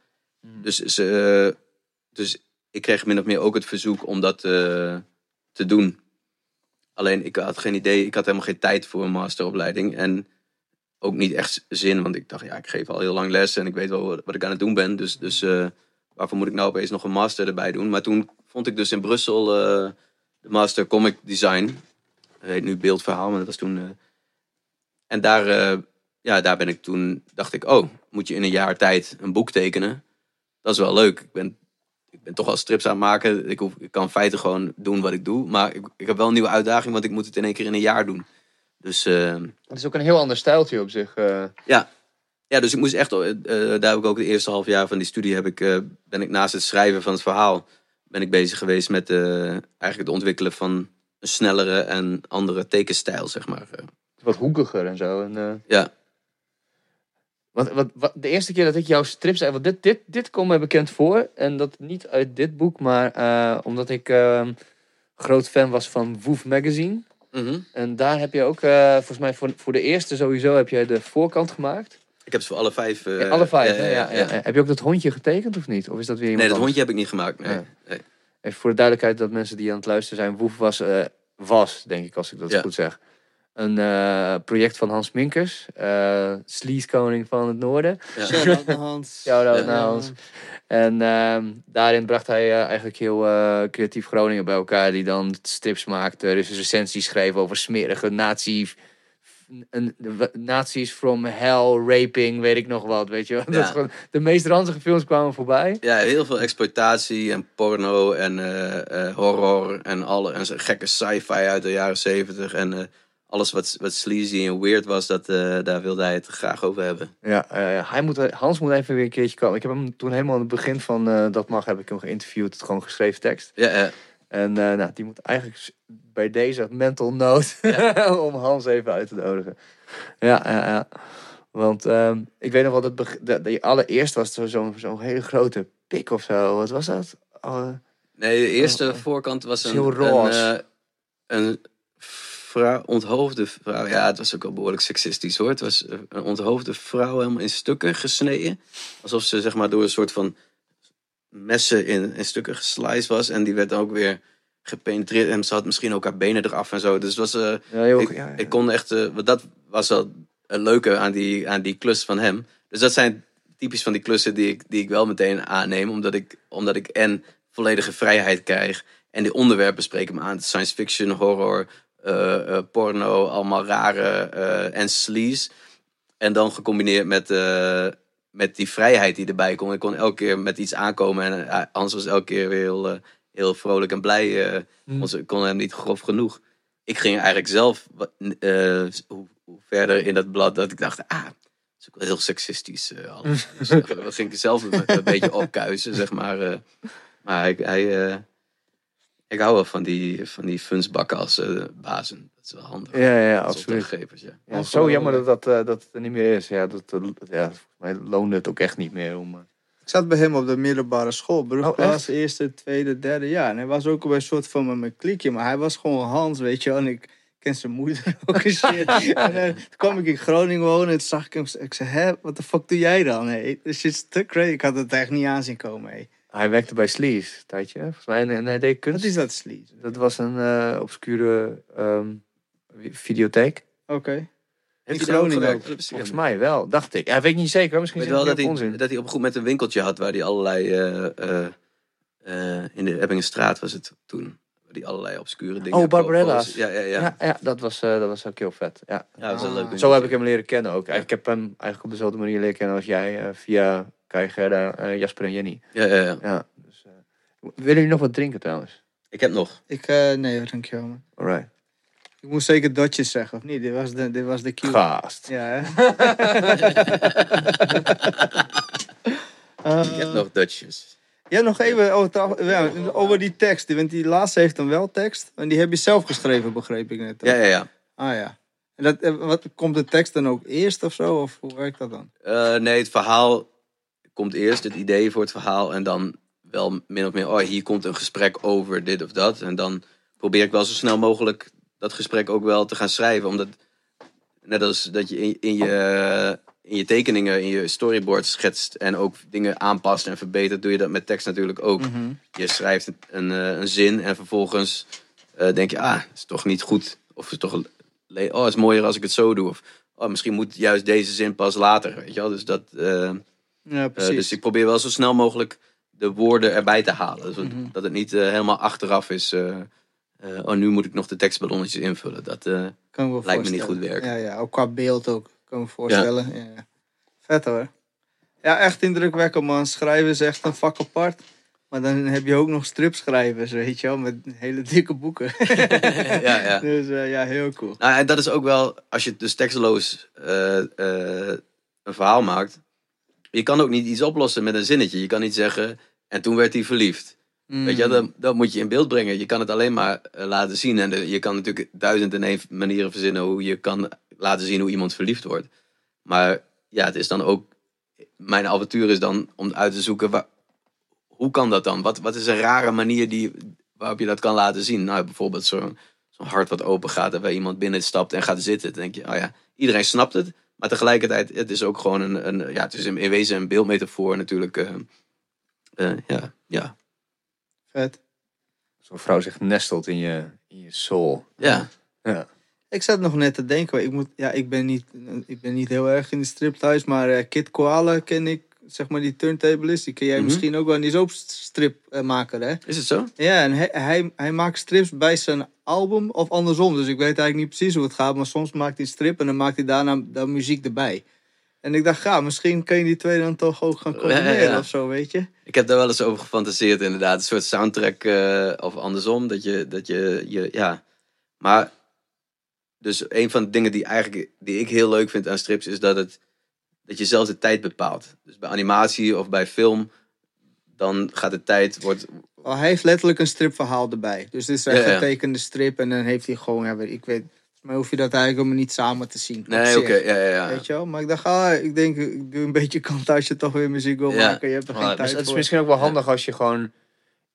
Dus ik kreeg min of meer ook het verzoek om dat te doen. Alleen ik had geen idee, ik had helemaal geen tijd voor een masteropleiding. En ook niet echt zin, want ik dacht, ja, ik geef al heel lang les en ik weet wel wat ik aan het doen ben. Dus waarvoor moet ik nou opeens nog een master erbij doen? Maar toen vond ik dus in Brussel de master comic design. Dat heet nu beeldverhaal, maar dat was toen... En daar ben ik toen, dacht ik, moet je in een jaar tijd een boek tekenen? Dat is wel leuk. Ik ben toch al strips aan het maken. Ik kan in feite gewoon doen wat ik doe. Maar ik heb wel een nieuwe uitdaging, want ik moet het in één keer in een jaar doen. Dus... Het is ook een heel ander stijltje op zich. Ja, dus ik moest echt... daar heb ik ook het eerste half jaar van die studie... ben ik naast het schrijven van het verhaal... ben ik bezig geweest met eigenlijk het ontwikkelen van... een snellere en andere tekenstijl, zeg maar. Wat hoekiger en zo. En, ja. Wat, de eerste keer dat ik jouw strips... Want dit komt mij bekend voor. En dat niet uit dit boek, maar omdat ik groot fan was van Woof Magazine. Mm-hmm. En daar heb je ook, volgens mij voor de eerste sowieso... heb jij de voorkant gemaakt. Ik heb ze voor alle 5... alle 5, ja. Heb je ook dat hondje getekend of niet? Of is dat weer iemand Nee, dat hondje heb ik niet gemaakt, nee. Even voor de duidelijkheid dat mensen die aan het luisteren zijn... Woof was, denk ik, als ik dat goed zeg... een project van Hans Minkers. Sleaze-koning van het noorden. Ja. Shout-out naar Hans. Shout-out naar Hans. En daarin bracht hij eigenlijk heel creatief Groningen bij elkaar... die dan strips maakte, dus recensies schreef over smerige nazi's from hell, raping, weet ik nog wat, weet je wel. Dat is gewoon, de meest ranzige films kwamen voorbij. Ja, heel veel exploitatie en porno en horror en gekke sci-fi uit de jaren 70 en alles wat sleazy en weird was, daar wilde hij het graag over hebben. Ja, Hans moet even weer een keertje komen. Ik heb hem toen helemaal aan het begin van Dat Mag heb ik hem geïnterviewd, het gewoon geschreven tekst. Ja. En die moet eigenlijk bij deze mental note om Hans even uit te nodigen. Ja. Want ik weet nog wel dat de allereerst was het zo'n hele grote pik of zo. Wat was dat? Nee, de eerste voorkant was een onthoofde vrouw. Ja, het was ook al behoorlijk seksistisch hoor. Het was een onthoofde vrouw helemaal in stukken gesneden. Alsof ze zeg maar door een soort van messen in stukken gesliced was. En die werd ook weer gepenetreerd. En ze had misschien ook haar benen eraf en zo. Dus het was... ik kon echt... dat was wel het leuke aan die klus van hem. Dus dat zijn typisch van die klussen die ik wel meteen aanneem. Omdat ik en volledige vrijheid krijg. En die onderwerpen spreken me aan. Science fiction, horror, porno, allemaal rare en sleaze. En dan gecombineerd met die vrijheid die erbij kon. Ik kon elke keer met iets aankomen. En Hans was elke keer weer heel vrolijk en blij. Ik kon hem niet grof genoeg. Ik ging eigenlijk zelf hoe verder in dat blad dat ik dacht... dat is ook wel heel seksistisch. Dus dat ging ik zelf een beetje opkuisen, zeg maar. Maar ik hou wel van die funsbakken als bazen. Dat is wel handig. Ja, absoluut. Ja, zo jammer dat het er niet meer is. Ja, volgens mij loonde het ook echt niet meer om... Ik zat bij hem op de middelbare school. Beroepsklas, eerste, tweede, derde jaar. En hij was ook bij een soort van mijn kliekje. Maar hij was gewoon Hans, weet je wel. En ik ken zijn moeder ook een shit. En toen kwam ik in Groningen wonen en toen zag ik hem. Ik zei, wat de fuck doe jij dan? Hey? This shit's te crazy. Ik had het echt niet aan zien komen. Hey. Hij werkte bij Sleaze, tijdje. Volgens mij en hij deed kunst. Wat is dat, Sleaze? Dat was een obscure videotheek. Oké. Heeft hij Groningen ook? Volgens mij wel, dacht ik. Ja, weet ik niet zeker. Misschien weet wel dat hij op een goed met een winkeltje had waar hij allerlei... in de Ebbingenstraat was het toen. Waar hij allerlei obscure dingen... Oh, Barbarella's. Ja, dat was ook heel vet. Ja. Dat was leuk. Zo heb ik hem leren kennen ook. Ik heb hem eigenlijk op dezelfde manier leren kennen als jij. Via Kai Gerda, Jasper en Jenny. Ja. Dus, willen jullie nog wat drinken trouwens? Ik heb nog. Nee, dankjewel man. Alright. Ik moest zeker Dotjes zeggen, of niet? Dit was de cue. Gast. Ja, hè? Ik heb nog Dutjes. Ja, nog even over die tekst. Want die laatste heeft dan wel tekst. En die heb je zelf geschreven, begreep ik net. Ja. Ah ja. En komt de tekst dan ook eerst of zo? Of hoe werkt dat dan? Nee, het verhaal komt eerst. Het idee voor het verhaal. En dan wel min of meer... hier komt een gesprek over dit of dat. En dan probeer ik wel zo snel mogelijk... dat gesprek ook wel te gaan schrijven. Omdat, net als dat je in je tekeningen, in je storyboard schetst... en ook dingen aanpast en verbetert... doe je dat met tekst natuurlijk ook. Mm-hmm. Je schrijft een zin en vervolgens denk je... het is toch niet goed. Of het is mooier als ik het zo doe. Of misschien moet juist deze zin pas later. Weet je wel? Dus dat... ja, precies. Dus ik probeer wel zo snel mogelijk de woorden erbij te halen. Dus dat het niet helemaal achteraf is... nu moet ik nog de tekstballonnetjes invullen. Dat lijkt me niet goed werken. Ja, ook qua beeld ook. Kan me voorstellen. Ja. Vet hoor. Ja, echt indrukwekkend man. Schrijven is echt een vak apart. Maar dan heb je ook nog stripschrijvers, weet je wel. Met hele dikke boeken. Ja. Dus heel cool. Nou, en dat is ook wel, als je dus teksteloos een verhaal maakt. Je kan ook niet iets oplossen met een zinnetje. Je kan niet zeggen, en toen werd hij verliefd. Weet je, dat moet je in beeld brengen. Je kan het alleen maar laten zien. En je kan natuurlijk 1001 manieren verzinnen hoe je kan laten zien hoe iemand verliefd wordt. Maar ja, het is dan ook... Mijn avontuur is dan om uit te zoeken... hoe kan dat dan? Wat is een rare manier waarop je dat kan laten zien? Nou, bijvoorbeeld zo'n hart wat open gaat... en waar iemand binnen stapt en gaat zitten. Dan denk je, iedereen snapt het. Maar tegelijkertijd, het is ook gewoon het is in wezen een beeldmetafoor natuurlijk. Ja. Vet. Zo'n vrouw zich nestelt in je soul. Ja. Ik zat nog net te denken. Ik ben niet heel erg in de strip thuis. Maar Kid Koala ken ik. Zeg maar die turntablist. Die ken jij misschien ook wel. En die is ook stripmaker, hè? Is het zo? Ja, en hij maakt strips bij zijn album of andersom. Dus ik weet eigenlijk niet precies hoe het gaat. Maar soms maakt hij strip en dan maakt hij daarna de muziek erbij. En ik dacht, misschien kun je die twee dan toch ook gaan combineren of zo, weet je? Ik heb daar wel eens over gefantaseerd inderdaad. Een soort soundtrack of andersom. Dat je Maar, dus een van de dingen die ik heel leuk vind aan strips... is dat je zelf de tijd bepaalt. Dus bij animatie of bij film... dan gaat de tijd... Hij heeft letterlijk een stripverhaal erbij. Dus dit is een getekende strip. En dan heeft hij gewoon... ik weet... Maar hoef je dat eigenlijk helemaal niet samen te zien. Nee, oké. Ja. Weet je wel? Maar ik dacht, ik doe een beetje kant als je toch weer muziek wil maken. Je hebt er geen tijd Het is voor. misschien ook wel handig als je gewoon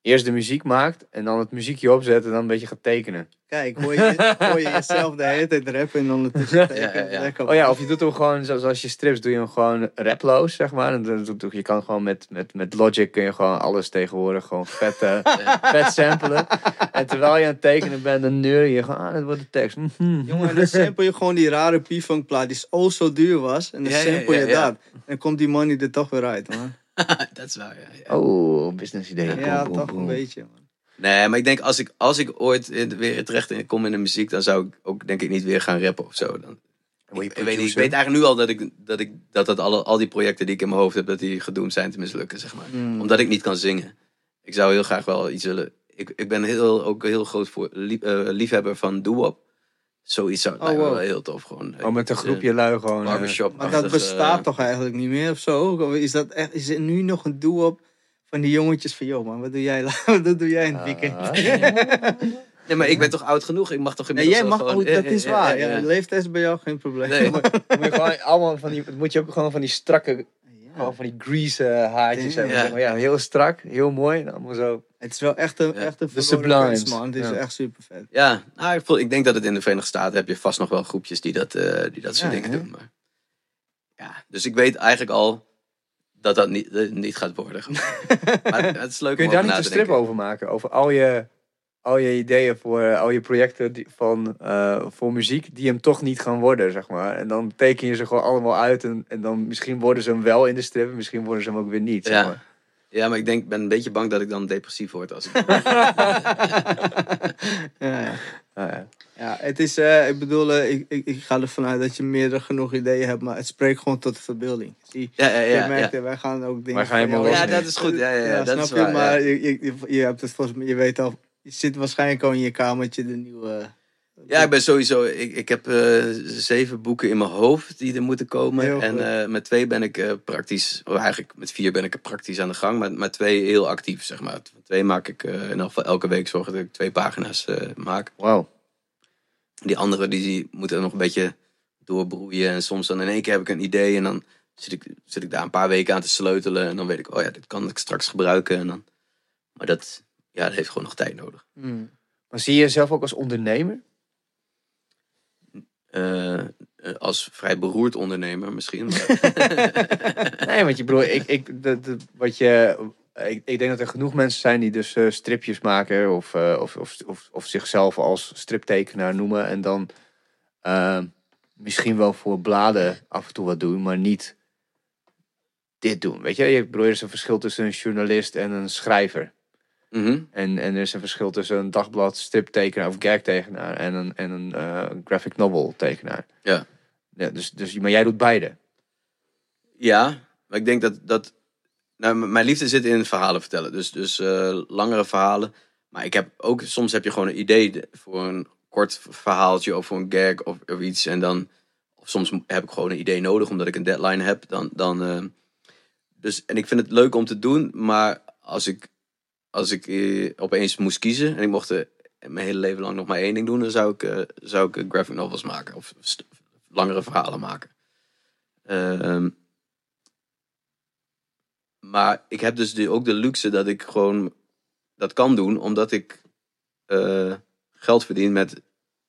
eerst de muziek maakt en dan het muziekje opzet en dan een beetje gaat tekenen. Kijk, hoor je jezelf de hele tijd rappen en ondertussen tekenen. Oh ja, of je doet hem gewoon, zoals je strips, doe je hem gewoon raploos, zeg maar. En je kan gewoon met Logic kun je gewoon alles tegenwoordig gewoon vet samplen. En terwijl je aan het tekenen bent, dan neur je gewoon, dat wordt de tekst. Jongen, dan sample je gewoon die rare P-Funk plaat die zo duur was. En dan sample je dat. En dan komt die money er toch weer uit, man. Dat is waar, ja. Oh, business idee. Ja, toch een beetje, man. Nee, maar ik denk als ik ooit weer terecht kom in de muziek, dan zou ik ook denk ik niet weer gaan rappen of zo. Ik weet eigenlijk nu al dat al die projecten die ik in mijn hoofd heb, dat die gedoemd zijn te mislukken, zeg maar. Omdat ik niet kan zingen. Ik zou heel graag wel iets willen. Ik ben ook heel groot liefhebber van doo-wop. Zoiets zou lijken me wel heel tof. Gewoon, met een groepje lui gewoon. Barbershop. Maar dat bestaat toch eigenlijk niet meer of zo? Of is er nu nog een doo-wop van die jongetjes van, joh man, wat doe jij in het weekend? Nee, maar ik ben toch oud genoeg? Ik mag toch inmiddels jij mag gewoon... dat is waar. Ja. Leeftijd is bij jou geen probleem. Nee. Moet je ook gewoon van die strakke, gewoon van die grease haartjes hebben. Ja. Ja, heel strak, heel mooi. Allemaal zo. Het is wel echt een Sublimes, man. Het is echt super vet. Ja, ik denk dat het in de Verenigde Staten heb je vast nog wel groepjes die dat soort dingen doen. Maar... Ja, dus ik weet eigenlijk al dat niet gaat worden. Maar het is leuk. Kun je daar niet een strip over maken? Over al je ideeën voor al je projecten voor muziek die hem toch niet gaan worden, zeg maar. En dan teken je ze gewoon allemaal uit en dan misschien worden ze hem wel in de strip, misschien worden ze hem ook weer niet, zeg maar. Ja, maar ik ben een beetje bang dat ik dan depressief word als ik... Ja, het is, ik bedoel, ik ga ervan uit dat je meer genoeg ideeën hebt, maar het spreekt gewoon tot de verbeelding. Zie, je merkt, wij gaan ook dingen... Ja, dat is goed. Ja, dat snap is je, waar, maar je hebt het volgens mij, je weet al, je zit waarschijnlijk al in je kamertje de nieuwe... Ja, ik ben sowieso... Ik heb 7 boeken in mijn hoofd die er moeten komen. En met 2 ben ik praktisch... eigenlijk met 4 ben ik praktisch aan de gang. Maar 2 heel actief, zeg maar. 2 maak ik in ieder geval elke week zorgen dat ik 2 pagina's maak. Wauw. Die andere die moeten nog een beetje doorbroeien. En soms dan in één keer heb ik een idee. En dan zit ik daar een paar weken aan te sleutelen. En dan weet ik, dit kan ik straks gebruiken. En dan, maar dat heeft gewoon nog tijd nodig. Maar zie je jezelf ook als ondernemer? Als vrij beroerd ondernemer misschien. Nee, want je broer, ik denk dat er genoeg mensen zijn die dus stripjes maken of zichzelf als striptekenaar noemen en dan misschien wel voor bladen af en toe wat doen, maar niet dit doen. Weet je, er is een verschil tussen een journalist en een schrijver. Mm-hmm. En er is een verschil tussen een dagblad striptekenaar of gagtekenaar en een graphic novel tekenaar. Ja. Maar jij doet beide. Ja, maar ik denk dat mijn liefde zit in verhalen vertellen. Dus langere verhalen. Maar soms heb je gewoon een idee voor een kort verhaaltje of voor een gag of iets. En dan, of soms heb ik gewoon een idee nodig omdat ik een deadline heb. En ik vind het leuk om te doen, maar als ik opeens moest kiezen en ik mocht mijn hele leven lang nog maar 1 ding doen, dan zou ik graphic novels maken of langere verhalen maken. Maar ik heb dus ook de luxe dat ik gewoon dat kan doen, omdat ik geld verdien met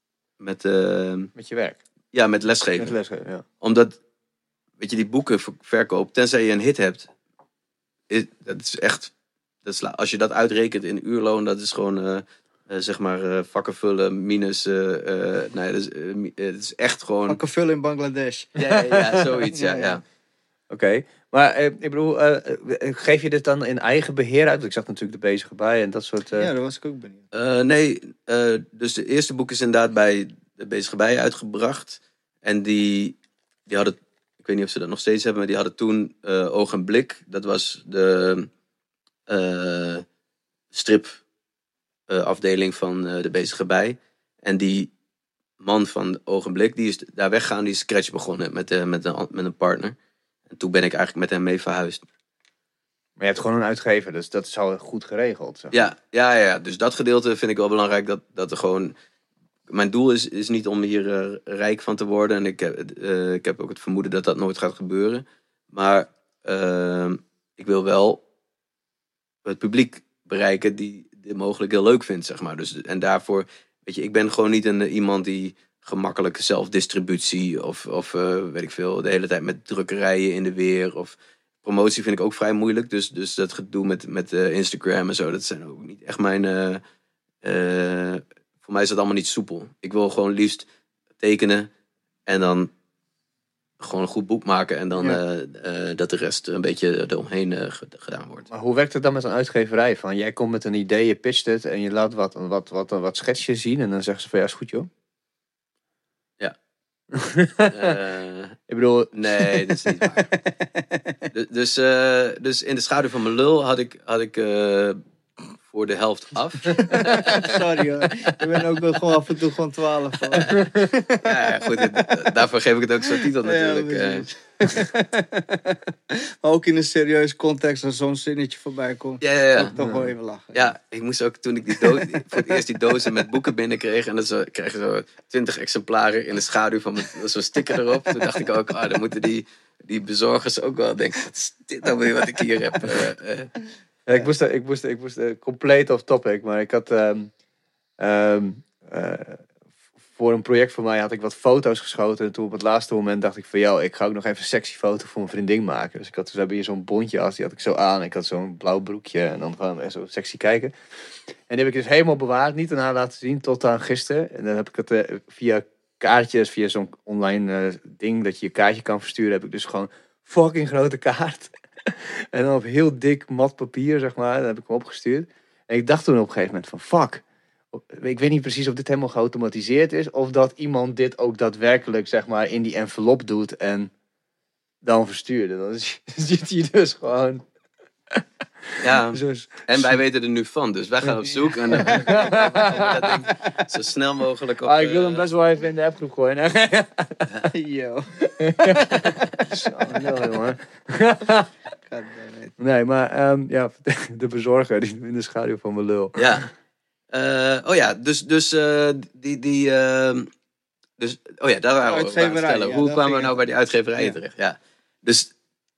je werk. Ja, met lesgeven. Met lesgeven, ja. Omdat, weet je, die boeken verkoop, tenzij je een hit hebt, dat is echt... als je dat uitrekent in uurloon, dat is gewoon, zeg maar, vakken vullen minus... het is echt gewoon... Vakken vullen in Bangladesh. Ja, zoiets, ja. Oké, maar ik bedoel, geef je dit dan in eigen beheer uit? Ik zag natuurlijk de Bezige Bij en dat soort... Ja, daar was ik ook benieuwd. Dus de eerste boek is inderdaad bij de Bezige Bij uitgebracht. En die hadden, ik weet niet of ze dat nog steeds hebben, maar die hadden toen Oog en Blik. Dat was de stripafdeling van de Bezige Bij. En die man van Oog en Blik, die is daar weggegaan, die is Scratch begonnen met een partner. En toen ben ik eigenlijk met hem mee verhuisd. Maar je hebt gewoon een uitgever, dus dat is al goed geregeld. Zeg. Ja. Dus dat gedeelte vind ik wel belangrijk. Dat er gewoon... Mijn doel is niet om hier rijk van te worden. En ik heb ook het vermoeden dat dat nooit gaat gebeuren. Maar ik wil wel het publiek bereiken die dit mogelijk heel leuk vindt, zeg maar. Dus, en daarvoor, weet je, ik ben gewoon niet iemand die gemakkelijk zelfdistributie of weet ik veel, de hele tijd met drukkerijen in de weer of promotie vind ik ook vrij moeilijk. Dus dat gedoe met Instagram en zo, dat zijn ook niet echt mijn... voor mij is dat allemaal niet soepel. Ik wil gewoon liefst tekenen en dan gewoon een goed boek maken en dan dat de rest een beetje eromheen gedaan wordt. Maar hoe werkt het dan met een uitgeverij? Van, jij komt met een idee, je pitcht het en je laat wat schetsjes zien en dan zeggen ze van ja, is goed joh. Ja. Ik bedoel... Nee, dat is niet waar. Dus in de schaduw van mijn lul had ik voor de helft af. Sorry hoor. Ik ben ook gewoon af en toe gewoon 12. Ja, goed. Daarvoor geef ik het ook zo'n titel natuurlijk. Maar ook in een serieuze context als zo'n zinnetje voorbij komt. Ja. Toch wel even lachen. Ja, ik moest ook toen ik voor het eerst die dozen met boeken binnenkreeg. En dan kreeg je zo 20 exemplaren in de schaduw van zo'n sticker erop. Toen dacht ik ook, dan moeten die bezorgers ook wel denken. Wat is dit nou weer wat ik hier heb? Ja, ik moest compleet off topic, maar ik had voor een project van mij had ik wat foto's geschoten en toen op het laatste moment dacht ik van ik ga ook nog even een sexy foto voor mijn vriendin maken. Dus we hebben hier zo'n bondje als die had ik zo aan. Ik had zo'n blauw broekje en dan gaan we zo sexy kijken. En die heb ik dus helemaal bewaard, niet aan haar laten zien tot aan gisteren. En dan heb ik het via kaartjes, via zo'n online ding dat je je kaartje kan versturen, heb ik dus gewoon fucking grote kaart. En dan op heel dik mat papier, zeg maar. Dat heb ik hem opgestuurd. En ik dacht toen op een gegeven moment van fuck. Ik weet niet precies of dit helemaal geautomatiseerd is. Of dat iemand dit ook daadwerkelijk, zeg maar, in die envelop doet. En dan verstuurde. Dan zit hij dus gewoon... Ja, en wij weten er nu van. Dus wij gaan op zoek. En dat ding zo snel mogelijk op... ik wil hem best wel even in de appgroep gooien. Yo. Zo, jongen. Nee, maar de bezorger die in de schaduw van mijn lul. Ja. Daar waren we aan stellen. Hoe kwamen we nou bij die uitgeverijen terecht? Ja. Dus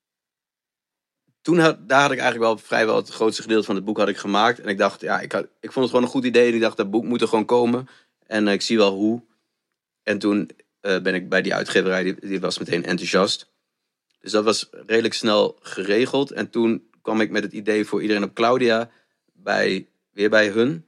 daar had ik eigenlijk wel vrijwel het grootste gedeelte van het boek had ik gemaakt. En ik dacht, ik vond het gewoon een goed idee. En ik dacht, dat boek moet er gewoon komen. En ik zie wel hoe. En toen ben ik bij die uitgeverij, die was meteen enthousiast. Dus dat was redelijk snel geregeld. En toen kwam ik met het idee voor iedereen op Claudia weer bij hun.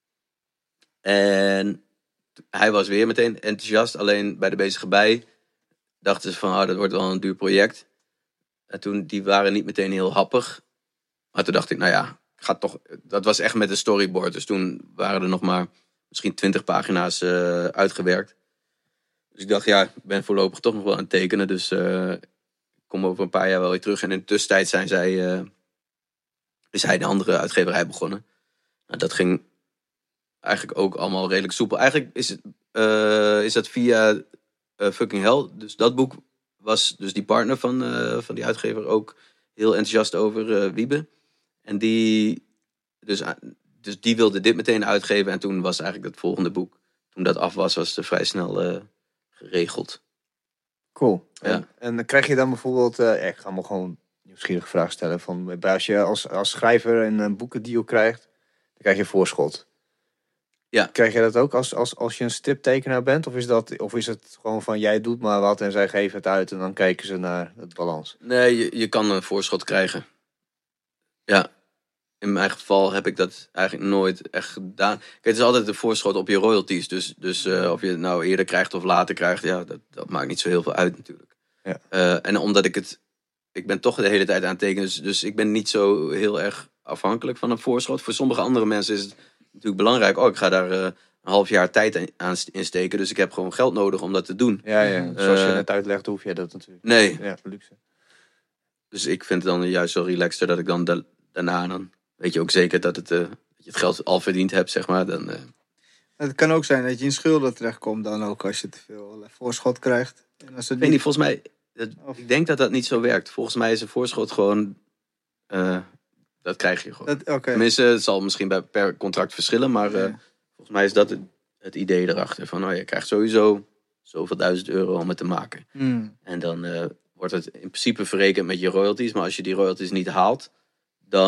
En hij was weer meteen enthousiast. Alleen bij de bezige bij dachten ze van, dat wordt wel een duur project. En toen, die waren niet meteen heel happig. Maar toen dacht ik, ga toch... Dat was echt met een storyboard. Dus toen waren er nog maar misschien 20 pagina's uitgewerkt. Dus ik dacht, ik ben voorlopig toch nog wel aan het tekenen. Dus ik kom over een paar jaar wel weer terug. En in de tussentijd is hij de andere uitgeverij begonnen. Nou, dat ging eigenlijk ook allemaal redelijk soepel. Eigenlijk is dat via Fucking Hell. Dus dat boek was dus die partner van die uitgever ook heel enthousiast over, Wiebe. En die die wilde dit meteen uitgeven. En toen was eigenlijk het volgende boek, toen dat af was het vrij snel geregeld. Cool. Ja. En dan krijg je dan bijvoorbeeld, ik ga me gewoon nieuwsgierige vraag stellen. Als je als schrijver een boekendeal krijgt, dan krijg je voorschot. Ja. Krijg je dat ook als je een striptekenaar bent? Of is het gewoon van jij doet maar wat en zij geven het uit en dan kijken ze naar het balans? Nee, je kan een voorschot krijgen. Ja. In mijn geval heb ik dat eigenlijk nooit echt gedaan. Kijk, het is altijd een voorschot op je royalties. Dus of je het nou eerder krijgt of later krijgt, dat maakt niet zo heel veel uit natuurlijk. Ja. En omdat ik ben toch de hele tijd aan het tekenen, dus ik ben niet zo heel erg afhankelijk van een voorschot. Voor sommige andere mensen is het natuurlijk belangrijk. Ik ga daar een half jaar tijd aan insteken, dus ik heb gewoon geld nodig om dat te doen. Ja. Zoals je net uitlegt, hoef je dat natuurlijk. Nee. Ja, luxe. Dus ik vind het dan juist zo relaxter dat ik dan daarna dan weet je ook zeker dat je het geld al verdiend hebt, zeg maar. Dan, Het kan ook zijn dat je in schulden terechtkomt dan ook als je te veel voorschot krijgt. En als het weet niet, volgens mij, ik denk dat dat niet zo werkt. Volgens mij is een voorschot gewoon, dat krijg je gewoon. Tenminste, het zal misschien per contract verschillen, maar volgens mij is dat het idee erachter. Van, je krijgt sowieso zoveel €1000 om het te maken. En dan wordt het in principe verrekend met je royalties. Maar als je die royalties niet haalt, dan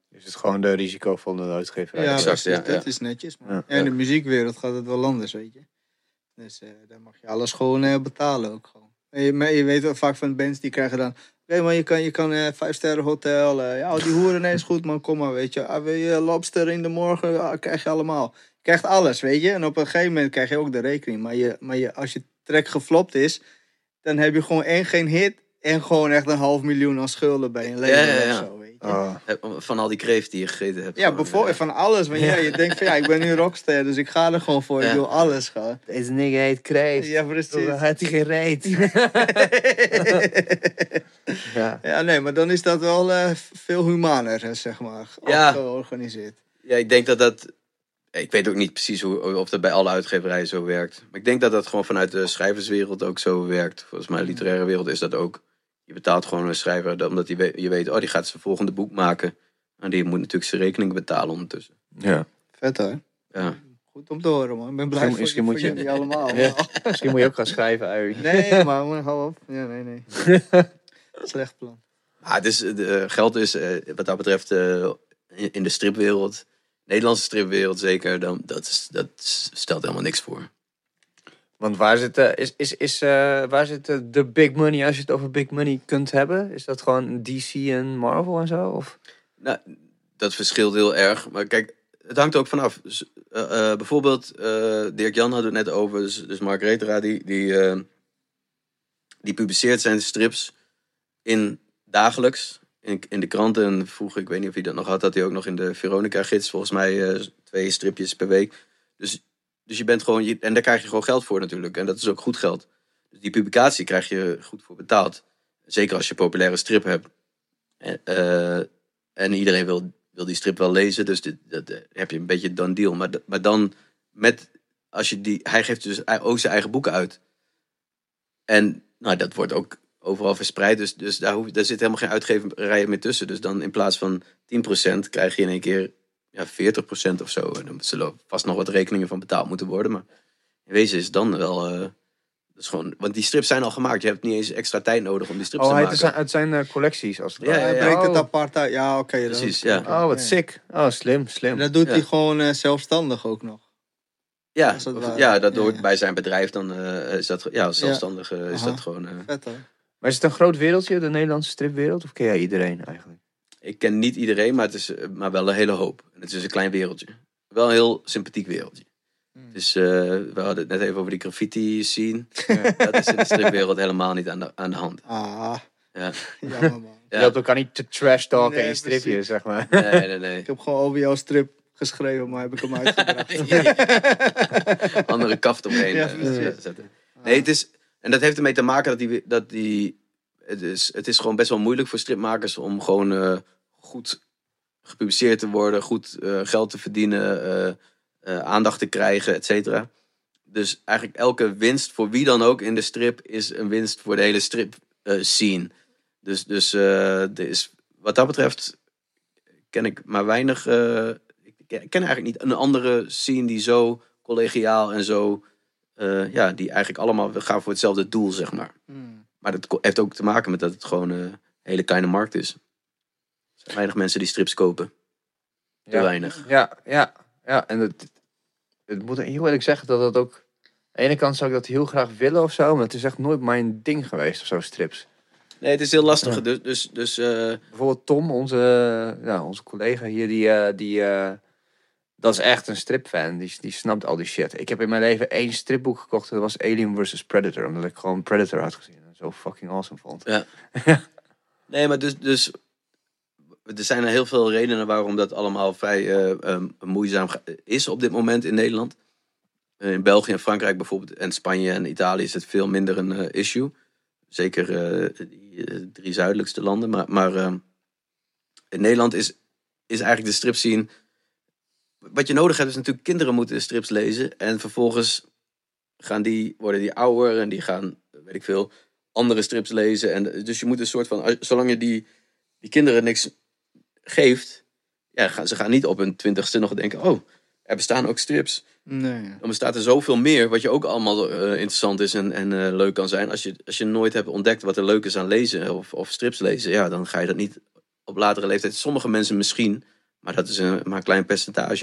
Dus het is gewoon de risicovolle uitgeverij. Ja, exact, precies, ja. dat is netjes. Maar Ja. in de muziekwereld gaat het wel anders, weet je. Dus daar mag je alles gewoon betalen ook gewoon. Maar je weet wel vaak van bands die krijgen dan... Oké, maar je kan 5-sterren hotel. Ja, die hoeren, nee, is goed man, kom maar, weet je. Wil je lobster in de morgen? Ja, krijg je allemaal. Je krijgt alles, weet je. En op een gegeven moment krijg je ook de rekening. Maar als je track geflopt is, dan heb je gewoon geen hit... En gewoon echt 500.000 aan schulden bij een leven of zo, weet je. Oh. Van al die kreeft die je gegeten hebt. Ja, gewoon, bijvoorbeeld van alles. Maar ja, je denkt van ja, ik ben nu rockster, dus ik ga er gewoon voor. Ik Ja. wil alles gewoon. Deze nigger heet Kreeft. Ja, precies. Dan had hij geen reet. Ja. Ja, nee, maar dan is dat wel veel humaner, hè, zeg maar. Ja. Georganiseerd. Ja, ik denk dat... Ik weet ook niet precies of dat bij alle uitgeverijen zo werkt. Maar ik denk dat dat gewoon vanuit de schrijverswereld ook zo werkt. Volgens mij, de literaire wereld is dat ook. Je betaalt gewoon een schrijver omdat je weet... die gaat zijn volgende boek maken. En die moet natuurlijk zijn rekening betalen ondertussen. Ja. Vet hoor. Ja. Goed om te horen, man. Ik ben blij Misschien voor moet je- jullie allemaal. Ja. Misschien moet je ook gaan schrijven, Ui. Nee, maar hou op. Ja, nee. Slecht plan. Maar het is, geld is wat dat betreft in de stripwereld... Nederlandse stripwereld zeker, dat stelt helemaal niks voor. Want waar zit de big money, als je het over big money kunt hebben? Is dat gewoon DC en Marvel en zo? Of? Nou, dat verschilt heel erg. Maar kijk, het hangt ook vanaf. Bijvoorbeeld, Dirk-Jan had het net over. Dus Mark Retera, die publiceert zijn strips dagelijks in de kranten. En vroeger, ik weet niet of hij dat nog had hij ook nog in de Veronica-gids. Volgens mij 2 stripjes per week. Dus je bent gewoon... En daar krijg je gewoon geld voor natuurlijk. En dat is ook goed geld. Dus die publicatie krijg je goed voor betaald. Zeker als je een populaire strip hebt. En iedereen wil die strip wel lezen. Dus dat heb je een beetje done deal. Maar dan met... Hij geeft dus ook zijn eigen boeken uit. En nou, dat wordt ook overal verspreid. Dus daar zit helemaal geen uitgeverijen meer tussen. Dus dan in plaats van 10% krijg je in één keer 40% of zo. En dan zullen vast nog wat rekeningen van betaald moeten worden. Maar in wezen is het dan wel... dat is gewoon, want die strips zijn al gemaakt. Je hebt niet eens extra tijd nodig om die strips te maken. Het zijn collecties als het Ja, ware. Hij ja. breekt het Oh. apart uit. Ja, oké. Precies, ja. Oh, wat sick. Oh, slim. En dat doet hij Ja. gewoon zelfstandig ook nog. Ja, Als het ware. ja, dat Ja, hoort ja. bij zijn bedrijf. Dan is dat... Ja, als zelfstandige is Aha. dat gewoon... Vet hoor. Maar is het een groot wereldje, de Nederlandse stripwereld? Of ken jij iedereen eigenlijk? Ik ken niet iedereen, maar het is maar wel een hele hoop. En het is een klein wereldje. Wel een heel sympathiek wereldje. Dus we hadden het net even over die graffiti scene. Dat is in de stripwereld helemaal niet aan de hand. Ah, Ja. jammer man. Je helpt elkaar niet te trash talken Nee, in je stripje, precies. zeg maar. Nee. Ik heb gewoon over jouw strip geschreven, maar heb ik hem uitgebracht. Andere kaft omheen Ja, precies. zetten. Nee, het is... En dat heeft ermee te maken het is gewoon best wel moeilijk voor stripmakers om gewoon goed gepubliceerd te worden, goed geld te verdienen, aandacht te krijgen, et cetera. Dus eigenlijk elke winst voor wie dan ook in de strip is een winst voor de hele strip scene. Dus er is, wat dat betreft ken ik maar weinig. Ik ken eigenlijk niet een andere scene die zo collegiaal en zo die eigenlijk allemaal gaan voor hetzelfde doel, zeg maar. Maar dat heeft ook te maken met dat het gewoon een hele kleine markt is. Er zijn weinig mensen die strips kopen. Te weinig. Ja. En het moet heel eerlijk zeggen dat dat ook... Aan de ene kant zou ik dat heel graag willen of zo, maar het is echt nooit mijn ding geweest of zo, strips. Nee, het is heel lastig. Ja. Dus Bijvoorbeeld Tom, onze collega hier, die dat is echt een stripfan. Die snapt al die shit. Ik heb in mijn leven 1 stripboek gekocht. Dat was Alien vs Predator. Omdat ik gewoon Predator had gezien. En zo fucking awesome vond. Ja. Nee, maar dus er zijn er heel veel redenen waarom dat allemaal vrij moeizaam is op dit moment in Nederland. In België en Frankrijk bijvoorbeeld en Spanje en Italië is het veel minder een issue. Zeker die 3 zuidelijkste landen. Maar in Nederland is eigenlijk de stripscene... Wat je nodig hebt is natuurlijk kinderen moeten strips lezen. En vervolgens worden die ouder en die gaan, weet ik veel, andere strips lezen. En dus je moet een soort van... Zolang je die kinderen niks geeft... Ja, ze gaan niet op hun 20ste nog denken... Oh, er bestaan ook strips. Nee. Dan bestaat er zoveel meer, wat je ook allemaal interessant is en leuk kan zijn. Als je nooit hebt ontdekt wat er leuk is aan lezen of strips lezen, ja, dan ga je dat niet op latere leeftijd. Sommige mensen misschien, Maar dat is maar een klein percentage.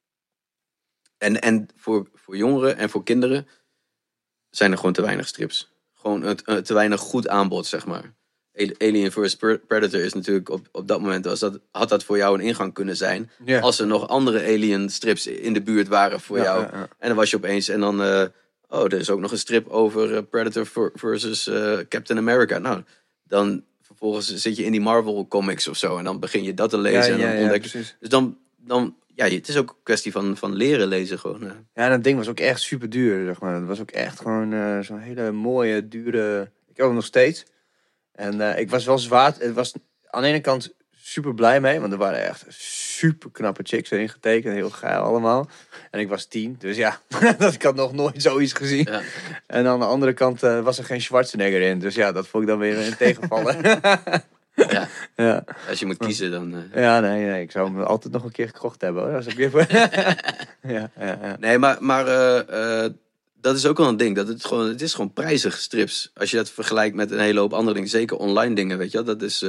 En voor jongeren en voor kinderen zijn er gewoon te weinig strips. Gewoon te weinig goed aanbod, zeg maar. Alien vs. Predator is natuurlijk op dat moment... had dat voor jou een ingang kunnen zijn. Yeah. Als er nog andere Alien strips in de buurt waren voor jou. Ja. En dan was je opeens... En dan... er is ook nog een strip over Predator versus Captain America. Nou, dan vervolgens zit je in die Marvel comics of zo. En dan begin je dat te lezen. En dan ontdek je... Dus dan het is ook een kwestie van leren lezen gewoon. Ja, dat ding was ook echt super duur, zeg maar. Het was ook echt gewoon zo'n hele mooie, dure... Ik heb hem nog steeds. En ik was wel zwaar... Het was aan de ene kant super blij mee, want er waren echt super knappe chicks erin getekend. Heel geil allemaal. En ik was 10, dus ja, ik had nog nooit zoiets gezien. Ja. En aan de andere kant was er geen Schwarzenegger in. Dus ja, dat vond ik dan weer een tegenvallen. Ja. Als je moet kiezen, dan... Ja, nee, ik zou hem altijd nog een keer gekocht hebben, hoor. Als ik weer voor... ja. Nee, maar dat is ook wel een ding. Het is gewoon prijzig, strips. Als je dat vergelijkt met een hele hoop andere dingen. Zeker online dingen, weet je wel. Dat is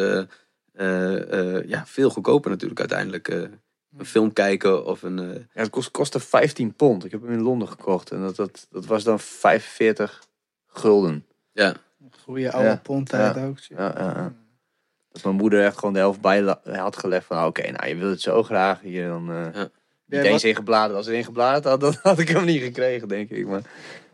veel goedkoper natuurlijk uiteindelijk. Een film kijken of een... Ja, het kostte £15. Ik heb hem in Londen gekocht. En dat was dan 45 gulden. Ja. Goeie oude pondtijd ook. Ja. Dat mijn moeder echt gewoon de helft bij had gelegd van... Oké, nou, je wilt het zo graag hier dan... Niet eens ingebladerd. Als er ingebladerd had, dan had ik hem niet gekregen, denk ik. Maar,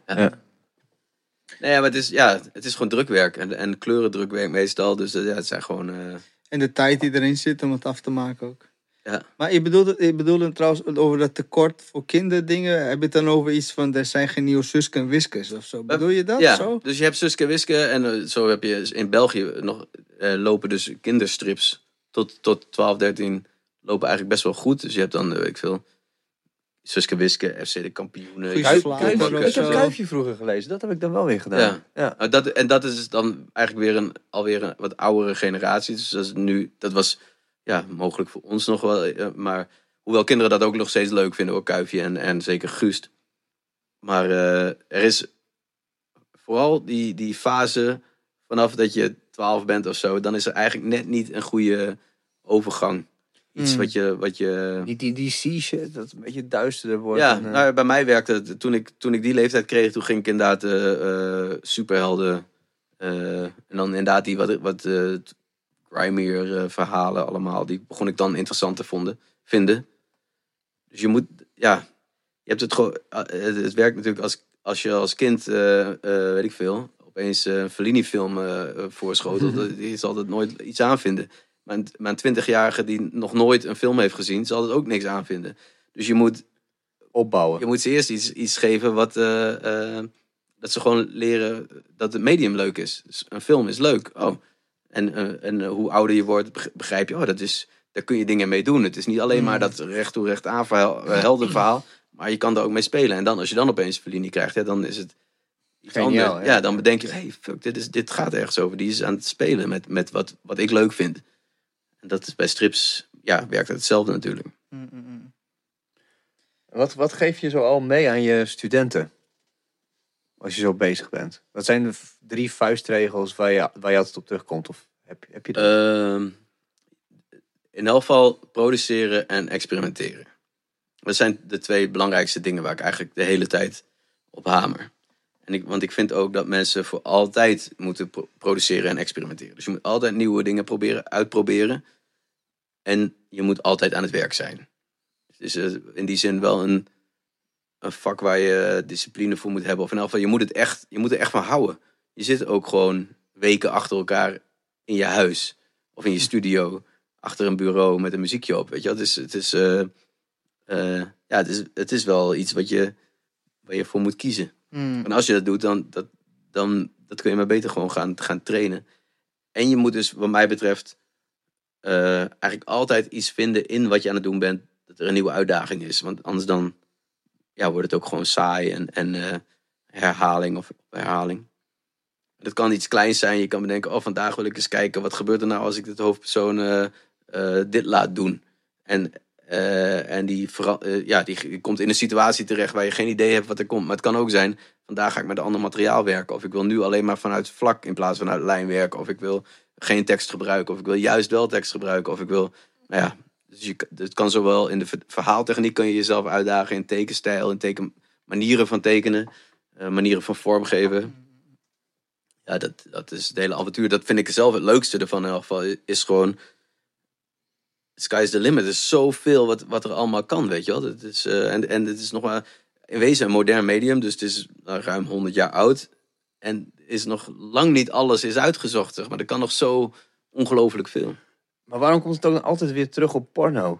Nee, maar het is gewoon drukwerk. En kleurendrukwerk meestal. Dus het zijn gewoon... En de tijd die erin zit om het af te maken ook. Ja. Maar je bedoelde trouwens over dat tekort voor kinderdingen. Heb je het dan over iets van... Er zijn geen nieuwe Suske en Wiskes of zo? Bedoel je dat? Ja, zo? Dus je hebt Suske en Wiske. En zo heb je in België nog... lopen dus kinderstrips tot 12, 13... lopen eigenlijk best wel goed. Dus je hebt dan, weet ik veel... Suske Wiske, FC de Kampioenen. Ik heb Kuifje vroeger gelezen. Dat heb ik dan wel weer gedaan. Ja. Dat is dan eigenlijk alweer een wat oudere generatie. Dus dat was mogelijk voor ons nog wel. Maar hoewel kinderen dat ook nog steeds leuk vinden, ook Kuifje en zeker Guust. Maar er is vooral die fase vanaf dat je 12 bent of zo. Dan is er eigenlijk net niet een goede overgang. Iets wat je... Niet die DC-shit, dat het een beetje duisterder wordt. Ja, nou, bij mij werkte het. Toen ik die leeftijd kreeg, toen ging ik inderdaad superhelden... en dan inderdaad die wat grimier verhalen allemaal... die begon ik dan interessant te vinden. Dus je moet... Ja, je hebt het gewoon... Het werkt natuurlijk als je als kind, weet ik veel... opeens een Fellini-film voorschotelt. Die zal het nooit iets aanvinden. Maar een 20-jarige die nog nooit een film heeft gezien... zal het ook niks aanvinden. Dus je moet... opbouwen. Je moet ze eerst iets geven wat... dat ze gewoon leren dat het medium leuk is. Dus een film is leuk. Oh. En hoe ouder je wordt, begrijp je... daar kun je dingen mee doen. Het is niet alleen maar dat recht toe recht aan helder verhaal... maar je kan er ook mee spelen. En dan, als je dan opeens Fellini krijgt... dan is het iets anders. Ja, dan bedenk je... hey, fuck, dit gaat ergens over. Die is aan het spelen met wat ik leuk vind... En dat is bij strips, werkt het hetzelfde natuurlijk. Wat geef je zo al mee aan je studenten? Als je zo bezig bent. Wat zijn de 3 vuistregels waar je altijd op terugkomt? Of heb je dat? In elk geval produceren en experimenteren. Dat zijn de 2 belangrijkste dingen waar ik eigenlijk de hele tijd op hamer. Want ik vind ook dat mensen voor altijd moeten produceren en experimenteren. Dus je moet altijd nieuwe dingen uitproberen. En je moet altijd aan het werk zijn. Dus in die zin wel een vak waar je discipline voor moet hebben. Of in elk geval, je moet er echt van houden. Je zit ook gewoon weken achter elkaar in je huis. Of in je studio. Achter een bureau met een muziekje op. Weet je wel? Het is wel iets waar je voor moet kiezen. En als je dat doet, dan kun je maar beter gewoon gaan trainen. En je moet dus, wat mij betreft, eigenlijk altijd iets vinden in wat je aan het doen bent. Dat er een nieuwe uitdaging is. Want anders dan wordt het ook gewoon saai en herhaling of herhaling. Dat kan iets kleins zijn. Je kan bedenken, vandaag wil ik eens kijken, wat gebeurt er nou als ik de hoofdpersoon dit laat doen. En die komt in een situatie terecht waar je geen idee hebt wat er komt. Maar het kan ook zijn, vandaag ga ik met een ander materiaal werken. Of ik wil nu alleen maar vanuit vlak in plaats van uit lijn werken. Of ik wil geen tekst gebruiken. Of ik wil juist wel tekst gebruiken. Of ik wil, Dus het kan zowel in de verhaaltechniek kun je jezelf uitdagen, in tekenstijl, in manieren van tekenen, manieren van vormgeven. Ja, dat is het hele avontuur. Dat vind ik zelf het leukste ervan in elk geval. Is gewoon, sky's the limit. Er is zoveel wat er allemaal kan, weet je wel. Het is, en het is nog maar in wezen een modern medium. Dus het is ruim 100 jaar oud. En is nog lang niet alles is uitgezocht, zeg maar. Er kan nog zo ongelooflijk veel. Maar waarom komt het dan altijd weer terug op porno?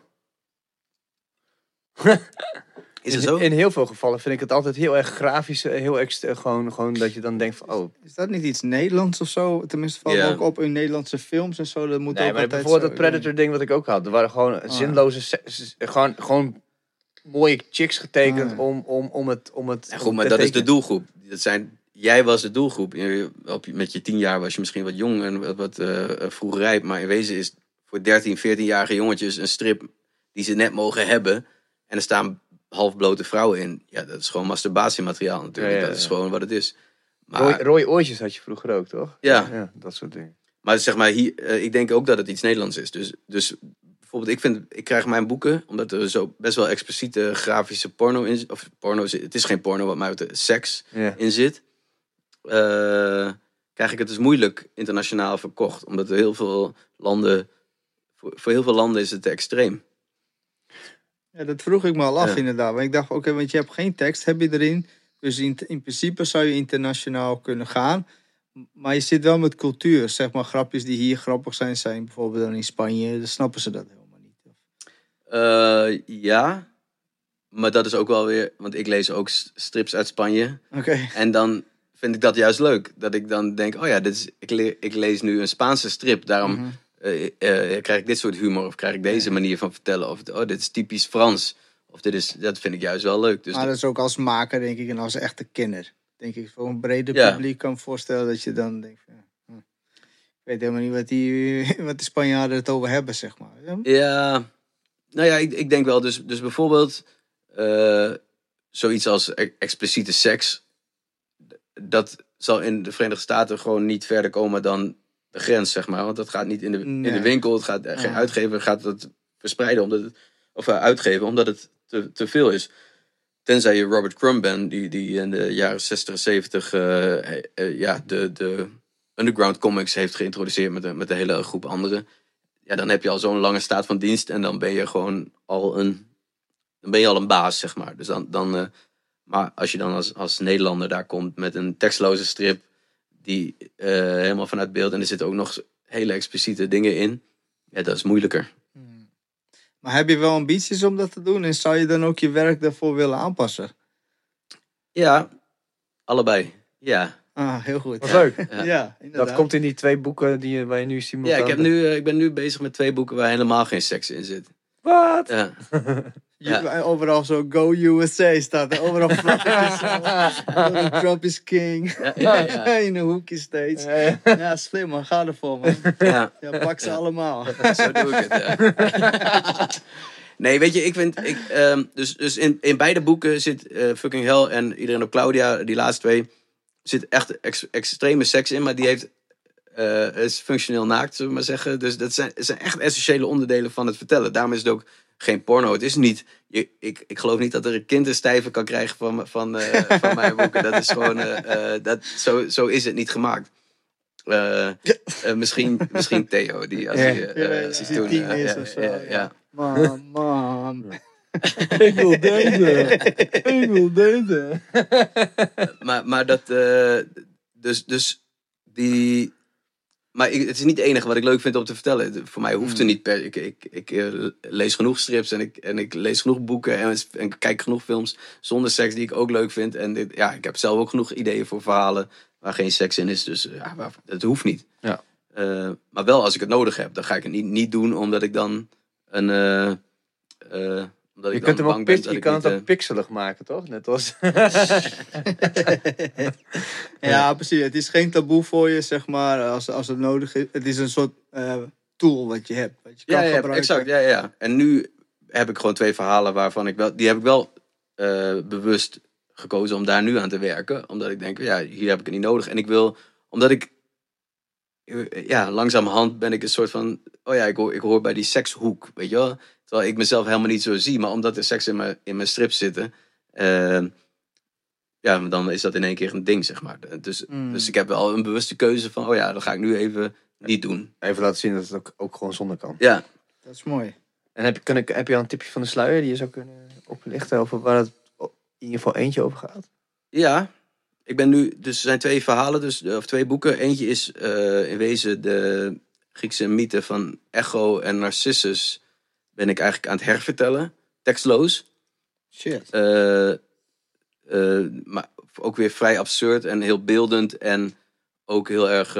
Is het zo? In heel veel gevallen vind ik het altijd heel erg grafisch. Gewoon dat je dan denkt van... Oh. Is dat niet iets Nederlands of zo? Tenminste, valt ook op in Nederlandse films en zo. Dat moet nee, ook maar altijd bijvoorbeeld dat Predator ding wat ik ook had. Er waren gewoon zinloze... Gewoon mooie chicks getekend om het... Ja, goed, maar dat is de doelgroep. Jij was de doelgroep. Met je 10 jaar was je misschien wat jong en wat vroeg rijp. Maar in wezen is voor 13, 14-jarige jongetjes een strip die ze net mogen hebben. En er staan halfblote vrouwen in. Ja, dat is gewoon masturbatiemateriaal natuurlijk. Ja. Dat is gewoon wat het is. Maar rode oortjes had je vroeger ook, toch? Ja. Dat soort dingen. Maar zeg maar, ik denk ook dat het iets Nederlands is. Dus bijvoorbeeld, ik krijg mijn boeken, omdat er zo best wel expliciete grafische porno in zit. Of porno, het is geen porno, wat mij betreft seks in zit. Krijg ik het dus moeilijk internationaal verkocht. Omdat er heel veel landen... Voor heel veel landen is het te extreem. Ja, dat vroeg ik me al af inderdaad. Want ik dacht, oké, want je hebt geen tekst, heb je erin. Dus in principe zou je internationaal kunnen gaan. Maar je zit wel met cultuur. Zeg maar, grapjes die hier grappig zijn bijvoorbeeld dan in Spanje. Dan snappen ze dat helemaal niet. Ja, maar dat is ook wel weer... Want ik lees ook strips uit Spanje. Okay. En dan vind ik dat juist leuk. Dat ik dan denk, oh ja, ik lees nu een Spaanse strip. Daarom krijg ik dit soort humor. Of krijg ik deze manier van vertellen. Of dit is typisch Frans. Of dat vind ik juist wel leuk. Dus maar dat is ook als maker, denk ik, en als echte kenner. Denk ik, voor een breder publiek kan voorstellen dat je dan denkt... ik weet helemaal niet wat die Spanjaarden het over hebben, zeg maar. Ja, nou ja, ik denk wel. Dus bijvoorbeeld zoiets als expliciete seks. Dat zal in de Verenigde Staten gewoon niet verder komen dan de grens, zeg maar. Want dat gaat niet in de winkel. Het gaat geen uitgever gaat dat verspreiden uitgeven omdat het te veel is. Tenzij je Robert Crumb bent, die in de jaren 60 en 70 de underground comics heeft geïntroduceerd met een hele groep anderen. Ja, dan heb je al zo'n lange staat van dienst en dan ben je gewoon al een baas, zeg maar. Dus maar als je dan als Nederlander daar komt met een tekstloze strip die helemaal vanuit beeld en er zitten ook nog hele expliciete dingen in, ja, dat is moeilijker. Maar heb je wel ambities om dat te doen? En zou je dan ook je werk daarvoor willen aanpassen? Ja, allebei. Ja. Ah, heel goed. Wat leuk. Ja, inderdaad. Dat komt in die 2 boeken waar je nu simultaan... Ja, ik ben nu bezig met 2 boeken waar helemaal geen seks in zit. Wat? Ja. Overal zo Go USA staat er. Overal vlaggetjes. Trump is king. Ja. In een hoekje steeds. Ja, slim man. Ga ervoor man. Ja, pak ze allemaal. Zo doe ik het, Nee, weet je, ik vind... Dus in beide boeken zit Fucking Hell en Iedereen op Claudia, die laatste 2, zit echt extreme seks in, maar die is functioneel naakt, zullen we maar zeggen. Dus dat zijn echt essentiële onderdelen van het vertellen. Daarom is het ook geen porno. Het is niet... Ik geloof niet dat er een kind een stijve kan krijgen van mijn boeken. Dat is gewoon... Zo is het niet gemaakt. Misschien Theo, als hij toen... 10 is of zo. Ja. Man. Ik wil deze. Maar dat... Dus die... Maar het is niet het enige wat ik leuk vind om te vertellen. Voor mij hoeft er niet ik lees genoeg strips en ik lees genoeg boeken en kijk genoeg films zonder seks die ik ook leuk vind. En ik heb zelf ook genoeg ideeën voor verhalen waar geen seks in is. Dus dat hoeft niet. Ja. Maar wel als ik het nodig heb. Dan ga ik het niet doen omdat ik dan je kunt hem ook je kan het ook pixelig maken, toch? Net als... Ja, precies. Het is geen taboe voor je, zeg maar, als het nodig is. Het is een soort tool wat je hebt. Wat je kan gebruiken. Exact. Ja. En nu heb ik gewoon 2 verhalen waarvan die heb ik wel bewust gekozen om daar nu aan te werken. Omdat ik denk, hier heb ik het niet nodig. En ik wil, omdat ik... langzamerhand ben ik een soort van... ik hoor bij die sekshoek, weet je wel? Terwijl ik mezelf helemaal niet zo zie. Maar omdat er seks in mijn strips zitten... dan is dat in één keer een ding, zeg maar. Dus ik heb wel een bewuste keuze van... dat ga ik nu even niet doen. Even laten zien dat het ook gewoon zonder kan. Ja. Dat is mooi. En heb je al een tipje van de sluier die je zou kunnen oplichten over waar het in ieder geval eentje over gaat? Ja, ik ben nu... Dus er zijn 2 verhalen, of 2 boeken. Eentje is in wezen de Griekse mythe van Echo en Narcissus... ben ik eigenlijk aan het hervertellen. Tekstloos. Shit. Maar ook weer vrij absurd en heel beeldend. En ook heel erg...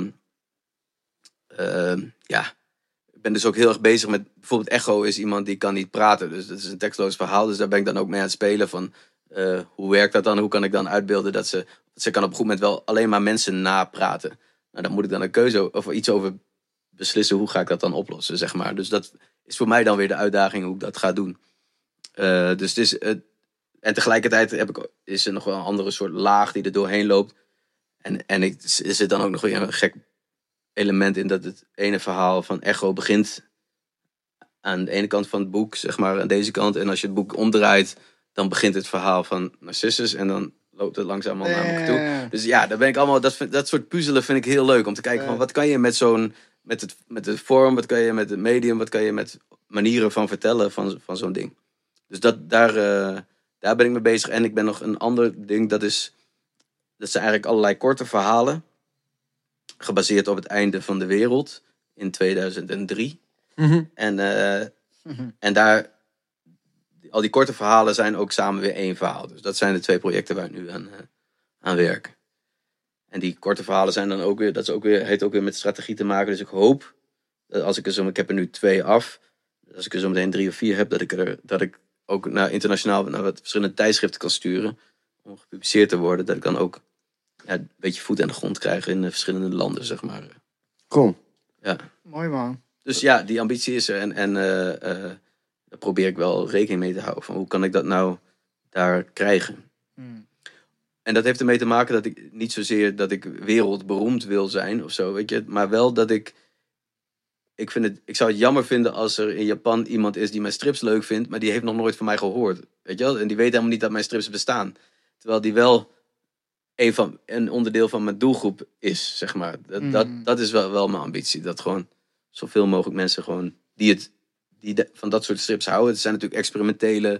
Ik ben dus ook heel erg bezig met... Bijvoorbeeld Echo is iemand die kan niet praten. Dus dat is een tekstloos verhaal. Dus daar ben ik dan ook mee aan het spelen van... hoe werkt dat dan? Hoe kan ik dan uitbeelden dat ze kan op een goed moment wel alleen maar mensen napraten? Nou, dan moet ik dan een keuze of iets over beslissen. Hoe ga ik dat dan oplossen, zeg maar. Dus dat is voor mij dan weer de uitdaging hoe ik dat ga doen. Dus het is... en tegelijkertijd is er nog wel een andere soort laag die er doorheen loopt. En er zit dan ook nog weer een gek element in dat het ene verhaal van Echo begint aan de ene kant van het boek, zeg maar, aan deze kant. En als je het boek omdraait, dan begint het verhaal van Narcissus en dan loopt het langzaam al naar me toe. Dus ja, daar ben ik allemaal, dat soort puzzelen vind ik heel leuk om te kijken van wat kan je met de vorm, wat kan je met het medium, wat kan je met manieren van vertellen van zo'n ding. Dus daar ben ik mee bezig. En ik ben nog een ander ding, dat zijn eigenlijk allerlei korte verhalen. Gebaseerd op het einde van de wereld in 2003. Mm-hmm. En daar, al die korte verhalen zijn ook samen weer 1 verhaal. Dus dat zijn de 2 projecten waar ik nu aan werk. En die korte verhalen zijn dan ook weer, heeft ook weer met strategie te maken. Dus ik hoop, dat ik heb er nu 2 af. Als ik er zo meteen 3 of 4 heb, dat ik ook internationaal naar wat verschillende tijdschriften kan sturen. Om gepubliceerd te worden. Dat ik dan ook een beetje voet aan de grond krijg in verschillende landen, zeg maar. Cool. Ja. Mooi, man. Dus ja, die ambitie is er. En daar probeer ik wel rekening mee te houden. Van hoe kan ik dat nou daar krijgen? En dat heeft ermee te maken dat ik niet zozeer dat ik wereldberoemd wil zijn of zo, weet je. Maar wel dat ik zou het jammer vinden als er in Japan iemand is die mijn strips leuk vindt, maar die heeft nog nooit van mij gehoord. Weet je wel? En die weet helemaal niet dat mijn strips bestaan. Terwijl die wel een onderdeel van mijn doelgroep is, zeg maar. Dat is wel mijn ambitie. Dat gewoon zoveel mogelijk mensen gewoon die van dat soort strips houden. Het zijn natuurlijk experimentele,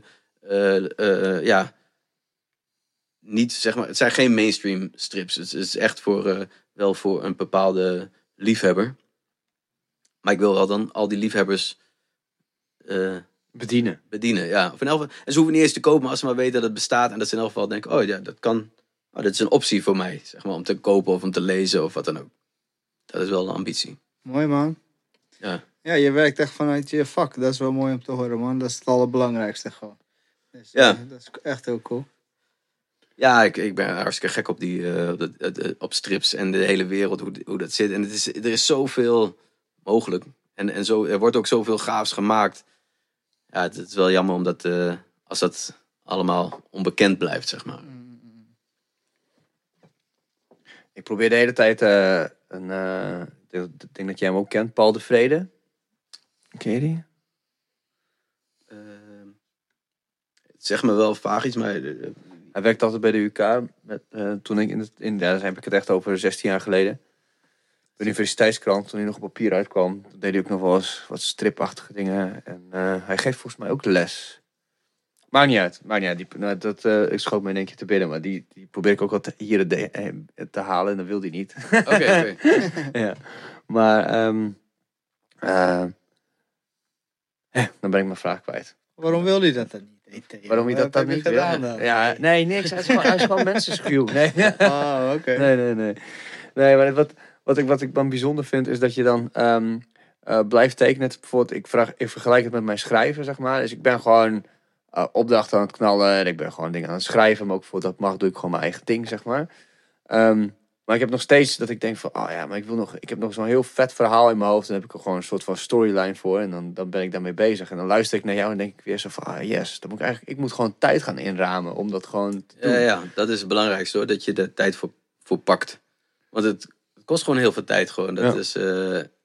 niet, zeg maar, het zijn geen mainstream strips. Het is echt wel voor een bepaalde liefhebber. Maar ik wil wel dan al die liefhebbers bedienen. Ja. Of in elk geval, en ze hoeven niet eens te kopen, maar als ze maar weten dat het bestaat en dat ze in elk geval denken, oh ja, dat kan. Oh, dat is een optie voor mij, zeg maar, om te kopen of om te lezen of wat dan ook. Dat is wel een ambitie. Mooi, man. Ja. Ja, je werkt echt vanuit je vak. Dat is wel mooi om te horen, man. Dat is het allerbelangrijkste gewoon. Dus, ja. Dat is echt heel cool. Ja, ik ben hartstikke gek op strips en de hele wereld, hoe dat zit. En er is zoveel mogelijk. En er wordt ook zoveel gaafs gemaakt. Ja, het is wel jammer omdat als dat allemaal onbekend blijft, zeg maar. Ik probeer de hele tijd ik denk dat jij hem ook kent, Paul de Vrede. Ken je die? Het zegt me wel vaag iets, maar... Hij werkte altijd bij de UK. Toen ik daar heb ik het echt over 16 jaar geleden. De universiteitskrant, toen hij nog op papier uitkwam, deed hij ook nog wel eens wat stripachtige dingen. En hij geeft volgens mij ook les. Maakt niet uit. Ik schoot me in één keer te binnen, maar die probeer ik ook wat hier te halen en dat wil hij niet. Oké. Ja. Maar dan ben ik mijn vraag kwijt. Waarom wil hij dat dan niet? Waarom je dat dan niet gedaan wil? dan? Ja, nee, niks. Hij is gewoon mensenschuw. Nee. Oh, oké. Nee, maar wat ik dan bijzonder vind, is dat je dan blijft tekenen. Bijvoorbeeld, ik vergelijk het met mijn schrijven, zeg maar. Dus ik ben gewoon opdrachten aan het knallen. En ik ben gewoon dingen aan het schrijven. Maar ook voor dat mag, doe ik gewoon mijn eigen ding, zeg maar. Maar ik heb nog steeds dat ik denk van, maar ik heb nog zo'n heel vet verhaal in mijn hoofd. En dan heb ik er gewoon een soort van storyline voor. En dan ben ik daarmee bezig. En dan luister ik naar jou en denk ik weer zo van, yes. Dan moet ik moet gewoon tijd gaan inramen om dat gewoon te doen. Ja, dat is het belangrijkste hoor. Dat je de tijd voor pakt. Want het kost gewoon heel veel tijd gewoon. Dat is,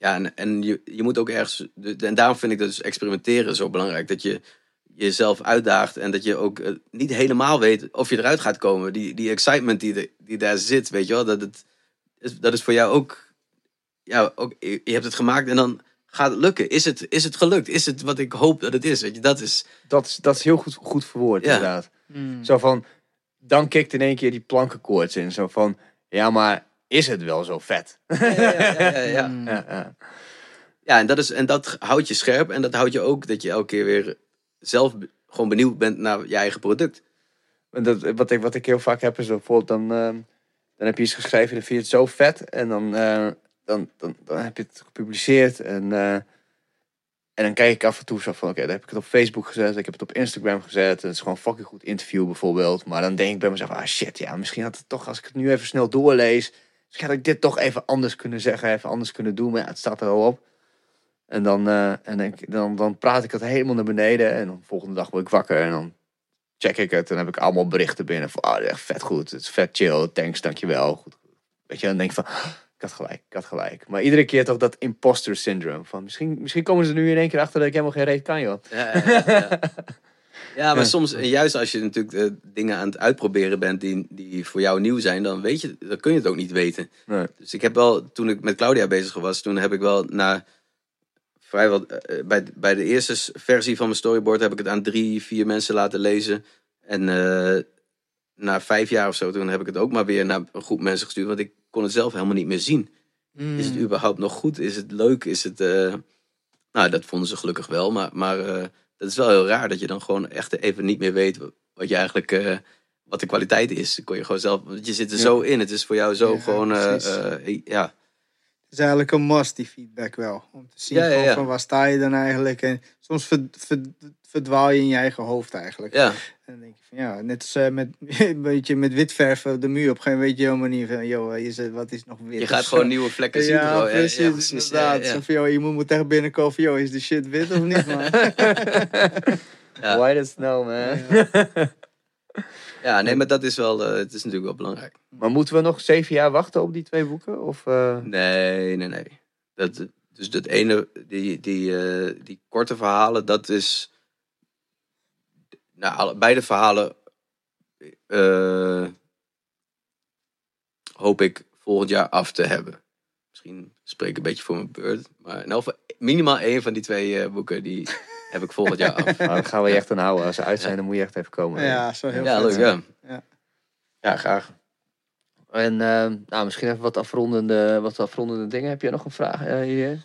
Ja, en je moet ook ergens... En daarom vind ik dat dus experimenteren zo belangrijk. Dat je jezelf uitdaagt en dat je ook niet helemaal weet of je eruit gaat komen. Die excitement die daar zit, weet je wel. Dat is voor jou ook... Ja, ook, je hebt het gemaakt en dan gaat het lukken. Is het gelukt? Is het wat ik hoop dat het is? Weet je, dat is heel goed verwoord, inderdaad. Zo van, dan kikt in één keer die plankenkoorts in. Zo van, ja, maar is het wel zo vet? Ja, en dat houdt je scherp. En dat houdt je ook dat je elke keer weer zelf gewoon benieuwd bent naar je eigen product. Wat ik heel vaak heb is bijvoorbeeld dan heb je iets geschreven en dan vind je het zo vet. En dan heb je het gepubliceerd. En dan kijk ik af en toe zo van, oké, dan heb ik het op Facebook gezet. Ik heb het op Instagram gezet. Het is gewoon een fucking goed interview bijvoorbeeld. Maar dan denk ik bij mezelf, shit, ja, misschien had het toch, als ik het nu even snel doorlees, misschien had ik dit toch even anders kunnen zeggen, even anders kunnen doen. Maar ja, het staat er al op. En dan praat ik het helemaal naar beneden. En dan de volgende dag word ik wakker en dan check ik het. En dan heb ik allemaal berichten binnen van, echt vet goed. Het is vet chill, thanks, dankjewel. Goed. Weet je, dan denk ik van, ik had gelijk. Maar iedere keer toch dat imposter syndrome. Van misschien komen ze nu in één keer achter dat ik helemaal geen reet kan, joh. Ja, maar soms, en juist als je natuurlijk dingen aan het uitproberen bent die voor jou nieuw zijn, dan kun je het ook niet weten. Nee. Dus ik heb wel, toen ik met Claudia bezig was, toen heb ik wel vrijwel bij de eerste versie van mijn storyboard heb ik het aan 3-4 mensen laten lezen. En na 5 jaar of zo, toen heb ik het ook maar weer naar een groep mensen gestuurd, want ik kon het zelf helemaal niet meer zien. Is het überhaupt nog goed? Is het leuk? Is het... Nou, dat vonden ze gelukkig wel, maar dat is wel heel raar dat je dan gewoon echt even niet meer weet wat je eigenlijk... wat de kwaliteit is. Dan kon je gewoon zelf... Want je zit er zo in. Het is voor jou zo gewoon... Het is eigenlijk een must, die feedback wel. Om te zien van waar sta je dan eigenlijk. En soms verdwaal je in je eigen hoofd eigenlijk. Ja. En dan denk je van net als met witverf op de muur. Op een gegeven moment weet je helemaal niet van, wat is nog wit? Je gaat gewoon nieuwe vlekken zien. Ja, precies. Inderdaad. Zo van, je moet echt binnenkomen van, is de shit wit of niet, man? White as snow, man. Ja, nee, maar dat is wel... het is natuurlijk wel belangrijk. Maar moeten we nog 7 jaar wachten op die 2 boeken? Of, Nee. Dus dat ene, die korte verhalen, dat is... Nou, beide verhalen hoop ik volgend jaar af te hebben. Misschien spreek ik een beetje voor mijn beurt. Maar in elk geval, minimaal 1 van die 2 boeken, die heb ik volgend jaar af. Nou, dan gaan we je echt aan houden. Als ze uit zijn, dan moet je echt even komen. Ja, zo heel leuk, ja, graag. En misschien even wat afrondende dingen. Heb je nog een vraag hier?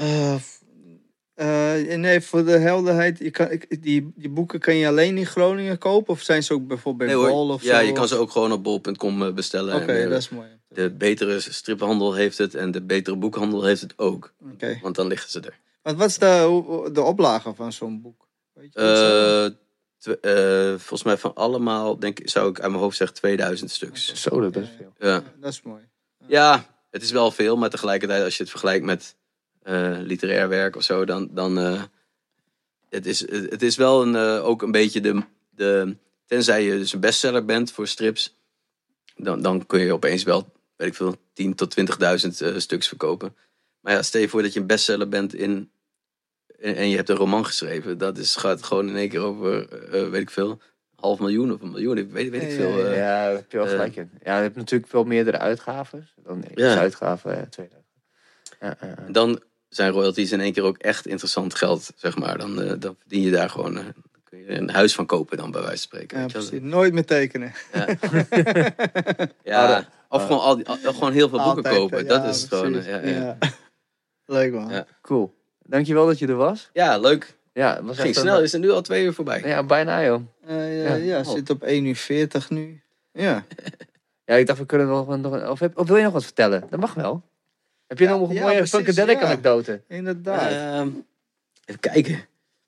Nee, voor de helderheid. Die boeken kan je alleen in Groningen kopen? Of zijn ze ook bijvoorbeeld bij Bol of zo? Ja, je kan ze ook gewoon op bol.com bestellen. Oké, dat is mooi. De betere striphandel heeft het en de betere boekhandel heeft het ook. Okay. Want dan liggen ze er. Wat was de oplage van zo'n boek? Weet je volgens mij van allemaal, zou ik uit mijn hoofd zeggen 2000 stuks. Zo, dat is best veel. Ja. Dat is mooi. Ja, het is wel veel, maar tegelijkertijd als je het vergelijkt met literair werk of zo, dan het is wel ook een beetje tenzij je dus een bestseller bent voor strips, dan kun je opeens wel, weet ik veel, 10.000 tot 20.000 stuks verkopen. Maar ja, stel je voor dat je een bestseller bent en je hebt een roman geschreven. Gaat gewoon in één keer over, weet ik veel, 500.000 of 1 miljoen. Weet ik veel. Ja, daar heb je wel gelijk in. Ja, je hebt natuurlijk wel meerdere uitgaven. Dan uitgaven, 2000. Dan zijn royalties in één keer ook echt interessant geld, zeg maar. Dan verdien je daar gewoon... kun je een huis van kopen dan, bij wijze van spreken. Ja, precies. Nooit meer tekenen. Ja. Of gewoon heel veel boeken kopen. Ja, dat is het gewoon... Ja. Leuk, man. Ja. Cool. Dankjewel dat je er was. Ja, leuk. Ja, het was ging snel. Is er nu al 2 uur voorbij? Ja, bijna, joh. Zit op 1:40 nu. Ja. Ja, ik dacht, we kunnen nog... Of wil je nog wat vertellen? Dat mag wel. Heb je nog een mooie Funkadelic anekdote? Inderdaad. Even kijken.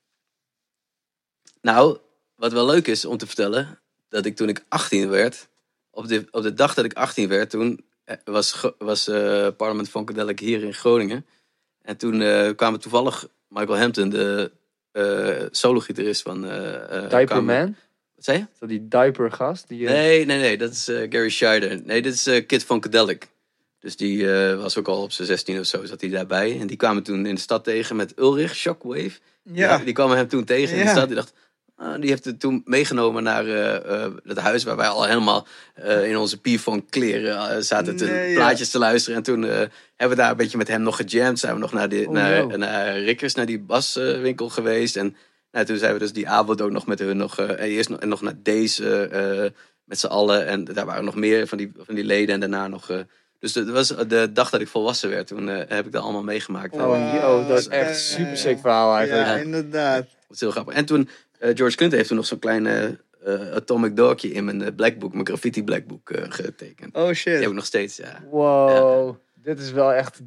Nou, wat wel leuk is om te vertellen, dat ik toen ik 18 werd, op de dag dat ik 18 werd, toen was Parliament Funkadelic hier in Groningen. En toen kwamen toevallig Michael Hampton, de solo-gitarist van... Diaper Man? Wat zei je? Zo die diaper gast? Nee, dat is Gary Scheider. Nee, dit is Kid Funkadelic. Dus die was ook al op zijn 16 of zo, zat hij daarbij. En die kwamen toen in de stad tegen met Ulrich, Shockwave. Ja. Die kwamen hem toen tegen in de stad. Die dacht, die heeft het toen meegenomen naar het huis waar wij al helemaal in onze P-Funk kleren zaten plaatjes te luisteren. En toen hebben we daar een beetje met hem nog gejamd. Zijn we nog naar Rikkers, naar die baswinkel geweest. En toen zijn we dus die avond ook nog met hun eerst nog naar deze met z'n allen. En daar waren nog meer van die leden en daarna nog... Dus dat was de dag dat ik volwassen werd. Toen heb ik dat allemaal meegemaakt. Dat is echt super sick verhaal eigenlijk. Ja, inderdaad. Dat is heel grappig. En toen, George Clinton heeft toen nog zo'n kleine atomic dogje in mijn blackbook, mijn graffiti blackbook getekend. Oh shit. Die heb ik nog steeds, ja. Wow, dit is wel echt...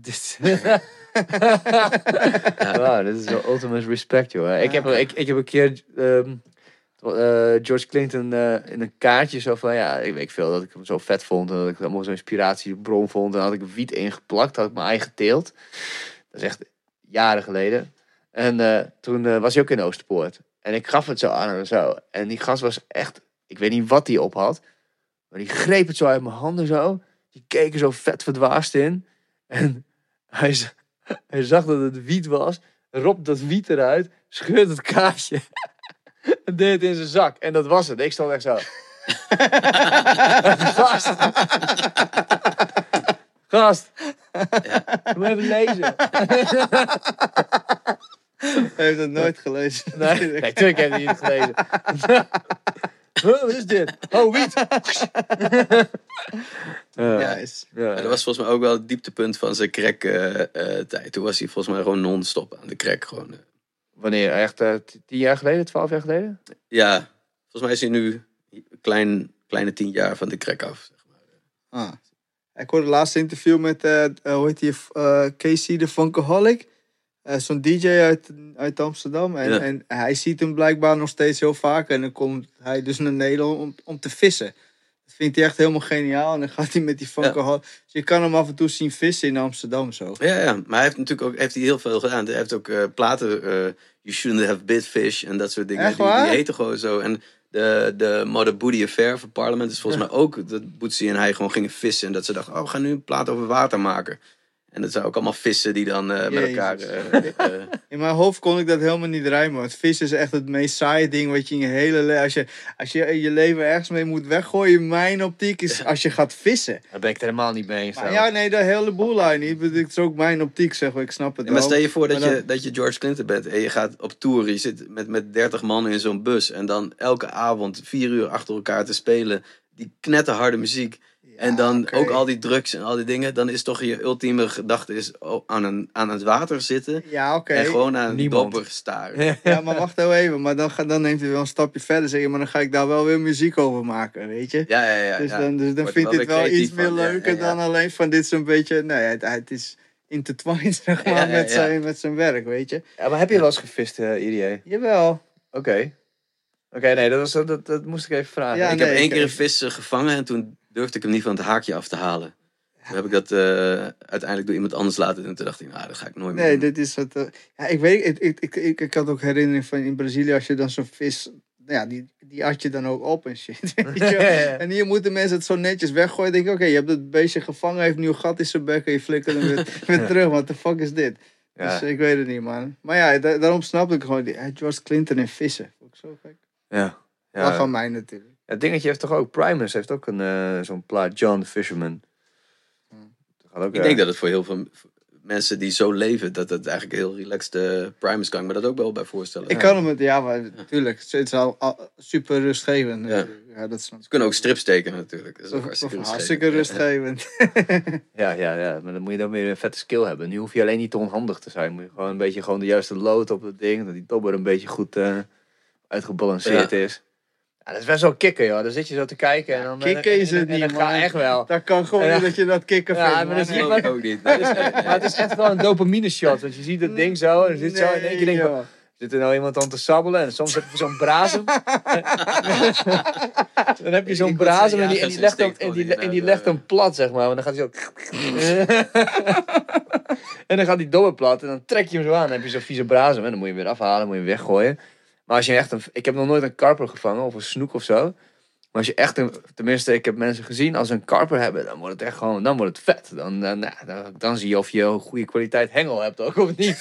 Wow, dit is wel ultimate respect, joh. Ik heb een keer... George Clinton in een kaartje zo van, ik weet veel, dat ik hem zo vet vond en dat ik het allemaal zo'n inspiratiebron vond. En dan had ik wiet ingeplakt, had ik mijn eigen teelt. Dat is echt jaren geleden. En toen was hij ook in Oosterpoort. En ik gaf het zo aan en zo. En die gast was echt, ik weet niet wat hij op had, maar die greep het zo uit mijn handen zo. Die keek er zo vet verdwaasd in. En hij zag dat het wiet was, ropt dat wiet eruit, scheurt het kaartje. En deed het in zijn zak. En dat was het. Ik stond echt zo. Gast. Ja. Moet even lezen. Hij heeft het nooit gelezen. Nee, natuurlijk heeft hij het gelezen. Wat is dit? Oh, wiet. Dat was volgens mij ook wel het dieptepunt van zijn crack tijd. Toen was hij volgens mij gewoon non-stop aan de crack. Gewoon, Wanneer? Echt 10 jaar geleden? 12 jaar geleden? Ja, volgens mij is hij nu kleine 10 jaar van de crack af. Zeg maar. Ik hoorde het laatste interview met, hoe heet die, Casey de Funkaholic. Zo'n DJ uit Amsterdam. En hij ziet hem blijkbaar nog steeds heel vaak. En dan komt hij dus naar Nederland om te vissen. Dat vindt hij echt helemaal geniaal. En dan gaat hij met die Funkaholic. Dus je kan hem af en toe zien vissen in Amsterdam zo. Ja, maar hij heeft natuurlijk ook heel veel gedaan. Hij heeft ook platen, You Shouldn't Have Bit Fish en dat soort dingen. Echt waar? Die heten gewoon zo. En de Mother Booty Affair van Parliament is volgens mij ook dat Bootsy en hij gewoon gingen vissen. En dat ze dachten, we gaan nu een plaat over water maken. En dat zijn ook allemaal vissen die dan met elkaar... In mijn hoofd kon ik dat helemaal niet rijmen. Want vissen is echt het meest saaie ding wat je in je hele leven... Als je je leven ergens mee moet weggooien, mijn optiek is als je gaat vissen. Daar ben ik het helemaal niet mee eens. Maar ja, nee, de hele boel niet. Het is ook mijn optiek, zeg maar. Ik snap het wel. Maar stel je voor dat je George Clinton bent en je gaat op tour. Je zit met 30 man in zo'n bus. En dan elke avond 4 uur achter elkaar te spelen. Die knetterharde muziek. En dan ook al die drugs en al die dingen. Dan is toch je ultieme gedachte is aan het water zitten. Ja, oké. En gewoon aan die dopper staren. Ja, maar wacht even. Maar dan neemt hij wel een stapje verder. Zeg je, maar dan ga ik daar wel weer muziek over maken, weet je? Ja. Dus dan vind ik het wel iets meer leuker dan alleen van dit zo'n beetje... Nee, het is intertwined, zeg maar, met zijn werk, weet je? Ja, maar heb je wel eens gevist, IDA? Jawel. Oké, nee, dat moest ik even vragen. Ja, ik heb 1 keer een vis gevangen en toen durfde ik hem niet van het haakje af te halen. Toen heb ik dat uiteindelijk door iemand anders laten doen. En toen dacht ik, dat ga ik nooit meer doen. Dit is het... ik weet... Ik had ook herinnering van in Brazilië, als je dan zo'n vis... die at je dan ook op en shit. Weet je? En hier moeten mensen het zo netjes weggooien. Dan denk ik, je hebt het beestje gevangen, heeft een nieuw gat in zijn bek en je flikkert hem weer terug. What the fuck is dit? Ja. Dus ik weet het niet, man. Maar ja, daarom snap ik gewoon George Clinton en vissen. Vond ik zo gek. Ja. Dat van mij natuurlijk. Het dingetje heeft toch ook, Primus heeft ook zo'n plaat, John the Fisherman. Ik denk dat het voor heel veel mensen die zo leven, dat het eigenlijk heel relaxed Primus kan. Maar dat ook wel bij voorstellen. Ik kan hem het, maar natuurlijk. Het is al super rustgevend. Ja, dat snap ik. Ze kunnen ook strips tekenen natuurlijk. Dat is ook hartstikke rustgevend. Ja, maar dan moet je dan weer een vette skill hebben. Nu hoef je alleen niet te onhandig te zijn. Moet je gewoon een beetje de juiste lood op het ding. Dat die dobber een beetje goed uitgebalanceerd is. Ja, dat is best wel kicken, joh. Dan zit je zo te kijken en dan... Kicken is het niet, man. Echt wel. Dat kan gewoon niet dat je dat kicken vindt, maar dat is ook niet. Maar het is echt wel een dopamine shot. Want je ziet het ding zo en zit zo en denk je denkt van... Zit er nou iemand aan te sabbelen en soms heb je zo'n brazem. Dan heb je zo'n brazem en die legt hem plat, zeg maar. En dan gaat hij zo... En dan gaat die dobber plat en dan trek je hem zo aan. Dan heb je zo'n vieze brazem en dan moet je hem weer afhalen, moet je hem weggooien. Maar als je echt ik heb nog nooit een karper gevangen of een snoek of zo. Maar als je echt, tenminste ik heb mensen gezien, als ze een karper hebben, dan wordt het echt gewoon, dan wordt het vet. Dan zie je of je een goede kwaliteit hengel hebt ook, of niet.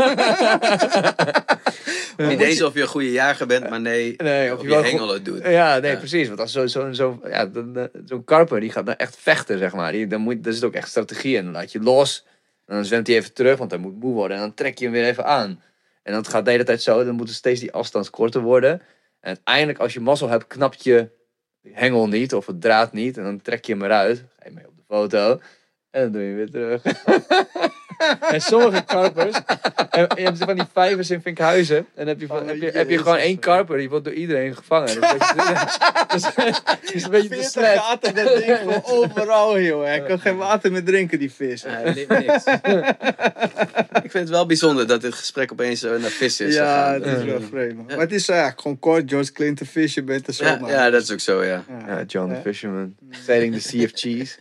Niet eens of je een goede jager bent, maar of je hengel het doet. Ja, precies. Want als zo'n karper, die gaat dan echt vechten, zeg maar. Daar zit ook echt strategie in. Dan laat je los, en dan zwemt hij even terug, want hij moet moe worden. En dan trek je hem weer even aan. En dat gaat de hele tijd zo, dan moet steeds die afstand korter worden. En uiteindelijk, als je mazzel hebt, knapt je hengel niet, of het draad niet. En dan trek je hem eruit. Ga je mee op de foto. En dan doe je weer terug. En sommige karpers. En je hebt van die vijvers in Vinkhuizen. En heb je gewoon 1 karper. Die wordt door iedereen gevangen. Dat is een beetje te slecht. Water, dat ding gewoon overal, joh. Hij kan geen water meer drinken, die vis. Niks. Ik vind het wel bijzonder dat dit gesprek opeens naar vis is. Ja, het is wel vreemd. Maar het is eigenlijk gewoon kort. George Clinton Fish, je bent er zo maar. Ja, dat is ook zo, ja. John the Fisherman. Sailing the Sea of Cheese.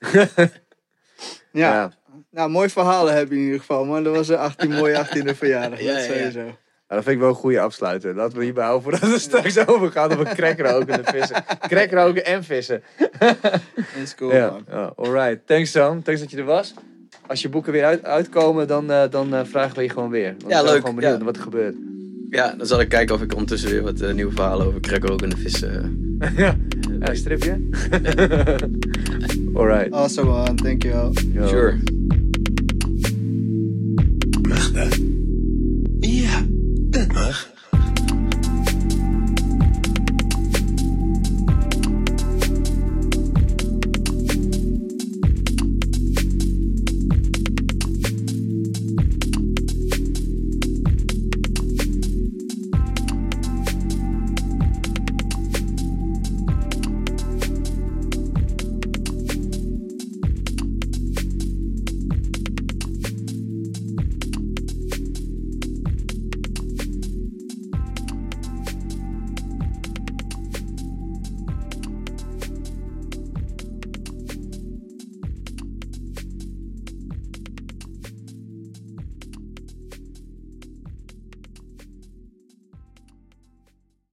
Ja. Nou, mooi verhalen heb je in ieder geval, man. Dat was een mooie 18e verjaardag. Dat sowieso. Ja, dat vind ik wel een goede afsluiter. Laten we hierbij houden voordat het straks overgaat op een crackroken en vissen. Crackroken en vissen. Dat is cool, man. Ja, alright. Thanks, Sam. Thanks dat je er was. Als je boeken weer uitkomen, dan vragen we je gewoon weer. Want leuk. gewoon benieuwd naar wat er gebeurt. Ja, dan zal ik kijken of ik ondertussen weer wat nieuwe verhalen over crackroken en vissen... Stripje? Alright. Awesome, man. Dankjewel. Sure.